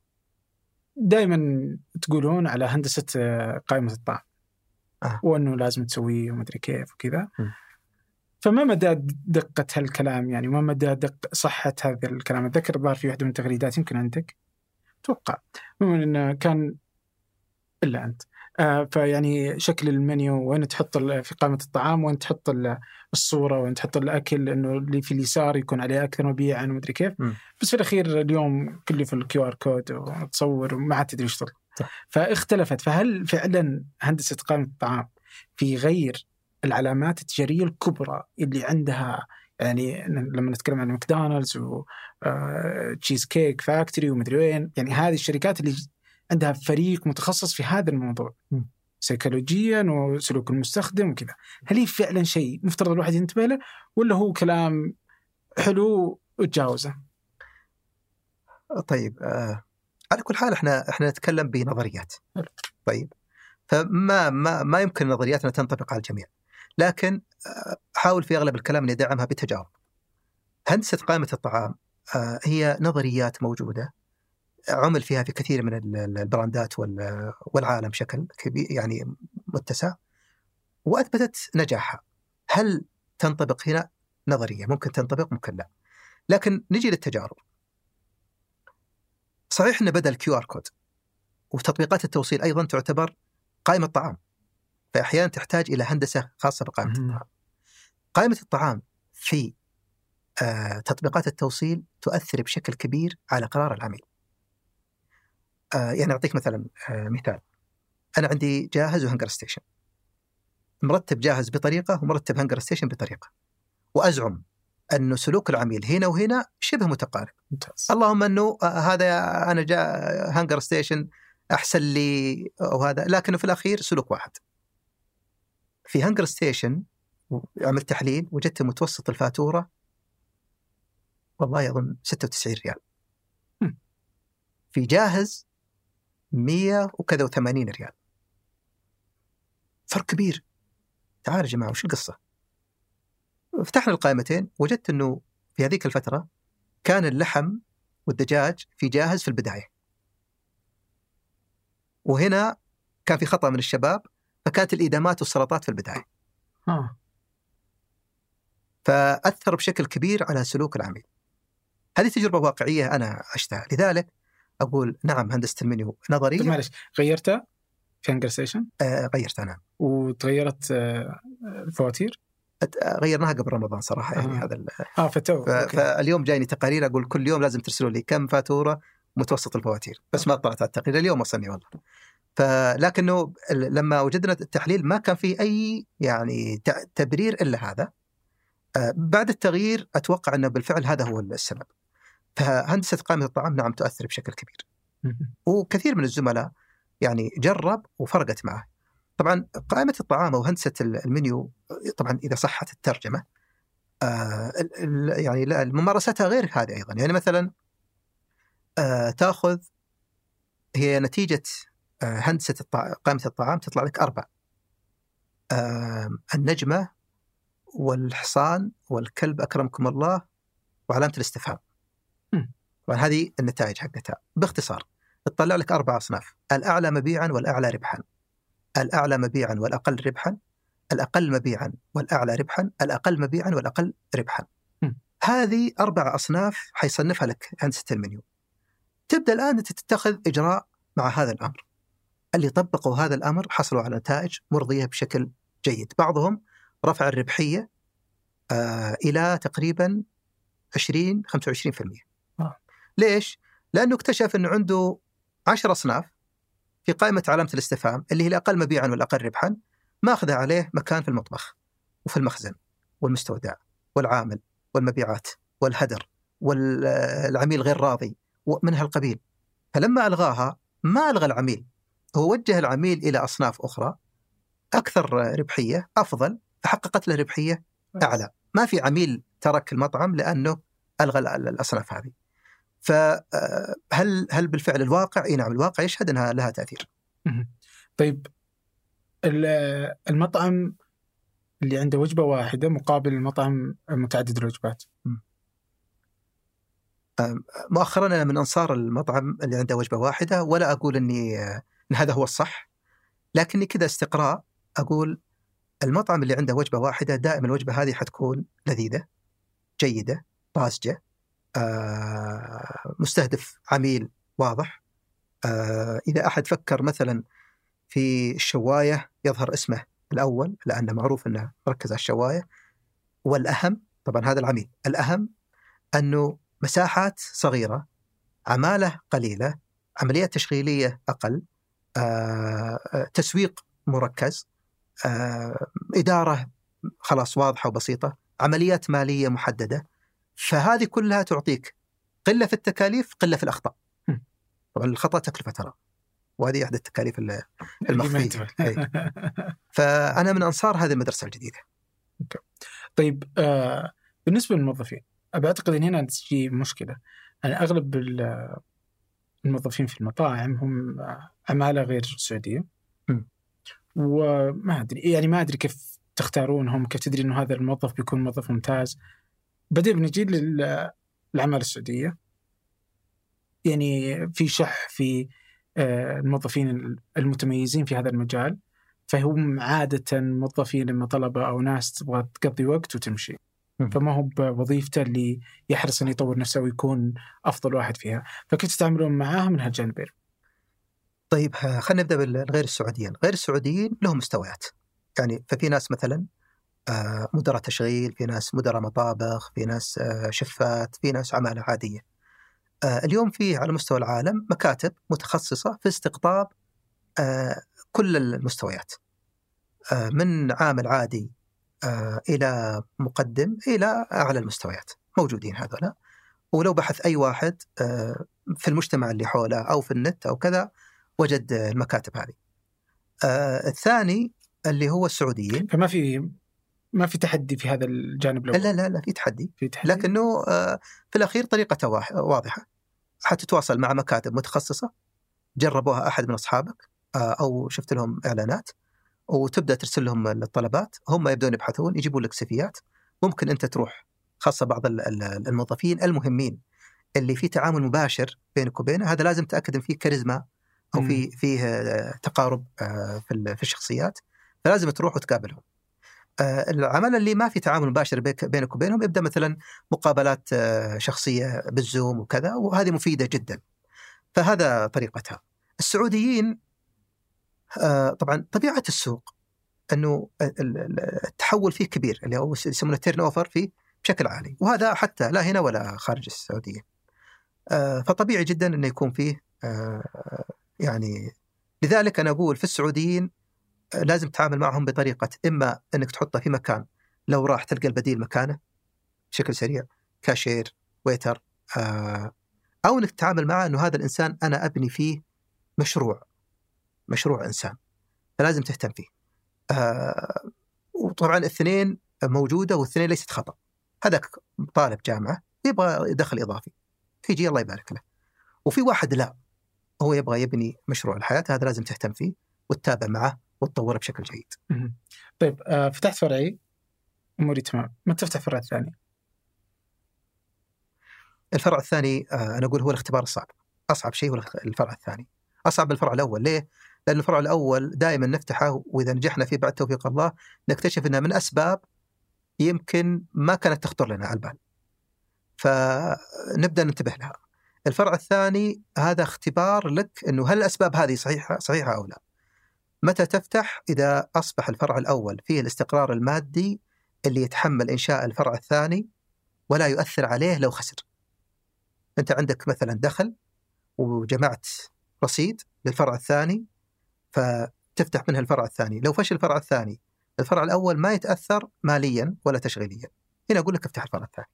دائما تقولون على هندسة قائمة الطعام آه. وأنه لازم تسويه ومدري كيف وكذا. م. فما مدى دقة هالكلام يعني؟ وما مدى دق صحة هذا الكلام؟ أتذكر ظهر في واحدة من التغريدات يمكن عندك توقع من إنه كان إلا أنت آه فيعني شكل المنيو وين تحط في قائمة الطعام، وين تحط الصورة، وين تحط الأكل، إنه اللي في اليسار يكون عليه أكثر مبيعاً ومدري كيف. م. بس في الأخير اليوم كله في الكيو آر كود وتصور وما عاد تدري ايش تطلع. فاختلفت. فهل فعلا هندسة قائمة الطعام في غير العلامات التجارية الكبرى اللي عندها، يعني لما نتكلم عن ماكدونالدز وتشيز كيك فاكتوري ومدري وين، يعني هذه الشركات اللي عندها فريق متخصص في هذا الموضوع م. سيكولوجيا وسلوك المستخدم وكذا، هل هي فعلا شيء مفترض الواحد ينتبه له ولا هو كلام حلو وتجاوزه؟ طيب آه على كل حال احنا احنا نتكلم بنظريات. طيب فما ما ما يمكن نظرياتنا تنطبق على الجميع، لكن حاول في أغلب الكلام أن يدعمها بتجارب. هندسة قائمة الطعام هي نظريات موجودة عمل فيها في كثير من البراندات والعالم بشكل كبير يعني متسع، وأثبتت نجاحها. هل تنطبق هنا؟ نظرية ممكن تنطبق ممكن لا. لكن نجي للتجارب. صحيح أن بدأ الكيو آر كود، وتطبيقات التوصيل أيضا تعتبر قائمة طعام، فأحيانا تحتاج إلى هندسة خاصة بقائمة الطعام. قائمة الطعام في آه تطبيقات التوصيل تؤثر بشكل كبير على قرار العميل. آه يعني أعطيك مثلا آه مثال، أنا عندي جاهز وهنجر ستيشن، مرتب جاهز بطريقة ومرتب هنجر ستيشن بطريقة، وأزعم أنه سلوك العميل هنا وهنا شبه متقارب. ممتاز. اللهم أنه آه هذا أنا جاء هنجر ستيشن أحسن لي أو هذا، لكنه في الأخير سلوك واحد. في هنجر ستيشن عمل تحليل وجدت متوسط الفاتورة والله أظن ستة وتسعين ريال، في جاهز مية وكذا وثمانين ريال، فرق كبير. تعال يا جماعة وش القصة؟ فتحنا القائمتين وجدت أنه في هذيك الفترة كان اللحم والدجاج في جاهز في البداية، وهنا كان في خطأ من الشباب فكانت الإدامات والسلطات في البداية. آه. فأثر بشكل كبير على سلوك العميل. هذه تجربة واقعية أنا عشتها، لذلك أقول نعم هندسة المنيو نظرية. معلش، غيرتها في هنجر ستيشن؟ آه غيرتها نعم. وتغيرت آه الفواتير؟ غيرناها قبل رمضان صراحة يعني. آه. هذا آه فتو. ف... فاليوم جايني تقارير أقول كل يوم لازم ترسلوا لي كم فاتورة متوسط الفواتير، بس ما طلعت على التقرير اليوم وصلني والله. فلكنه لما وجدنا التحليل ما كان فيه أي يعني تبرير إلا هذا. بعد التغيير أتوقع أنه بالفعل هذا هو السبب. فهندسة قائمة الطعام نعم تؤثر بشكل كبير، وكثير من الزملاء يعني جرب وفرقت معه. طبعا قائمة الطعام أو هندسة المنيو طبعا إذا صحت الترجمة آه يعني لا ممارستها غير هذه أيضا. يعني مثلا آه تأخذ هي نتيجة آه هندسة الطع... قائمة الطعام تطلع لك أربع آه النجمة والحصان والكلب أكرمكم الله وعلامة الاستفهام. طبعا هذه النتائج حقتها باختصار. تطلع لك أربع أصناف: الأعلى مبيعا والأعلى ربحا، الأعلى مبيعا والأقل ربحا، الأقل مبيعا والأعلى ربحا، الأقل مبيعا والأقل ربحا. م. هذه أربع أصناف حيصنفها لك هندسة المنيو. تبدأ الآن تتخذ إجراء مع هذا الأمر. اللي طبقوا هذا الأمر حصلوا على نتائج مرضية بشكل جيد. بعضهم رفع الربحية آه إلى تقريبا عشرين خمسة وعشرين بالمئة. آه. ليش؟ لأنه اكتشف أنه عنده عشر أصناف في قائمة علامة الاستفهام اللي هي الأقل مبيعا والأقل ربحا، ما أخذ عليه مكان في المطبخ وفي المخزن والمستودع والعامل والمبيعات والهدر والعميل غير راضي ومن هالقبيل. فلما ألغاها ما ألغى العميل، هو وجه العميل إلى أصناف أخرى أكثر ربحية أفضل، فحققت له ربحية أعلى. ما في عميل ترك المطعم لأنه ألغى الأصناف هذه. فهل هل بالفعل الواقع؟ إيه نعم الواقع يشهد أنها لها تأثير. طيب المطعم اللي عنده وجبة واحدة مقابل المطعم متعدد الوجبات. مؤخرا أنا من أنصار المطعم اللي عنده وجبة واحدة، ولا أقول أني أن هذا هو الصح، لكني كذا استقراء أقول المطعم اللي عنده وجبة واحدة دائما الوجبة هذه حتكون لذيذة جيدة طازجة، آه مستهدف عميل واضح. آه إذا أحد فكر مثلا في الشواية يظهر اسمه الأول لأنه معروف أنه مركز على الشواية. والأهم طبعا هذا العميل، الأهم أنه مساحات صغيرة، عمالة قليلة، عمليات تشغيلية أقل، آه تسويق مركز، آه إدارة خلاص واضحة وبسيطة، عمليات مالية محددة. فهذه كلها تعطيك قلة في التكاليف، قلة في الأخطاء. طبعا الخطأ تكلفة ترى، وهذه أحد التكاليف المخفية. فأنا من أنصار هذه المدرسة الجديدة. طيب آه بالنسبة للموظفين أعتقد أن هنا تجي مشكلة. يعني أغلب الموظفين في المطاعم هم عمالة غير سعودية، م. وما أدري يعني ما أدري كيف تختارونهم؟ كيف تدري إنه هذا الموظف بيكون موظف ممتاز؟ بدأ بنجي للعمالة السعودية، يعني في شح في الموظفين المتميزين في هذا المجال، فهم عادة موظفين لما طلبة أو ناس تبغى تقضي وقت وتمشي، فما هو بوظيفته اللي يحرص أن يطور نفسه ويكون أفضل واحد فيها. فكيف تتعاملون معاه من هالجانبين؟ طيب خلينا نبدأ بالغير السعوديين. غير السعوديين لهم مستويات، يعني ففي ناس مثلا مدراء تشغيل، في ناس مدراء مطابخ، في ناس شفات، في ناس عمالة عادية. اليوم في على مستوى العالم مكاتب متخصصة في استقطاب كل المستويات، من عامل عادي إلى مقدم إلى أعلى المستويات موجودين هذولا. ولو بحث أي واحد في المجتمع اللي حوله أو في النت أو كذا وجد المكاتب هذه. الثاني اللي هو السعوديين. فما في ما في تحدي في هذا الجانب؟ لا لا لا في تحدي, في تحدي. لكنه في الأخير طريقته واضحة. حتتواصل مع مكاتب متخصصة جربوها أحد من أصحابك أو شفت لهم إعلانات، وتبدأ ترسل لهم الطلبات، هم يبدون يبحثون يجيبون لك سيفيات. ممكن أنت تروح، خاصة بعض الموظفين المهمين اللي في تعامل مباشر بينك وبينه، هذا لازم تأكد إن فيه كاريزما أو فيه فيه تقارب في في الشخصيات، فلازم تروح وتقابلهم. العمل اللي ما في تعامل مباشر بينك وبينهم يبدأ مثلا مقابلات شخصية بالزوم وكذا، وهذه مفيدة جدا. فهذا طريقتها. السعوديين طبعا طبيعة السوق أنه التحول فيه كبير، اللي هو يسمونه تيرن أوفر فيه بشكل عالي، وهذا حتى لا هنا ولا خارج السعودية. فطبيعي جدا أنه يكون فيه يعني، لذلك أنا أقول في السعوديين لازم تتعامل معهم بطريقة إما أنك تحطه في مكان لو راح تلقى البديل مكانه بشكل سريع، كاشير، ويتر، أو أنك تتعامل معه أنه هذا الإنسان أنا أبني فيه مشروع مشروع إنسان، فلازم تهتم فيه. وطبعا الاثنين موجودة والاثنين ليست خطأ. هذاك طالب جامعة يبغى دخل إضافي فيجي الله يبارك له، وفي واحد لا هو يبغى يبني مشروع الحياة، هذا لازم تهتم فيه وتتابع معه وتطوره بشكل جيد. طيب آه فتحت فرعي أموري تمام، ما تفتح فرع الثاني؟ الفرع الثاني آه أنا أقول هو الاختبار الصعب. أصعب شيء هو الفرع الثاني، أصعب من الفرع الأول. ليه؟ لأن الفرع الأول دائما نفتحه وإذا نجحنا فيه بعد توفيق الله نكتشف أنه من أسباب يمكن ما كانت تخطر لنا على البال، فنبدأ ننتبه لها. الفرع الثاني هذا اختبار لك أنه هل الأسباب هذه صحيحة صحيحة أو لا. متى تفتح؟ إذا أصبح الفرع الأول فيه الاستقرار المادي اللي يتحمل إنشاء الفرع الثاني ولا يؤثر عليه لو خسر. أنت عندك مثلا دخل وجمعت رصيد للفرع الثاني فتفتح منها الفرع الثاني، لو فشل الفرع الثاني الفرع الأول ما يتأثر ماليا ولا تشغيليا. هنا أقول لك افتح الفرع الثاني.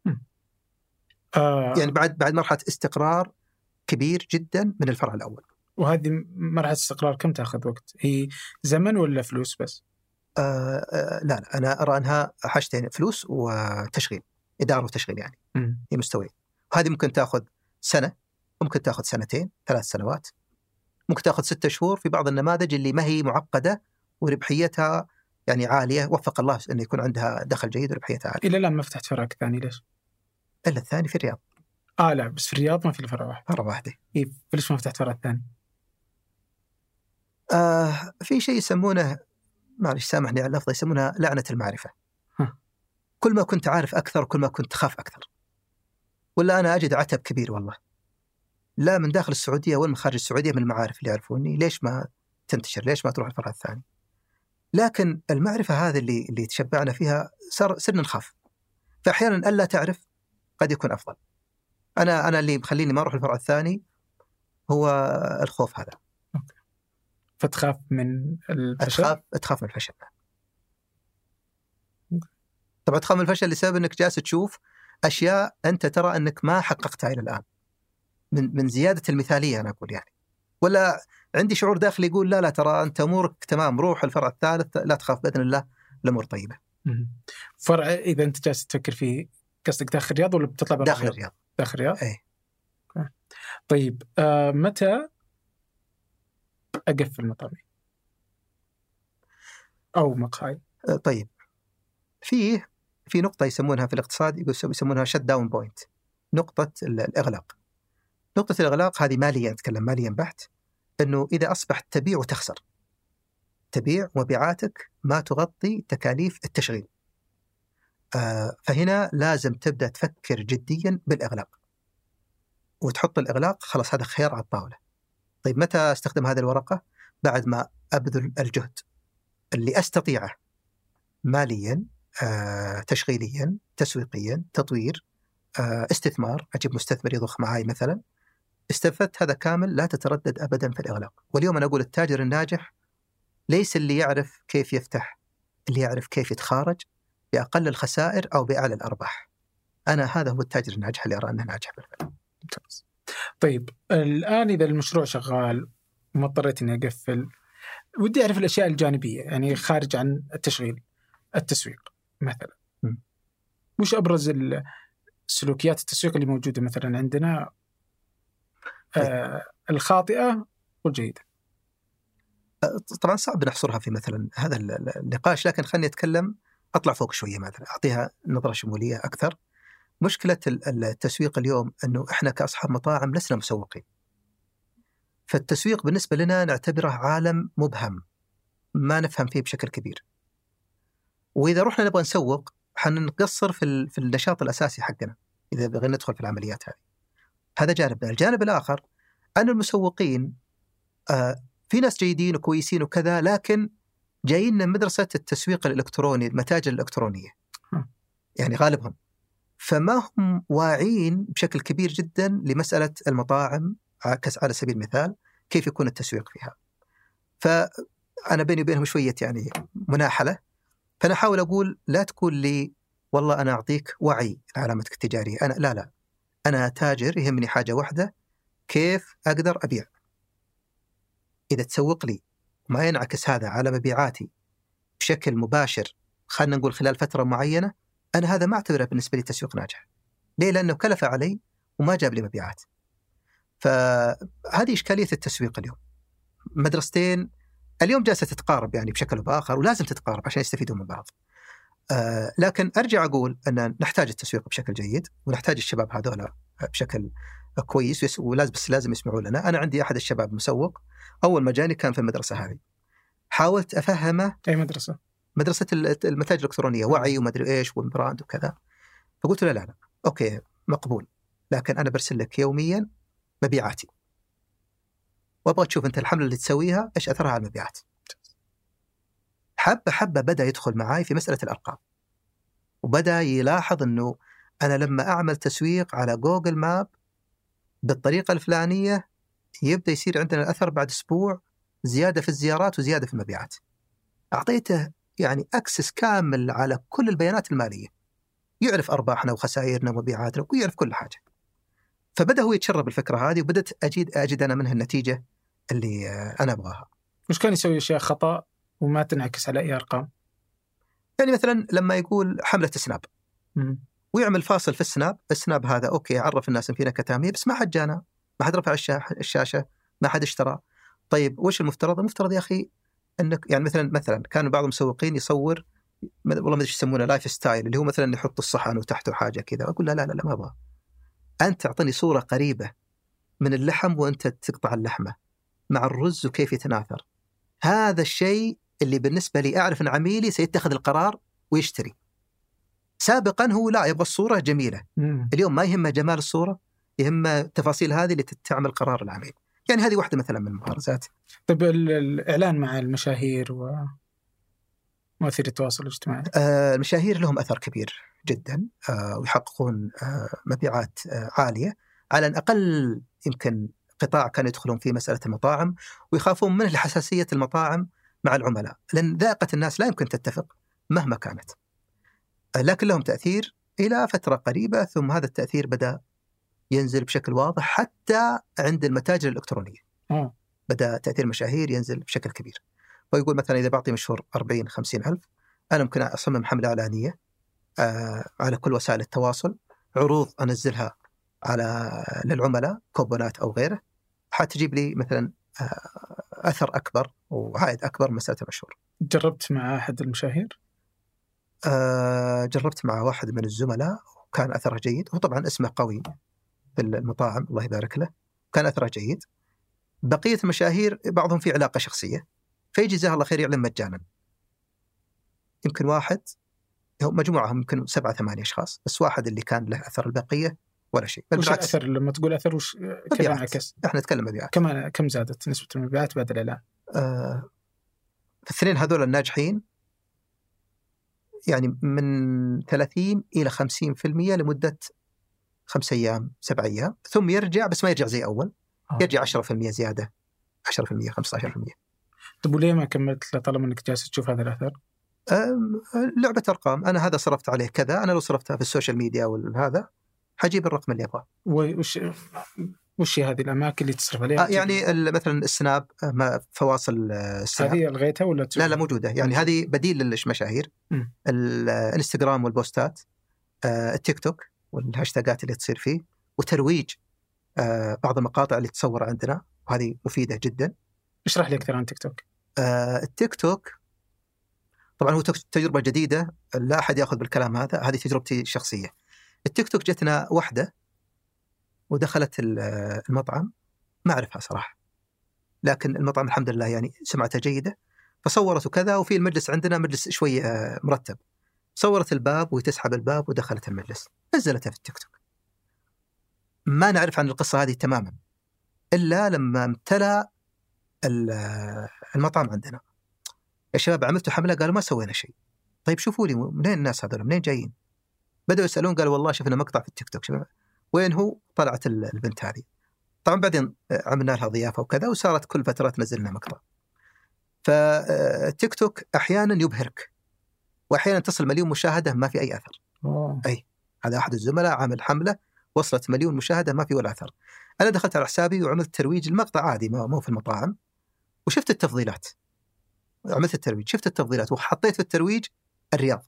آه يعني بعد بعد مرحلة استقرار كبير جدا من الفرع الأول. وهذه مرحلة استقرار كم تأخذ وقت؟ هي زمن ولا فلوس بس؟ آه آه لا, لا أنا أرى أنها حاجتين، فلوس وتشغيل، إدارة وتشغيل يعني. هي مستويين، وهذه ممكن تأخذ سنة، ممكن تأخذ سنتين، ثلاث سنوات، ممكن تأخذ ستة شهور في بعض النماذج اللي ما هي معقدة وربحيتها يعني عالية، وفق الله أن يكون عندها دخل جيد وربحيتها عالية. إلا الآن ما فتحت فرع ثاني ليش؟ إلا الثاني في الرياض. آه لا بس في الرياض ما في فرع واحد. فرع واحدة. إيه ليش ما فتحت فرع الثاني؟ آه في شيء يسمونه، معلش سامحني على اللفظ، يسمونها لعنة المعرفة. ها. كل ما كنت عارف أكثر كل ما كنت تخاف أكثر. ولا أنا أجد عتب كبير والله، لا من داخل السعودية ولا من خارج السعودية من المعارف اللي يعرفوني، ليش ما تنتشر؟ ليش ما تروح الفرع الثاني؟ لكن المعرفة هذه اللي اللي تشبعنا فيها صار صرنا نخاف. فأحيانا ألا تعرف قد يكون أفضل. أنا أنا اللي مخليني ما أروح الفرع الثاني هو الخوف هذا. أوكي. فتخاف من الفشل؟ أتخاف أتخاف من الفشل. طبعا تخاف من الفشل لسبب أنك جالس تشوف أشياء أنت ترى أنك ما حققتها إلى الآن، من من زيادة المثالية أنا أقول يعني. ولا عندي شعور داخلي يقول لا لا ترى أنت أمورك تمام، روح الفرع الثالث لا تخاف بإذن الله الأمور طيبة. فرع إذا أنت جالس تفكر فيه قصدك داخل الرياض ولا بتطلع برا داخل الرياض؟ داخل الرياض. أي. طيب آه متى أقفل مطعمي أو مقهاي؟ طيب في في نقطة يسمونها في الاقتصاد يسمونها شت داون بوينت، نقطة الإغلاق. نقطة الإغلاق هذه ماليا، نتكلم ماليا بحت، أنه إذا أصبحت تبيع وتخسر، تبيع ومبيعاتك ما تغطي تكاليف التشغيل، آه فهنا لازم تبدأ تفكر جديا بالإغلاق وتحط الإغلاق. خلاص هذا خيار على الطاولة. طيب متى أستخدم هذه الورقة؟ بعد ما أبذل الجهد اللي أستطيعه ماليا، آه تشغيليا، تسويقيا، تطوير، آه استثمار، أجيب مستثمر يضخ معي مثلا، استفدت هذا كامل، لا تتردد أبدا في الإغلاق. واليوم أنا أقول التاجر الناجح ليس اللي يعرف كيف يفتح، اللي يعرف كيف يتخارج بأقل الخسائر أو بأعلى الأرباح. أنا هذا هو التاجر الناجح اللي أرى أنه ناجح بالفعل. طيب الآن إذا المشروع شغال وما اضطريت إني أقفل، ودي أعرف الأشياء الجانبية يعني خارج عن التشغيل، التسويق مثلا. م. وش أبرز السلوكيات التسويق اللي موجودة مثلا عندنا، آه الخاطئة والجيدة؟ طبعا صعب نحصرها في مثلا هذا النقاش، لكن خلني أتكلم أطلع فوق شوية مثلا، أعطيها نظرة شمولية أكثر. مشكلة التسويق اليوم أنه إحنا كأصحاب مطاعم لسنا مسوقين، فالتسويق بالنسبة لنا نعتبره عالم مبهم ما نفهم فيه بشكل كبير. وإذا رحنا نبغى نسوق حنقصر في في النشاط الأساسي حقنا إذا بغينا ندخل في العمليات هذه. هذا جانب. الجانب الآخر أن المسوقين آه في ناس جيدين وكويسين وكذا، لكن جايين من مدرسة التسويق الإلكتروني، المتاجر الإلكترونية يعني غالبهم، فما هم واعين بشكل كبير جدا لمسألة المطاعم على سبيل المثال كيف يكون التسويق فيها. فأنا بيني وبينهم شوية يعني مناحلة. فأنا أحاول أقول لا تقول لي والله أنا أعطيك وعي علامتك التجارية، أنا لا لا أنا تاجر يهمني حاجة واحدة، كيف أقدر أبيع. إذا تسوق لي ما ينعكس هذا على مبيعاتي بشكل مباشر، خلنا نقول خلال فترة معينة، أنا هذا ما أعتبره بالنسبة لي تسويق ناجح. ليه؟ لأنه كلف علي وما جاب لي مبيعات. فهذه إشكالية التسويق اليوم. مدرستين اليوم جالسة تتقارب يعني بشكل أو بآخر، ولازم تتقارب عشان يستفيدوا من بعض. آه لكن أرجع أقول أن نحتاج التسويق بشكل جيد، ونحتاج الشباب هذولا بشكل كويس، ولازم بس لازم يسمعوا لنا. أنا عندي أحد الشباب مسوق، أول ما جاني كان في المدرسة هذه، حاولت أفهمه. أي مدرسة؟ مدرسة المتاجر الإلكترونية، وعي ومدري إيش والبراند وكذا. فقلت له لا لا أوكي مقبول، لكن أنا برسل لك يوميا مبيعاتي، وأبغى تشوف أنت الحملة اللي تسويها إيش أثرها على المبيعات. حبة حبة بدأ يدخل معاي في مسألة الأرقام، وبدأ يلاحظ أنه أنا لما أعمل تسويق على جوجل ماب بالطريقة الفلانية يبدأ يصير عندنا الأثر بعد أسبوع، زيادة في الزيارات وزيادة في المبيعات. أعطيته يعني أكسس كامل على كل البيانات المالية، يعرف أرباحنا وخسائرنا ومبيعاتنا ويعرف كل حاجة. فبدأ هو يتشرب الفكرة هذه، وبدأت أجد أجد أنا منها النتيجة اللي أنا أبغاها. وش كان يسوي أشياء خطأ وما تنعكس على أي أرقام؟ يعني مثلا لما يقول حملة سناب م- ويعمل فاصل في السناب، السناب هذا أوكي عرف الناس إن فينا كتامية، بس ما حد جانا، ما حد رفع الشاشة، ما حد اشترى. طيب وش المفترض؟ المفترض يا أخي أنك يعني مثلا مثلا كانوا بعض المسوقين يصور والله ما أدري إيش يسمونه لايف ستايل، اللي هو مثلا يحط الصحن وتحته حاجة كذا. أقول لا لا لا ما أبغى، أنت تعطيني صورة قريبة من اللحم وأنت تقطع اللحمة مع الرز وكيف يتناثر. هذا الشيء اللي بالنسبة لي أعرف أن عميلي سيتخذ القرار ويشتري. سابقا هو لا يبغى الصورة جميلة، مم. اليوم ما يهمه جمال الصورة، يهمه التفاصيل هذه اللي تعمل قرار العميل. يعني هذه واحدة مثلا من الممارسات. طيب الإعلان مع المشاهير ومؤثري التواصل الاجتماعي؟ آه المشاهير لهم أثر كبير جدا، آه ويحققون آه مبيعات آه عالية على الأقل. يمكن قطاع كانوا يدخلون في مسألة المطاعم ويخافون منه لحساسية المطاعم مع العملاء، لأن ذائقة الناس لا يمكن تتفق مهما كانت، لكن لهم تأثير إلى فترة قريبة، ثم هذا التأثير بدأ ينزل بشكل واضح حتى عند المتاجر الإلكترونية. م. بدأ تأثير المشاهير ينزل بشكل كبير. ويقول مثلا إذا بعطي مشهور أربعين خمسين ألف، أنا ممكن أصمم حملة إعلانية آه على كل وسائل التواصل، عروض أنزلها على للعملاء كوبونات أو غيره، حتجيب لي مثلا آه أثر أكبر وعائد أكبر من مسألة المشهور. جربت مع أحد المشاهير؟ آه جربت مع واحد من الزملاء وكان أثره جيد. هو طبعا اسمه قوي في المطاعم الله يبارك له، كان أثره جيد. بقية المشاهير بعضهم في علاقة شخصية فيجي جزاه الله خير يعلن مجانا. يمكن واحد، مجموعهم يمكن سبعة ثمانية أشخاص، بس واحد اللي كان له أثر. البقية ولا شيء. وش الأثر؟ لما تقول أثر وش كيف انعكس؟ احنا نتكلم مبيعات. كم كم زادت نسبة المبيعات بعد الإعلان؟ آه الاثنين هذول الناجحين يعني من ثلاثين إلى خمسين في المية لمدة خمس أيام سبع أيام، ثم يرجع، بس ما يرجع زي أول، يرجع عشرة في المية زيادة، عشرة في المية خمسة عشر في المية. طب وليه ما كملت طالما أنك جالس تشوف هذا الأثر؟ لعبة أرقام. أنا هذا صرفت عليه كذا، أنا لو صرفتها في السوشيال ميديا وهذا حجيب الرقم اللي أبغاه. وش وش هذه الأماكن اللي تصرف عليها؟ آه يعني مثلا السناب، فواصل السناب هذه ألغيتها ولا لا لا موجودة يعني موجود. هذه بديل للمشاهير. الانستغرام والبوستات، آه التيك توك والهاشتاجات اللي تصير فيه، وترويج آه بعض المقاطع اللي تصور عندنا، وهذه مفيدة جدا. اشرح لي أكثر عن تيك توك. آه التيك توك طبعا هو تجربة جديدة، لا أحد يأخذ بالكلام هذا، هذه تجربتي الشخصية. التيك توك جتنا واحدة ودخلت المطعم، ما أعرفها صراحة، لكن المطعم الحمد لله يعني سمعتها جيدة، فصورت وكذا. وفي المجلس عندنا مجلس شوي مرتب، صورت الباب وتسحب الباب ودخلت المجلس، نزلتها في التيك توك. ما نعرف عن القصة هذه تماما إلا لما امتلأ المطعم عندنا. يا شباب عملتوا حملة؟ قالوا ما سوينا شيء. طيب شوفوا لي منين الناس هذول، منين جايين؟ بدأوا يسألون، قالوا والله شفنا مقطع في التيك توك. شباب وين هو؟ طلعت البنت هذه. طبعا بعدين عملنا لها ضيافة وكذا، وصارت كل فترة تنزلنا مقطع. فالتيك توك أحيانا يبهرك، وأحيانا تصل مليون مشاهدة ما في أي أثر. أوه. أي هذا أحد الزملاء عمل حملة وصلت مليون مشاهدة ما في ولا أثر. أنا دخلت على حسابي وعملت ترويج المقطع عادي، ما مو في المطاعم، وشفت التفضيلات، عملت الترويج، شفت التفضيلات وحطيت في الترويج الرياض.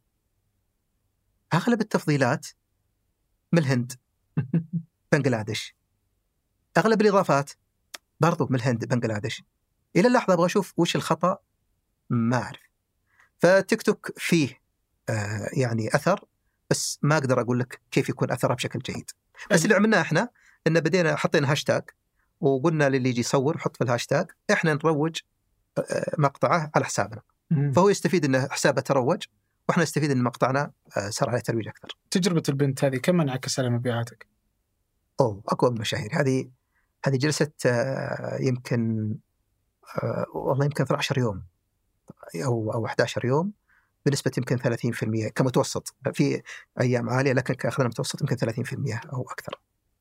أغلب التفضيلات من الهند بنغلاديش، أغلب الإضافات برضو من الهند بنغلاديش. إلى اللحظة أبغى أشوف وش الخطأ، ما أعرف. فتيك توك فيه آه يعني أثر، بس ما أقدر أقول لك كيف يكون أثره بشكل جيد. بس اللي عملناه إحنا إن بدينا حطينا هاشتاج، وقلنا للي يجي يصور حط في الهاشتاج، إحنا نروج آه مقطعه على حسابنا. فهو يستفيد إن حسابه تروج، وإحنا نستفيد إن مقطعنا آه صار عليه ترويج أكثر. تجربة البنت هذه كم انعكس على مبيعاتك؟ أوه أقوى من المشاهير. هذه هذه جلست آه يمكن آه والله يمكن اثنا عشر يوم أو أو أحد عشر يوم، بنسبة يمكن ثلاثين في المية كمتوسط، في أيام عالية لكن كأخذنا متوسط يمكن ثلاثين في المية أو أكثر.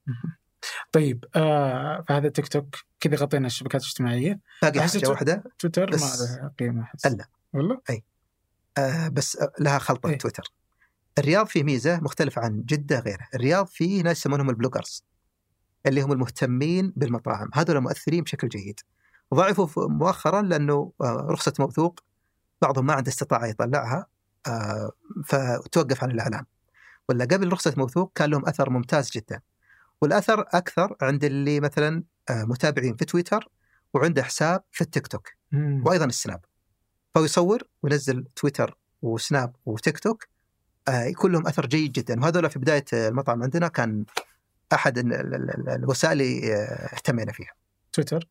طيب آه فهذا تيك توك كذا غطينا الشبكات الاجتماعية. باقي حاجة واحدة، تويتر ما له قيمة. ألا والله أي آه بس لها خلطة. أي. تويتر الرياض فيه ميزة مختلفة عن جدة غيره. الرياض فيه ناس يسمونهم البلوجرز، اللي هم المهتمين بالمطاعم، هذول مؤثرين بشكل جيد. ضعفوا مؤخرا لأنه رخصة موثوق بعضهم ما عنده استطاعة يطلعها، فتوقف عن الإعلان. ولا قبل رخصة موثوق كان لهم أثر ممتاز جدا، والأثر أكثر عند اللي مثلا متابعين في تويتر وعنده حساب في التيك توك وأيضا السناب، فهو يصور وينزل تويتر وسناب وتيك توك، يكون لهم أثر جيد جدا. وهذول في بداية المطعم عندنا كان أحد الوسائل اللي اهتمينا فيها. تويتر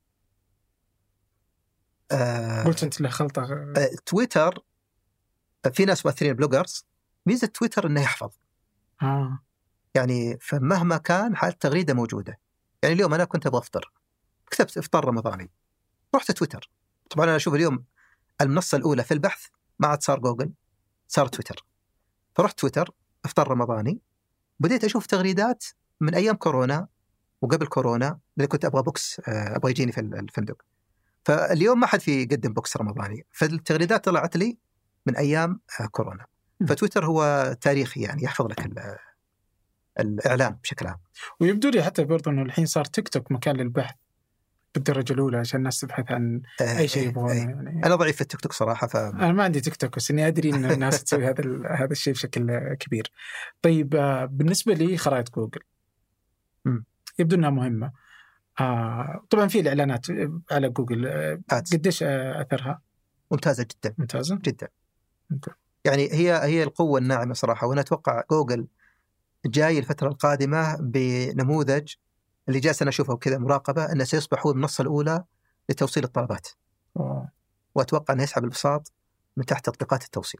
آه قلت أنت له خلطة. آه تويتر في ناس مؤثرين بلوجرز، ميزة تويتر إنه يحفظ. آه. يعني فمهما كان حالة تغريدة موجودة. يعني اليوم أنا كنت أبغى أفطر، كتبت إفطار رمضاني، رحت تويتر. طبعا أنا أشوف اليوم المنصة الأولى في البحث ما عاد صار جوجل، صار تويتر. فرحت تويتر إفطار رمضاني، بديت أشوف تغريدات من أيام كورونا وقبل كورونا، اللي كنت أبغى بوكس أبغى يجيني في الفندق. فاليوم ما حد في يقدم بوكس رمضاني، فالتغريدات طلعت لي من أيام كورونا. فتويتر هو تاريخي، يعني يحفظ لك الإعلام بشكل عام. ويبدو لي حتى برضو أنه الحين صار تيك توك مكان للبحث بالدرجة الأولى، عشان الناس تبحث عن أي شيء يبغونه. يعني أنا ضعيف في التيك توك صراحة. ف... أنا ما عندي تيك توك، بس إني أدري إن الناس تسوي هذا هذا الشيء بشكل كبير. طيب بالنسبة لي خرائط جوجل م. يبدو أنها مهمة. آه طبعا في الإعلانات على جوجل، قديش أثرها؟ ممتازة جدا ممتازة جدا. يعني هي هي القوة الناعمة صراحة. وأنا أتوقع جوجل جاي الفترة القادمة بنموذج اللي جالس أنا أشوفه كذا مراقبة، أنه سيصبح هو المنصة الأولى لتوصيل الطلبات. أوه. وأتوقع أنه يسحب البساط من تحت تطبيقات التوصيل،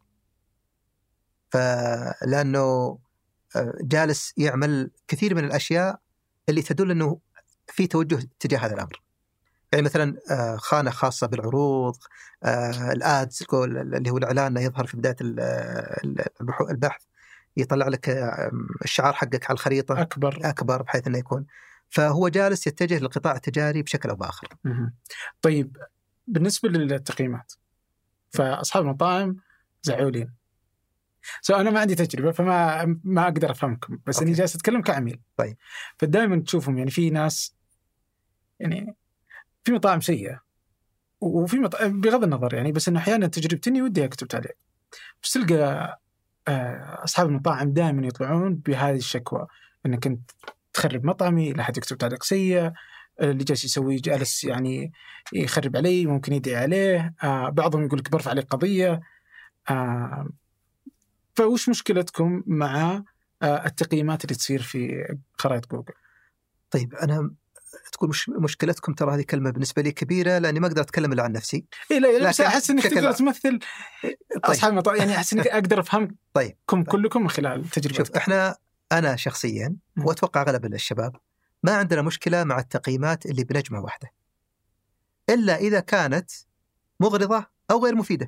فلأنه جالس يعمل كثير من الأشياء اللي تدل أنه في توجه تجاه هذا الأمر. يعني مثلا خانة خاصة بالعروض، الآدز اللي هو الإعلان يظهر في بداية البحث، يطلع لك الشعار حقك على الخريطة أكبر أكبر بحيث أنه يكون. فهو جالس يتجه للقطاع التجاري بشكل أو بآخر. طيب بالنسبة للتقييمات، فأصحاب المطاعم زعولين. سو أنا ما عندي تجربة فما ما أقدر أفهمكم، بس أوكي. أني جالس أتكلم كعميل. طيب. فدائما تشوفهم يعني في ناس يعني في مطاعم سيئة وفي مطاعم بغض النظر يعني، بس إنه أحيانا تجربتني ودي أكتب تعليق، بس تلقى أصحاب المطاعم دائما يطلعون بهذه الشكوى إنك أنت تخرب مطعمي، لا حد يكتب تعليق سيء، اللي جالس يسوي جالس يعني يخرب علي، ممكن يدعي عليه، آه بعضهم يقول لك برفع عليك قضية. آه فوش مشكلتكم مع آه التقييمات اللي تصير في خرائط جوجل؟ طيب أنا تقول مش مشكلتكم، ترى هذه كلمة بالنسبة لي كبيرة لأني ما أقدر أتكلم إلا عن نفسي. إيه لا لا، بس أحس إنك تقدر تمثل طيب. أصحاب المطاعم، يعني أحس إنك أقدر أفهمكم طيب. طيب. كلكم من خلال تجربتكم. شوف إحنا أنا شخصيا وأتوقع أغلب الشباب ما عندنا مشكلة مع التقييمات اللي بنجمة واحدة، إلا إذا كانت مغرضة أو غير مفيدة.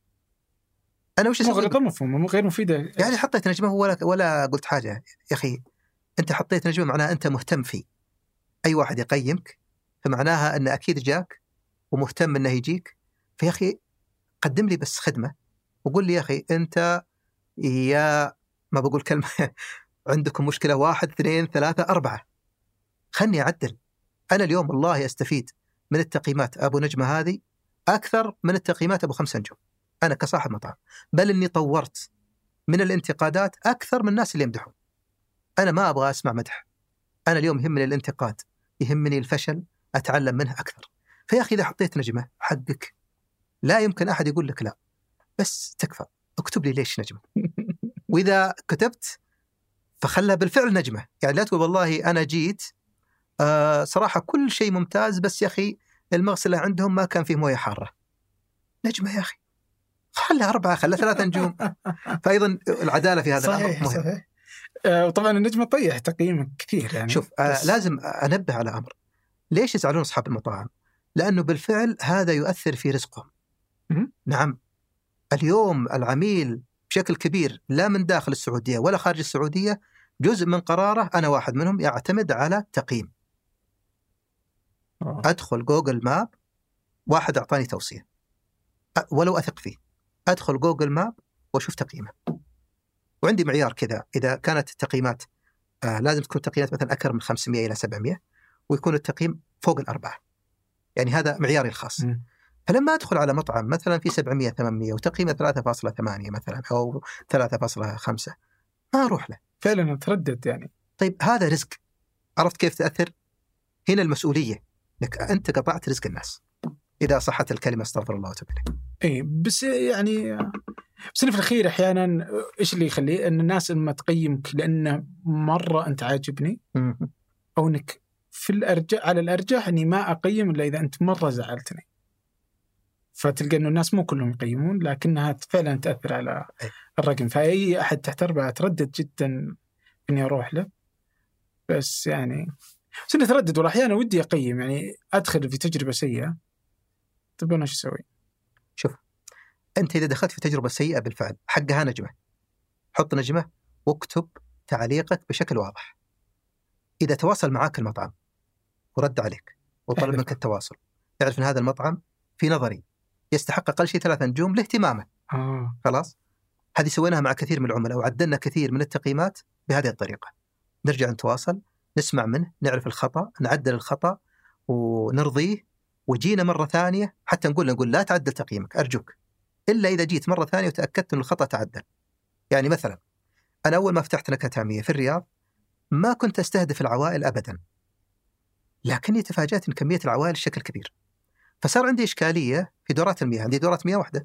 أنا وش مغرضة مفهومة غير مفيدة، يعني حطيت نجمة ولا ولا قلت حاجة. يا أخي أنت حطيت نجمة معناها أنت مهتم فيه. أي واحد يقيمك فمعناها أن أكيد جاك ومهتم أنه يجيك. فيا أخي قدم لي بس خدمة وقول لي يا أخي أنت يا ما بقول كلمة عندكم مشكلة واحد اثنين ثلاثة أربعة، خلني أعدل. أنا اليوم والله أستفيد من التقييمات أبو نجمة هذه أكثر من التقييمات أبو خمسة نجوم، أنا كصاحب مطعم، بل أني طورت من الانتقادات أكثر من الناس اللي يمدحون. أنا ما أبغى أسمع مدح، أنا اليوم يهمني الانتقاد، يهمني الفشل، أتعلم منه أكثر. فيا أخي إذا حطيت نجمة حقك لا يمكن أحد يقول لك لا، بس تكفى اكتب لي ليش نجمة. وإذا كتبت فخلها بالفعل نجمة، يعني لا تقول والله أنا جيت آه صراحة كل شيء ممتاز بس يا أخي المغسلة عندهم ما كان فيه موية حارة. نجمة يا أخي، خلها أربعة، خلها ثلاثة نجوم. فأيضا العدالة في هذا صحيح الأمر مهم. صحيح. آه وطبعا النجمة طيح تقييمك كثير يعني. شوف آه لازم أنبه على أمر، ليش يزعلون أصحاب المطاعم؟ لأنه بالفعل هذا يؤثر في رزقهم. م- نعم اليوم العميل بشكل كبير لا من داخل السعودية ولا خارج السعودية جزء من قراره، أنا واحد منهم، يعتمد على تقييم. أوه. أدخل جوجل ماب، واحد أعطاني توصية ولو أثق فيه، أدخل جوجل ماب وأشوف تقييمه، وعندي معيار كذا، إذا كانت التقييمات آه لازم تكون تقييمات مثلا أكثر من خمسمائة إلى سبعمائة، ويكون التقييم فوق الأربعة، يعني هذا معياري الخاص. م. فلما أدخل على مطعم مثلا في سبعمائة ثمانمائة وتقييمه ثلاثة فاصلة ثمانية مثلا أو ثلاثة فاصلة خمسة، ما أروح له فعلا أتردد يعني. طيب هذا رزق، عرفت كيف تأثر؟ هنا المسؤولية لك، أنت قطعت رزق الناس إذا صحت الكلمة، استغفر الله وتوب إليه. إيه بس يعني بس في الأخير أحيانا إيش اللي يخليه أن الناس لما تقيمك لأنه مرة أنت عاجبني، أو إنك في الأرجح على الأرجح أني ما أقيم إلا إذا أنت مرة زعلتني، فتلقى إنه الناس مو كلهم يقيمون لكنها فعلا تأثر على الرقم. فأي أحد تحت أربعة تردد جدا إني أروح له، بس يعني بس إني تردد ولا أحيانا ودي أقيم، يعني أدخل في تجربة سيئة. طب أنا شو أسوي؟ شوف أنت إذا دخلت في تجربة سيئة بالفعل حقها نجمة، حط نجمة واكتب تعليقك بشكل واضح. إذا تواصل معاك المطعم ورد عليك وطلب منك التواصل، يعرف أن هذا المطعم في نظري يستحق أقل شيء ثلاثة نجوم لاهتمامه. آه. خلاص، هذه سويناها مع كثير من العملاء وعدلنا كثير من التقييمات بهذه الطريقة. نرجع نتواصل، نسمع منه، نعرف الخطأ، نعدل الخطأ ونرضيه، وجينا مرة ثانية حتى نقول نقول لا تعدل تقييمك أرجوك إلا إذا جيت مرة ثانية وتأكدت أن الخطأ تعدل. يعني مثلا أنا أول ما فتحت نكهة تامية في الرياض ما كنت أستهدف العوائل أبدا، لكني تفاجأت من كمية العوائل بشكل كبير، فصار عندي إشكالية في دورات المياه. عندي دورات مياه واحدة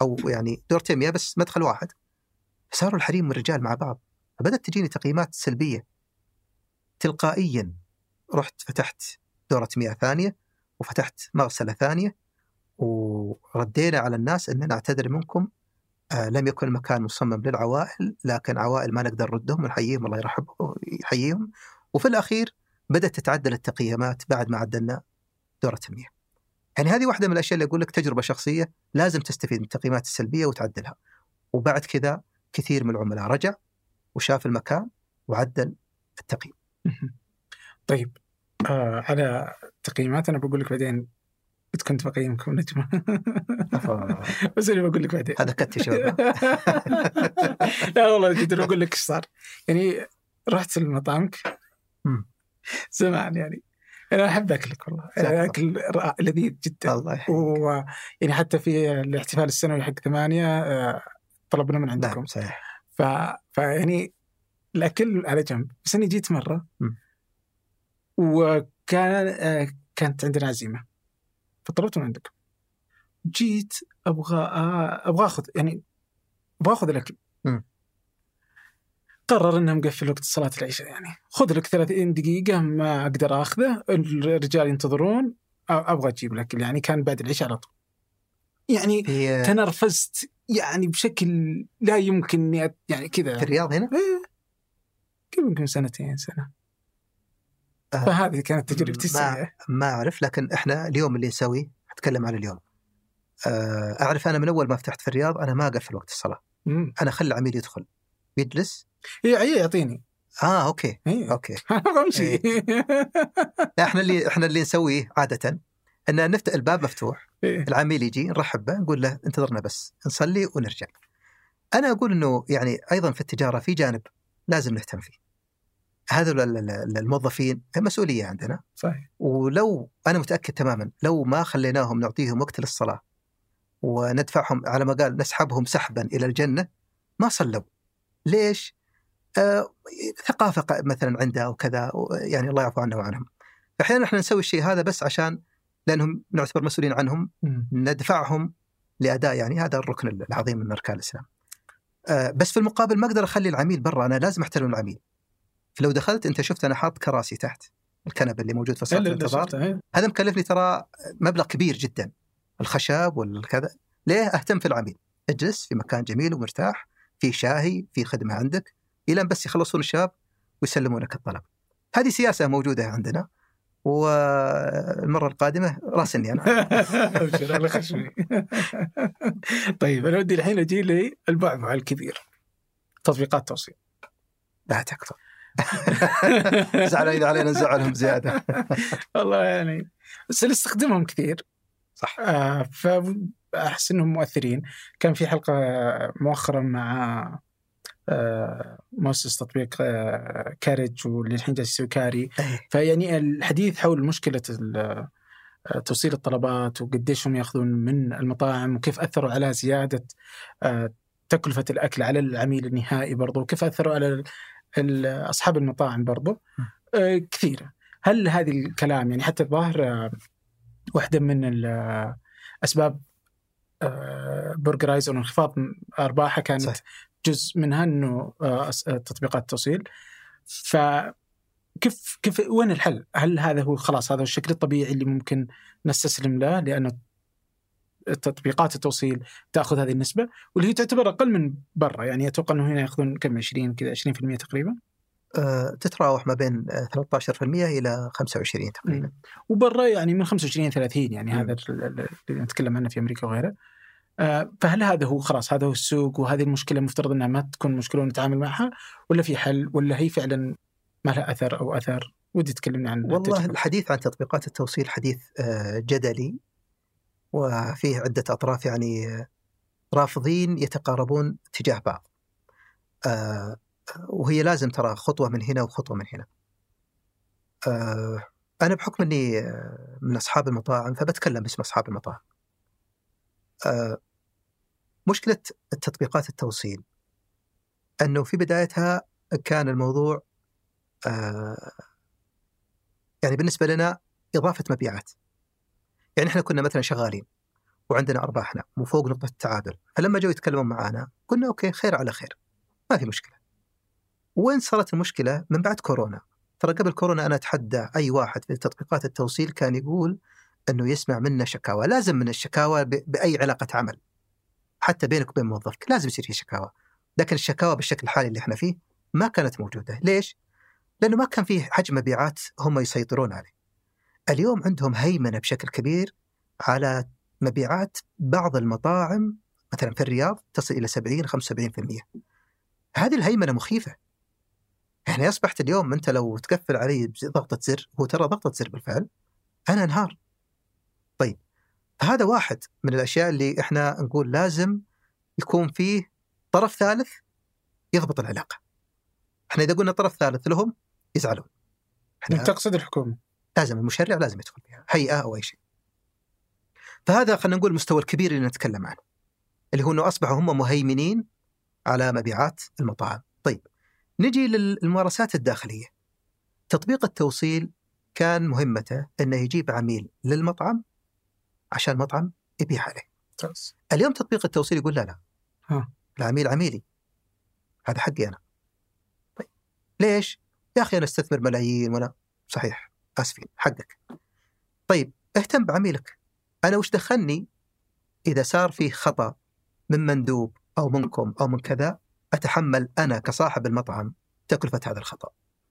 أو يعني دورتين مياه بس مدخل واحد، صاروا الحريم والرجال مع بعض، فبدأت تجيني تقييمات سلبية. تلقائيا رحت فتحت دورة مياه ثانية وفتحت مغسلة ثانية، وردينا على الناس أننا نعتذر منكم، آه لم يكن المكان مصمم للعوائل، لكن عوائل ما نقدر نردهم ونحييهم، الله يرحب يحييهم. وفي الأخير بدأت تتعدل التقييمات بعد ما عدلنا دورة المياه. يعني هذه واحدة من الأشياء اللي أقول لك تجربة شخصية، لازم تستفيد من التقييمات السلبية وتعدلها. وبعد كذا كثير من العملاء رجع وشاف المكان وعدل التقييم. طيب آه على تقييمات أنا بقول لك بعدين كنت بقيمكم نجمة بس أنا بقول لك بعدين هذا كت شباب. لا والله جد بقول لك إيش صار. يعني رحت المطعمك زمان، يعني أنا أحب أكلك والله، يعني أكل رائع لذيذ جدا الله ويعني حتى في الاحتفال السنوي حق ثمانية طلبنا من عندكم. نعم صحيح. ف... فيعني الأكل على جنب، بس أني جيت مرة م. وكان كانت عندنا عزيمة فطلبت من عندكم، جيت أبغى أبغى أخذ يعني أبغى أخذ الأكل م. قرر إنه مقفل وقت صلاة العشاء، يعني خذ لك ثلاثين دقيقة ما أقدر أخذه، الرجال ينتظرون، أبغى أجيب الأكل. يعني كان بعد العشاء على طول، يعني هي... تنرفزت يعني بشكل لا يمكن يعني كذا. في الرياض هنا؟ إيه. قبل يمكن سنتين سنة. أه فهذه كانت تجربتي السيئة. ما أعرف، لكن إحنا اليوم اللي نسوي أتكلم عن اليوم. أعرف أنا من أول ما فتحت في الرياض أنا ما أقفل وقت الصلاة. مم. أنا خلي العميل يدخل يجلس هي يعطيني آه أوكي هي. أوكي أمشي. إحنا اللي إحنا اللي نسويه عادة أن نفتح الباب مفتوح، العميل يجي نرحب به نقول له انتظرنا بس نصلي ونرجع. أنا أقول إنه يعني أيضا في التجارة في جانب لازم نهتم فيه، هذا الموظفين مسؤولية عندنا صحيح. ولو أنا متأكد تماما لو ما خليناهم نعطيهم وقت للصلاة وندفعهم على ما قال نسحبهم سحبا إلى الجنة ما صلوا. ليش؟ آه ثقافة مثلا عندها وكذا، يعني الله يعفو عنه وعنهم. أحيانا إحنا نسوي الشيء هذا بس عشان لأنهم نعتبر مسؤولين عنهم م. ندفعهم لأداء، يعني هذا الركن العظيم من أركان الإسلام. آه بس في المقابل ما أقدر أخلي العميل برا، أنا لازم أحترم العميل. فلو دخلت أنت شفت أنا حاط كراسي تحت الكنبة اللي موجود في صالة الانتظار، هذا مكلفني ترى مبلغ كبير جدا، الخشب والكذا. ليه؟ أهتم في العميل، اجلس في مكان جميل ومرتاح، في شاهي، في خدمة عندك، إلى بس يخلصون الشاب ويسلمونك الطلب. هذه سياسة موجودة عندنا، والمرة القادمة راسني أنا. أبشر على خشمي. طيب أنا ودي الحين أجي لي البعبع الكبير، تطبيقات توصيل. لا تكفى. زعلين علينا نزعلهم زيادة. والله يعني بس اللي استخدمهم كثير صح. آه فأحس إنهم مؤثرين. كان في حلقة مؤخرا مع آه مؤسس تطبيق آه كارج واللي الحين جالس يسوي كاري، فيعني الحديث حول مشكلة توصيل الطلبات وقديش هم يأخذون من المطاعم وكيف أثروا على زيادة آه تكلفة الأكل على العميل النهائي برضو، وكيف أثروا على أصحاب المطاعم برضو آه كثيرة. هل هذه الكلام يعني حتى الظاهر آه واحدة من الأسباب آه برجرايز أو انخفاض أرباحها كانت صحيح. جزء منها إنه آه تطبيقات التوصيل. فكيف كيف وين الحل؟ هل هذا هو خلاص هذا الشكل الطبيعي اللي ممكن نستسلم له لأنه تطبيقات التوصيل تأخذ هذه النسبة واللي هي تعتبر أقل من برا؟ يعني أتوقع أنه هنا يأخذون كم عشرين كذا عشرين في المية تقريبا. أه تتراوح ما بين ثلاثة عشر بالمئة إلى خمسة وعشرين تقريبا. وبرا يعني من خمسة وعشرين ثلاثين يعني م. هذا اللي نتكلم عنه في أمريكا وغيره. أه فهل هذا هو خلاص هذا هو السوق وهذه المشكلة مفترض أنها ما تكون مشكلة ونتعامل معها، ولا في حل، ولا هي فعلا ما لها أثر أو أثر؟ ودي تكلمنا عن والله التجربة. الحديث عن تطبيقات التوصيل حديث جدلي وفيه عدة أطراف يعني رافضين يتقاربون تجاه بعض، وهي لازم ترى خطوة من هنا وخطوة من هنا. أنا بحكم أني من أصحاب المطاعم فبتكلم باسم أصحاب المطاعم. مشكلة التطبيقات التوصيل أنه في بدايتها كان الموضوع يعني بالنسبة لنا إضافة مبيعات. يعني إحنا كنا مثلا شغالين وعندنا أرباحنا وفوق نقطة التعادل. فلما جو يتكلمون معنا قلنا أوكي خير على خير ما في مشكلة. وين صارت المشكلة؟ من بعد كورونا. ترى قبل كورونا أنا أتحدى أي واحد في تطبيقات التوصيل كان يقول أنه يسمع منا شكاوى. لازم من الشكاوى بأي علاقة عمل حتى بينك وبين موظفك لازم يصير فيه شكاوى. لكن الشكاوى بالشكل الحالي اللي احنا فيه ما كانت موجودة. ليش؟ لأنه ما كان فيه حجم مبيعات هم يسيطرون عليه. اليوم عندهم هيمنة بشكل كبير على مبيعات بعض المطاعم مثلا في الرياض تصل إلى سبعين خمسة وسبعين بالمئة. هذه الهيمنة مخيفة. يعني أصبحت اليوم أنت لو تقفل علي ضغطة زر، هو ترى ضغطة زر بالفعل، أنا انهار. طيب هذا واحد من الأشياء اللي إحنا نقول لازم يكون فيه طرف ثالث يضبط العلاقة. إحنا إذا قلنا طرف ثالث لهم يزعلون. تقصد الحكومة؟ لازم المشرع لازم يدخل فيها، هيئة أو أي شيء. فهذا خلينا نقول المستوى الكبير اللي نتكلم عنه، اللي هو أنه أصبحوا هم مهيمنين على مبيعات المطاعم. طيب نجي للممارسات الداخلية. تطبيق التوصيل كان مهمته أنه يجيب عميل للمطعم عشان المطعم يبيع عليه. تس. اليوم تطبيق التوصيل يقول لا لا ها. العميل عميلي، هذا حقي أنا. طيب ليش؟ يا أخي أنا استثمر ملايين وأنا صحيح أسفين حقك. طيب اهتم بعميلك. أنا وش دخلني إذا صار فيه خطأ من مندوب أو منكم أو من كذا أتحمل أنا كصاحب المطعم تكلفة هذا الخطأ؟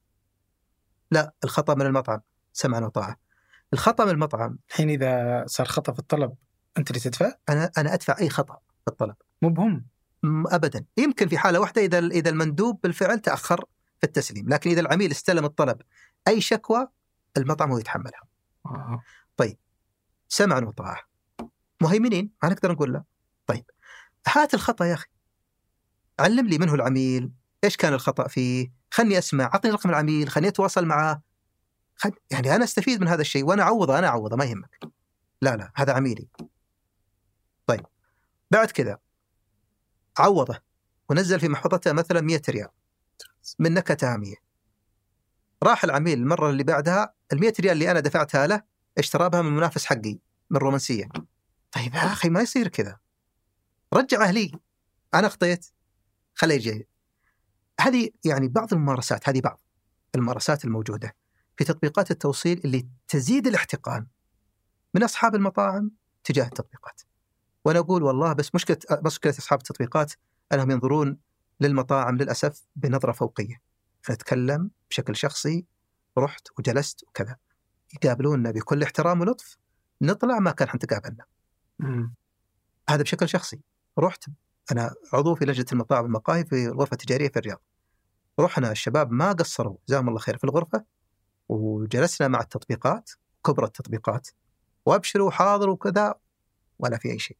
لا، الخطأ من المطعم سمعا وطاعة. الخطأ من المطعم الحين إذا صار خطأ في الطلب أنت اللي تدفع؟ أنا أنا أدفع أي خطأ في الطلب. مو بهم أبدا. يمكن في حالة واحدة إذا إذا المندوب بالفعل تأخر في التسليم، لكن إذا العميل استلم الطلب أي شكوى المطعم هو يتحملها. آه. طيب سمعا وطاعة، مهيمنين ما نقدر نقول لا. طيب هات الخطأ يا أخي، علم لي منه العميل، إيش كان الخطأ فيه، خلني أسمع، أعطني رقم العميل، خلني أتواصل معه، خل... يعني أنا أستفيد من هذا الشيء وأنا أعوضه أنا أعوضه ما يهمك. لا لا هذا عميلي. طيب بعد كذا عوضه ونزل في محفظته مثلا مئة ريال من نكهة هامية. راح العميل المرة اللي بعدها المئة ريال اللي أنا دفعتها له اشترى بها من منافس حقي من رومانسية. طيب يا أخي ما يصير كذا، رجعه لي، أنا أخطيت خليه يجي. هذه يعني بعض الممارسات، هذه بعض الممارسات الموجودة في تطبيقات التوصيل اللي تزيد الاحتقان من أصحاب المطاعم تجاه التطبيقات. وأنا أقول والله بس مشكلة مشكلة أصحاب التطبيقات أنهم ينظرون للمطاعم للأسف بنظرة فوقية. نتكلم بشكل شخصي، رحت وجلست وكذا، يقابلوننا بكل احترام ولطف، نطلع ما كان حنتقابلنا. هذا بشكل شخصي. رحت أنا عضو في لجنة المطاعم والمقاهي في الغرفة التجارية في الرياض، رحنا الشباب ما قصروا جزاهم الله خير في الغرفة، وجلسنا مع التطبيقات كبرى التطبيقات وابشروا حاضروا وكذا ولا في أي شيء.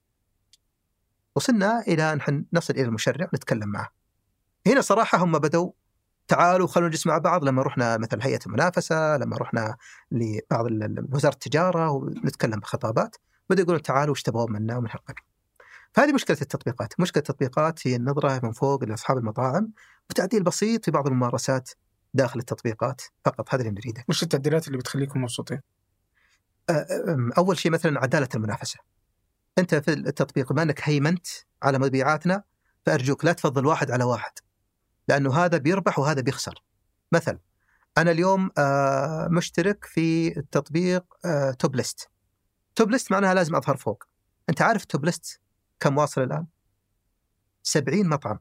وصلنا إلى أن نصل إلى المشرع نتكلم معه. هنا صراحة هم بدوا تعالوا خلونا نجلس مع بعض. لما رحنا مثل هيئة المنافسة، لما رحنا لبعض وزارة التجارة ونتكلم بخطابات، بدأوا يقولون تعالوا وش تبغون منا ومن هالقبيل. فهذه مشكلة التطبيقات. مشكلة التطبيقات هي النظرة من فوق لأصحاب المطاعم وتعديل بسيط في بعض الممارسات داخل التطبيقات فقط. هذا اللي نريده. وش التعديلات اللي بتخليكم مبسوطين؟ أول شيء مثلا عدالة المنافسة. أنت في التطبيق ما أنك هيمنت على مبيعاتنا، فأرجوك لا تفضل واحد على واحد، لأنه هذا بيربح وهذا بيخسر. مثلا أنا اليوم مشترك في التطبيق توب ليست. توب ليست معناها لازم أظهر فوق. أنت عارف توب ليست كم واصل الآن؟ سبعين مطعم.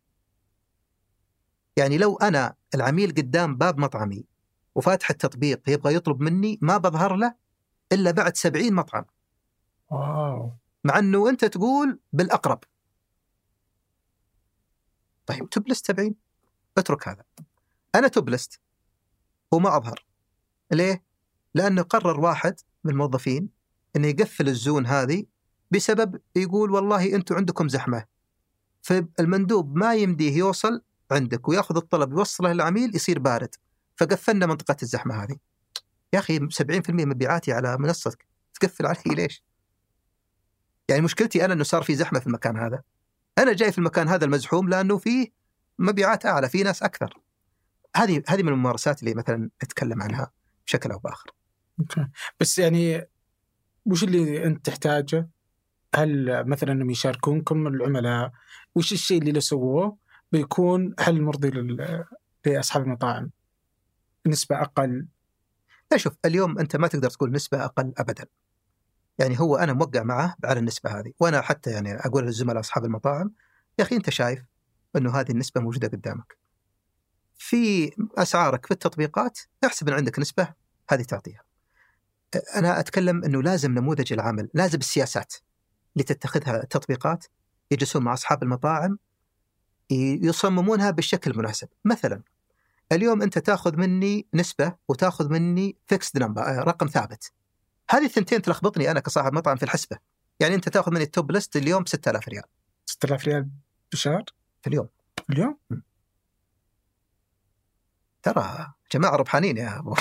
يعني لو أنا العميل قدام باب مطعمي وفاتح التطبيق يبغى يطلب مني ما بظهر له إلا بعد سبعين مطعم. واو. مع أنه أنت تقول بالأقرب. طيب توب ليست سبعين، اترك هذا. أنا توب ليست وما أظهر. ليه؟ لأنه قرر واحد من الموظفين أنه يقفل الزون هذه بسبب يقول والله أنتم عندكم زحمة، فالمندوب ما يمديه يوصل عندك ويأخذ الطلب يوصله للعميل يصير بارد، فقفلنا منطقة الزحمة هذه. يا أخي سبعين بالمئة مبيعاتي على منصتك تقفل علي ليش؟ يعني مشكلتي أنا أنه صار في زحمة في المكان هذا، أنا جاي في المكان هذا المزحوم لأنه فيه مبيعات أعلى، فيه ناس أكثر. هذه هذه من الممارسات اللي مثلا نتكلم عنها بشكل أو بآخر. بس يعني وش اللي أنت تحتاجه هل مثلا انهم يشاركونكم العملاء وش الشيء اللي لو سووه بيكون حل مرضي لل... لاصحاب المطاعم؟ نسبة اقل؟ لا شوف، اليوم انت ما تقدر تقول نسبة اقل ابدا. يعني هو انا موقع معه على النسبة هذه، وانا حتى يعني اقول للزملاء اصحاب المطاعم يا اخي انت شايف انه هذه النسبة موجودة قدامك في اسعارك في التطبيقات، احسب ان عندك نسبة هذه تعطيها. انا اتكلم انه لازم نموذج العمل، لازم السياسات اللي تتخذها التطبيقات يجلسون مع اصحاب المطاعم يصممونها بالشكل المناسب. مثلا اليوم انت تاخذ مني نسبة وتاخذ مني فيكسد نمبر، رقم ثابت. هذه الثنتين تلخبطني انا كصاحب مطعم في الحسبة. يعني انت تاخذ مني التوب ليست اليوم ستة آلاف ريال. ستة آلاف ريال بشهر في اليوم. اليوم م. ترى جماعة ربحانين يا ابو.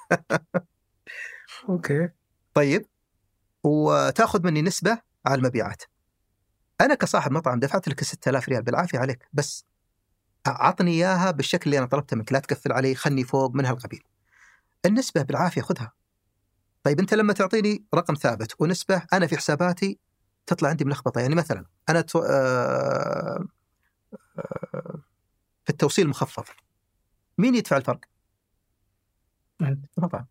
اوكي طيب، وتاخذ مني نسبة على المبيعات. انا كصاحب مطعم دفعت لك ستة آلاف ريال بالعافية عليك، بس أعطني إياها بالشكل اللي أنا طلبته منك، لا تكفل علي، خلني فوق من هالقبيل. النسبة بالعافية خذها. طيب أنت لما تعطيني رقم ثابت ونسبة، أنا في حساباتي تطلع عندي ملخبطة. يعني مثلا أنا تو... آه... آه... في التوصيل مخفض، مين يدفع الفرق؟ المطعم.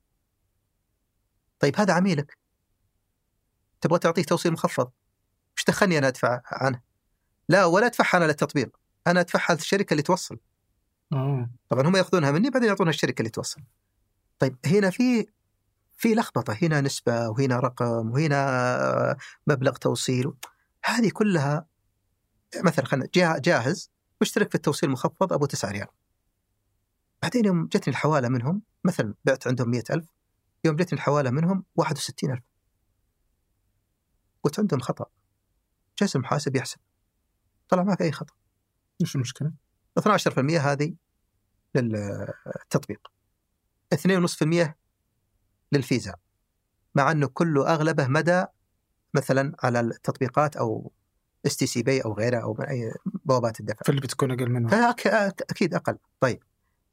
طيب هذا عميلك، تبغى تعطيه توصيل مخفض، وش دخلني أنا أدفع عنه؟ لا، ولا أدفعها أنا للتطبيق، أنا أدفعها للشركة اللي توصل. أوه. طبعا هم يأخذونها مني بعدين يعطونها الشركة اللي توصل. طيب هنا في في لخبطة، هنا نسبة وهنا رقم وهنا مبلغ توصيل، هذه كلها. مثلا خلنا جاهز واشترك في التوصيل مخفض أبو تسعة ريال، بعدين يوم جتني الحوالة منهم، مثلا بعت عندهم مئة ألف، يوم جتني الحوالة منهم واحد وستين ألف، قلت عندهم خطأ، جلس المحاسب يحسب، طلع ما في أي خطأ. إيش المشكلة؟ اثنا عشر بالمئة هذه للتطبيق، اثنين فاصلة خمسة بالمئة للفيزا، مع أنه كله أغلبه مدى مثلا على التطبيقات أو اس تي سي بي أو غيرها أو أي بوابات الدفع، فاللي بتكون أقل منه فأكيد أقل. طيب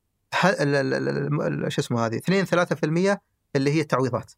شو اسمه هذه اثنين ثلاثة بالمئة اللي هي التعويضات،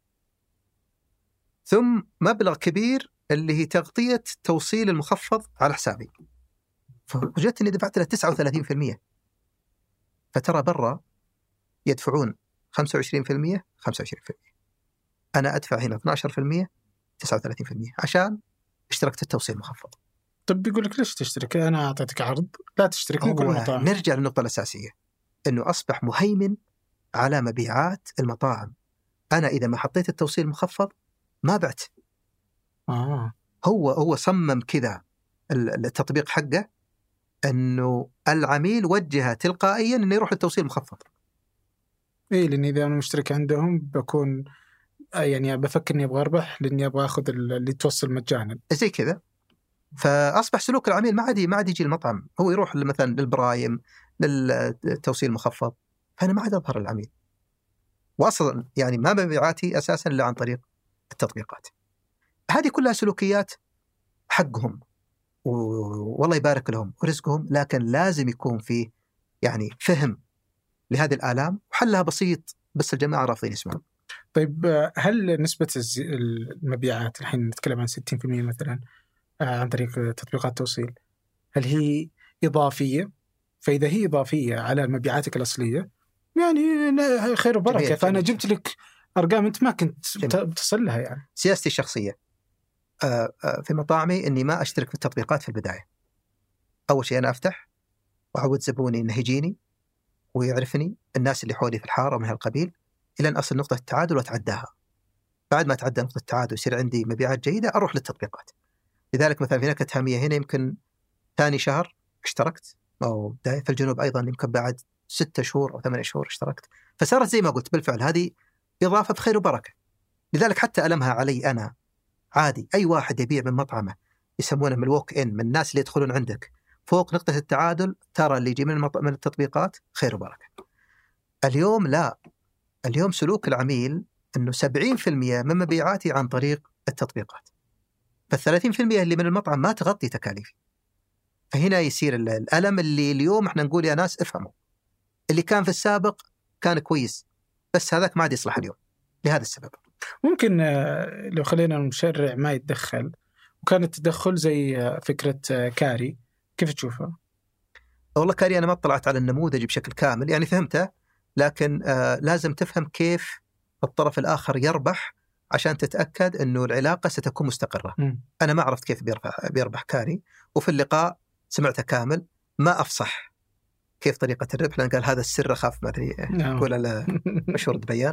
ثم مبلغ كبير اللي هي تغطية توصيل المخفض على حسابي، فوجدت أني دفعت له تسعة وثلاثين بالمئة. فترى برا يدفعون خمسة وعشرين بالمئة خمسة وعشرين بالمئة، أنا أدفع هنا اثنا عشر بالمئة تسعة وثلاثين بالمئة عشان اشتركت التوصيل المخفض. طب بيقول لك ليش تشترك؟ أنا أعطيتك عرض لا تشترك من كل المطاعم. نرجع للنقطة الأساسية، أنه أصبح مهيمن على مبيعات المطاعم. أنا إذا ما حطيت التوصيل المخفض ما بعت. آه. هو هو صمم كذا التطبيق حقه أنه العميل وجهه تلقائيا أنه يروح للتوصيل المخفض. إيه، لأن إذا أنا مشترك عندهم بكون يعني بفكر إني أبغى أربح، لأني أبغى أخذ اللي توصل مجانا زي كذا. فأصبح سلوك العميل ما عاد ما عاد يجي المطعم، هو يروح مثلا للبرايم للتوصيل المخفض، فأنا ما عاد أظهر العميل. وأصلا يعني ما مبيعاتي أساسا إلا عن طريق التطبيقات. هذه كلها سلوكيات حقهم، والله يبارك لهم ورزقهم، لكن لازم يكون فيه يعني فهم لهذه الآلام، وحلها بسيط بس الجماعة رافضين يسمعون. طيب هل نسبة المبيعات الحين نتكلم عن ستين بالمئة مثلا عن طريق تطبيقات التوصيل، هل هي إضافية؟ فإذا هي إضافية على مبيعاتك الأصلية يعني خير وبركة. جميل فأنا جميل. جبت لك أرقام أنت ما كنت بتصل لها. يعني سياستي الشخصية في مطاعمي إني ما أشترك في التطبيقات في البداية. أول شيء أنا أفتح وأعود زبوني إنه يجيني ويعرفني، الناس اللي حولي في الحارة ومن هالقبيل، إلى أن أصل نقطة التعادل وأتعداها. بعد ما أتعدى نقطة التعادل يصير عندي مبيعات جيدة، أروح للتطبيقات. لذلك مثلا في نكهة هامية هنا يمكن ثاني شهر اشتركت، أو في الجنوب أيضا يمكن بعد ستة شهور أو ثمانية شهور اشتركت. فصارت زي ما قلت بالفعل هذه إضافة بخير وبركة. لذلك حتى ألمها علي أنا عادي، أي واحد يبيع من مطعمه يسمونه من الووك إن، من الناس اللي يدخلون عندك فوق نقطة التعادل، ترى اللي يجي من, المط... من التطبيقات خير وبركة. اليوم لا، اليوم سلوك العميل أنه سبعين بالمئة من مبيعاتي عن طريق التطبيقات، فالثلاثين بالمئة اللي من المطعم ما تغطي تكاليفي. فهنا يصير الألم اللي اليوم احنا نقول يا ناس افهموا، اللي كان في السابق كان كويس بس هذاك ما عاد يصلح اليوم لهذا السبب. ممكن لو خلينا المشرع ما يتدخل وكان التدخل زي فكرة كاري، كيف تشوفها؟ والله كاري أنا ما اطلعت على النموذج بشكل كامل، يعني فهمته، لكن آه لازم تفهم كيف الطرف الآخر يربح عشان تتأكد أنه العلاقة ستكون مستقرة. م. أنا ما عرفت كيف بيربح, بيربح كاري، وفي اللقاء سمعته كامل ما أفصح كيف طريقة الربح، لأن قال هذا السر أخاف ما أدري يقول على مشهور بيان.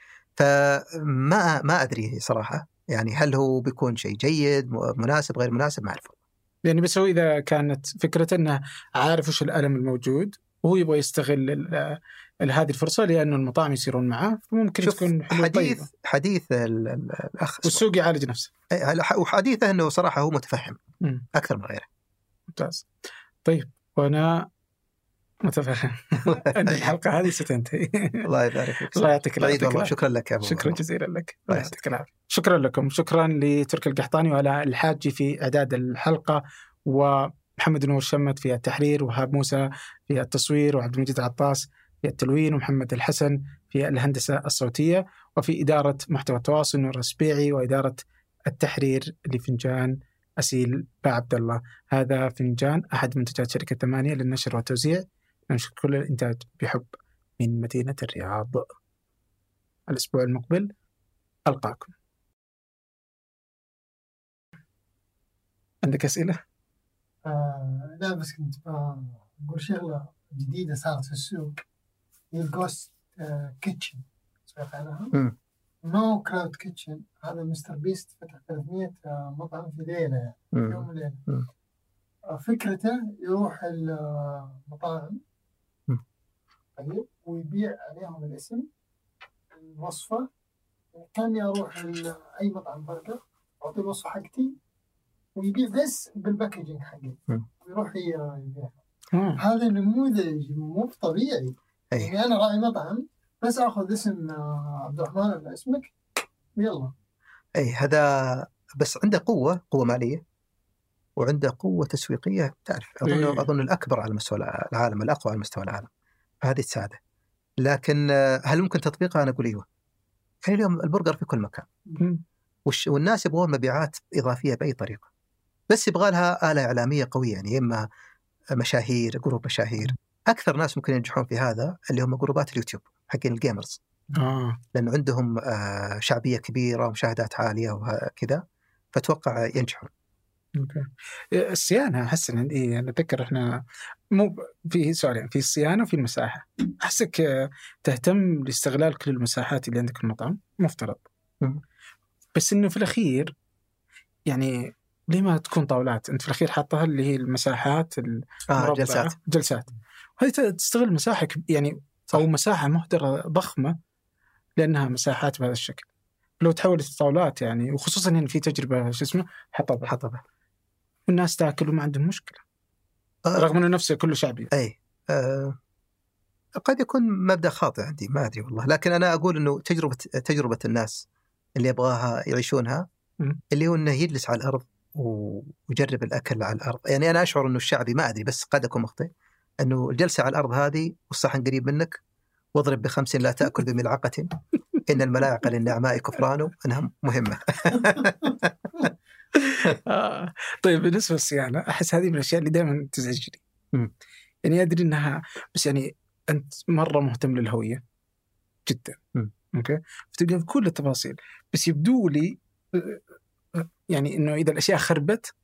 فما ما أدري صراحة، يعني هل هو بيكون شيء جيد مناسب غير مناسب، ما أعرف يعني. بس هو إذا كانت فكرة أنه عارف وش الألم الموجود وهو يبغى يستغل هذه الفرصة لأنه المطاعم يصيرون معه، ممكن تكون حلوة حديث طيبة. حديث الأخ والسوق يعالج نفسه، وحديثه أنه صراحة هو متفهم م. أكثر من غيره. ممتاز. طيب وأنا متفهم أن الحلقة هذه ستنتهي. الله يبارك فيك. الله يعطيك العافية. شكرا لك يا أبو. شكرا جزيلا لك. الله يعطيك العافية. شكرا لكم. شكرا لتركي القحطاني وعلى الحاجي في إعداد الحلقة، ومحمد نور شمت في التحرير، وهاب موسى في التصوير، وعبد المجيد العطاس في التلوين، ومحمد الحسن في الهندسة الصوتية، وفي إدارة محتوى التواصل نور السبيعي، وإدارة التحرير لفنجان أسيل بعبد الله. هذا فنجان أحد منتجات شركة ثمانية للنشر والتوزيع، ننشر كل الإنتاج بحب من مدينة الرياض. الأسبوع المقبل ألقاكم. عندك أسئلة؟ آه لا، بس كنت بقول شغلة جديدة صارت في السوق، هي الجوست آه كيتشن. سمعت عنها؟ نو كلاود كيتشن. هذا مستر بيست فتح ثلاثمية آه مطعم في ليلة، يوم وليلة. آه فكرته يروح المطاعم طيب ويبيع عليهم الاسم الوصفة، كان يروح أي مطعم برجر أعطي الوصفة حقتي ويبيع بس بالباكجينج حقه ويروح يبيع. هذا نموذج مو طبيعي. يعني أنا راعي مطعم بس أخذ اسم عبد الرحمن ولا اسمك ويلا. أي هذا بس عنده قوة قوة مالية وعنده قوة تسويقية، تعرف أظن أظن الأكبر على مستوى العالم، الأقوى على مستوى العالم، هذه تساعده. لكن هل ممكن تطبيقها؟ أنا أقول إيوه. يعني اليوم البرجر في كل مكان والناس يبغون مبيعات إضافية بأي طريقة، بس يبغى لها آلة إعلامية قوية، يعني إما مشاهير، جروب مشاهير. أكثر ناس ممكن ينجحون في هذا اللي هم جروبات اليوتيوب حقين الجيمرز، آه. لأن عندهم آه شعبية كبيرة ومشاهدات عالية وكذا، فتوقع ينجحون. أوكي. الصيانة أحس إن إيه، أنا أتذكر إحنا مو في سؤالين، في الصيانة وفي المساحة. أحسك تهتم لاستغلال كل المساحات اللي عندك في المطعم مفترض، م. بس إنه في الأخير يعني ليه ما تكون طاولات؟ أنت في الأخير حاطها اللي هي المساحات آه جلسات جلسات هذه تستغل مساحة يعني صح. أو مساحة مهدرة ضخمة لأنها مساحات بهذا الشكل. لو تحولت الطاولات يعني، وخصوصا إن في تجربة شو اسمه حطبة حطبة الناس تأكل وما عندهم مشكلة، آه. رغم أنه نفسه كله شعبي. أي آه. قد يكون مبدأ خاطئ عندي، ما أدري والله، لكن أنا أقول إنه تجربة تجربة الناس اللي يبغاها يعيشونها م. اللي هو إنه يجلس على الأرض ويجرب الأكل على الأرض. يعني أنا أشعر إنه الشعبي، ما أدري بس قد أكون مخطئ، إنه الجلسة على الأرض هذه والصحن قريب منك واضرب بخمس لا تأكل بملعقة إن الملاعق للنعماء كفران، أنها مهمة. آه. طيب بالنسبة للصيانة أحس هذه من الأشياء اللي دائما تزعجني. يعني أدري أنها بس يعني أنت مرة مهتم للهوية جدا، م. أوكي، فتلقى في كل التفاصيل، بس يبدو لي يعني إنه إذا الأشياء خربت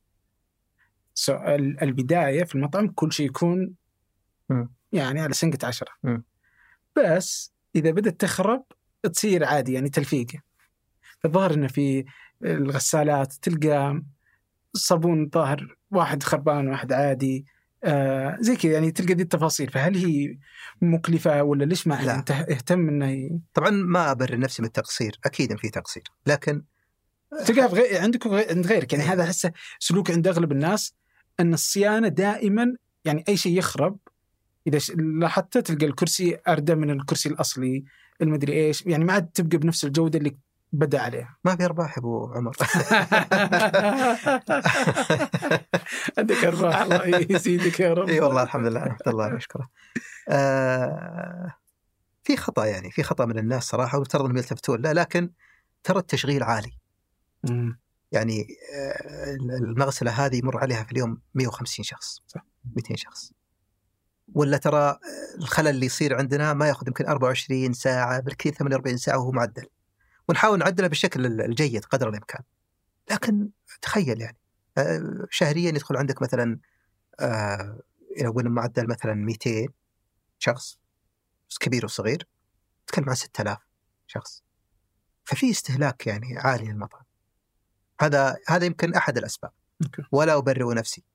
البداية في المطعم كل شيء يكون م. يعني على سنقة عشرة، م. بس إذا بدأت تخرب تصير عادي يعني تلفيقة. الظاهر إنه في الغسالات تلقى صابون ظاهر واحد خربان واحد عادي، آه زي كذا يعني تلقى دي التفاصيل. فهل هي مكلفة ولا ليش ما أنت اهتم إنه ي... طبعا ما أبرر نفسي بالتقصير، أكيد في تقصير، لكن تلقى غير عندك عند غيرك يعني. هذا حسه سلوك عند أغلب الناس أن الصيانة دائما يعني أي شيء يخرب إذا لاحظت تلقى الكرسي أردى من الكرسي الأصلي، المدري إيش، يعني ما عاد تبقى بنفس الجودة اللي بدأ عليها. ما في أرباح أبو عمر. عندك أرباح، الله يزيدك يا رب. إي والله الحمد لله، الحمد لله نشكره. آه في خطأ يعني، في خطأ من الناس صراحة، ويفترض أنهم يلتفتون له، لكن ترى التشغيل عالي. مم. يعني المغسلة هذه يمر عليها في اليوم مئة وخمسين شخص، مئتين شخص. ولا ترى الخلل اللي يصير عندنا ما يأخذ يمكن أربعة وعشرين ساعة، بالكثير ثمانية وأربعين ساعة وهو معدل، ونحاول نعدله بالشكل الجيد قدر الإمكان. لكن تخيل يعني شهريا يدخل عندك مثلا إذا قلنا معدل مثلا مئتين شخص كبير وصغير، تكلم عن ستة آلاف شخص. ففي استهلاك يعني عالي للمطعم. هذا هذا يمكن أحد الأسباب، ولا أبرئ نفسي.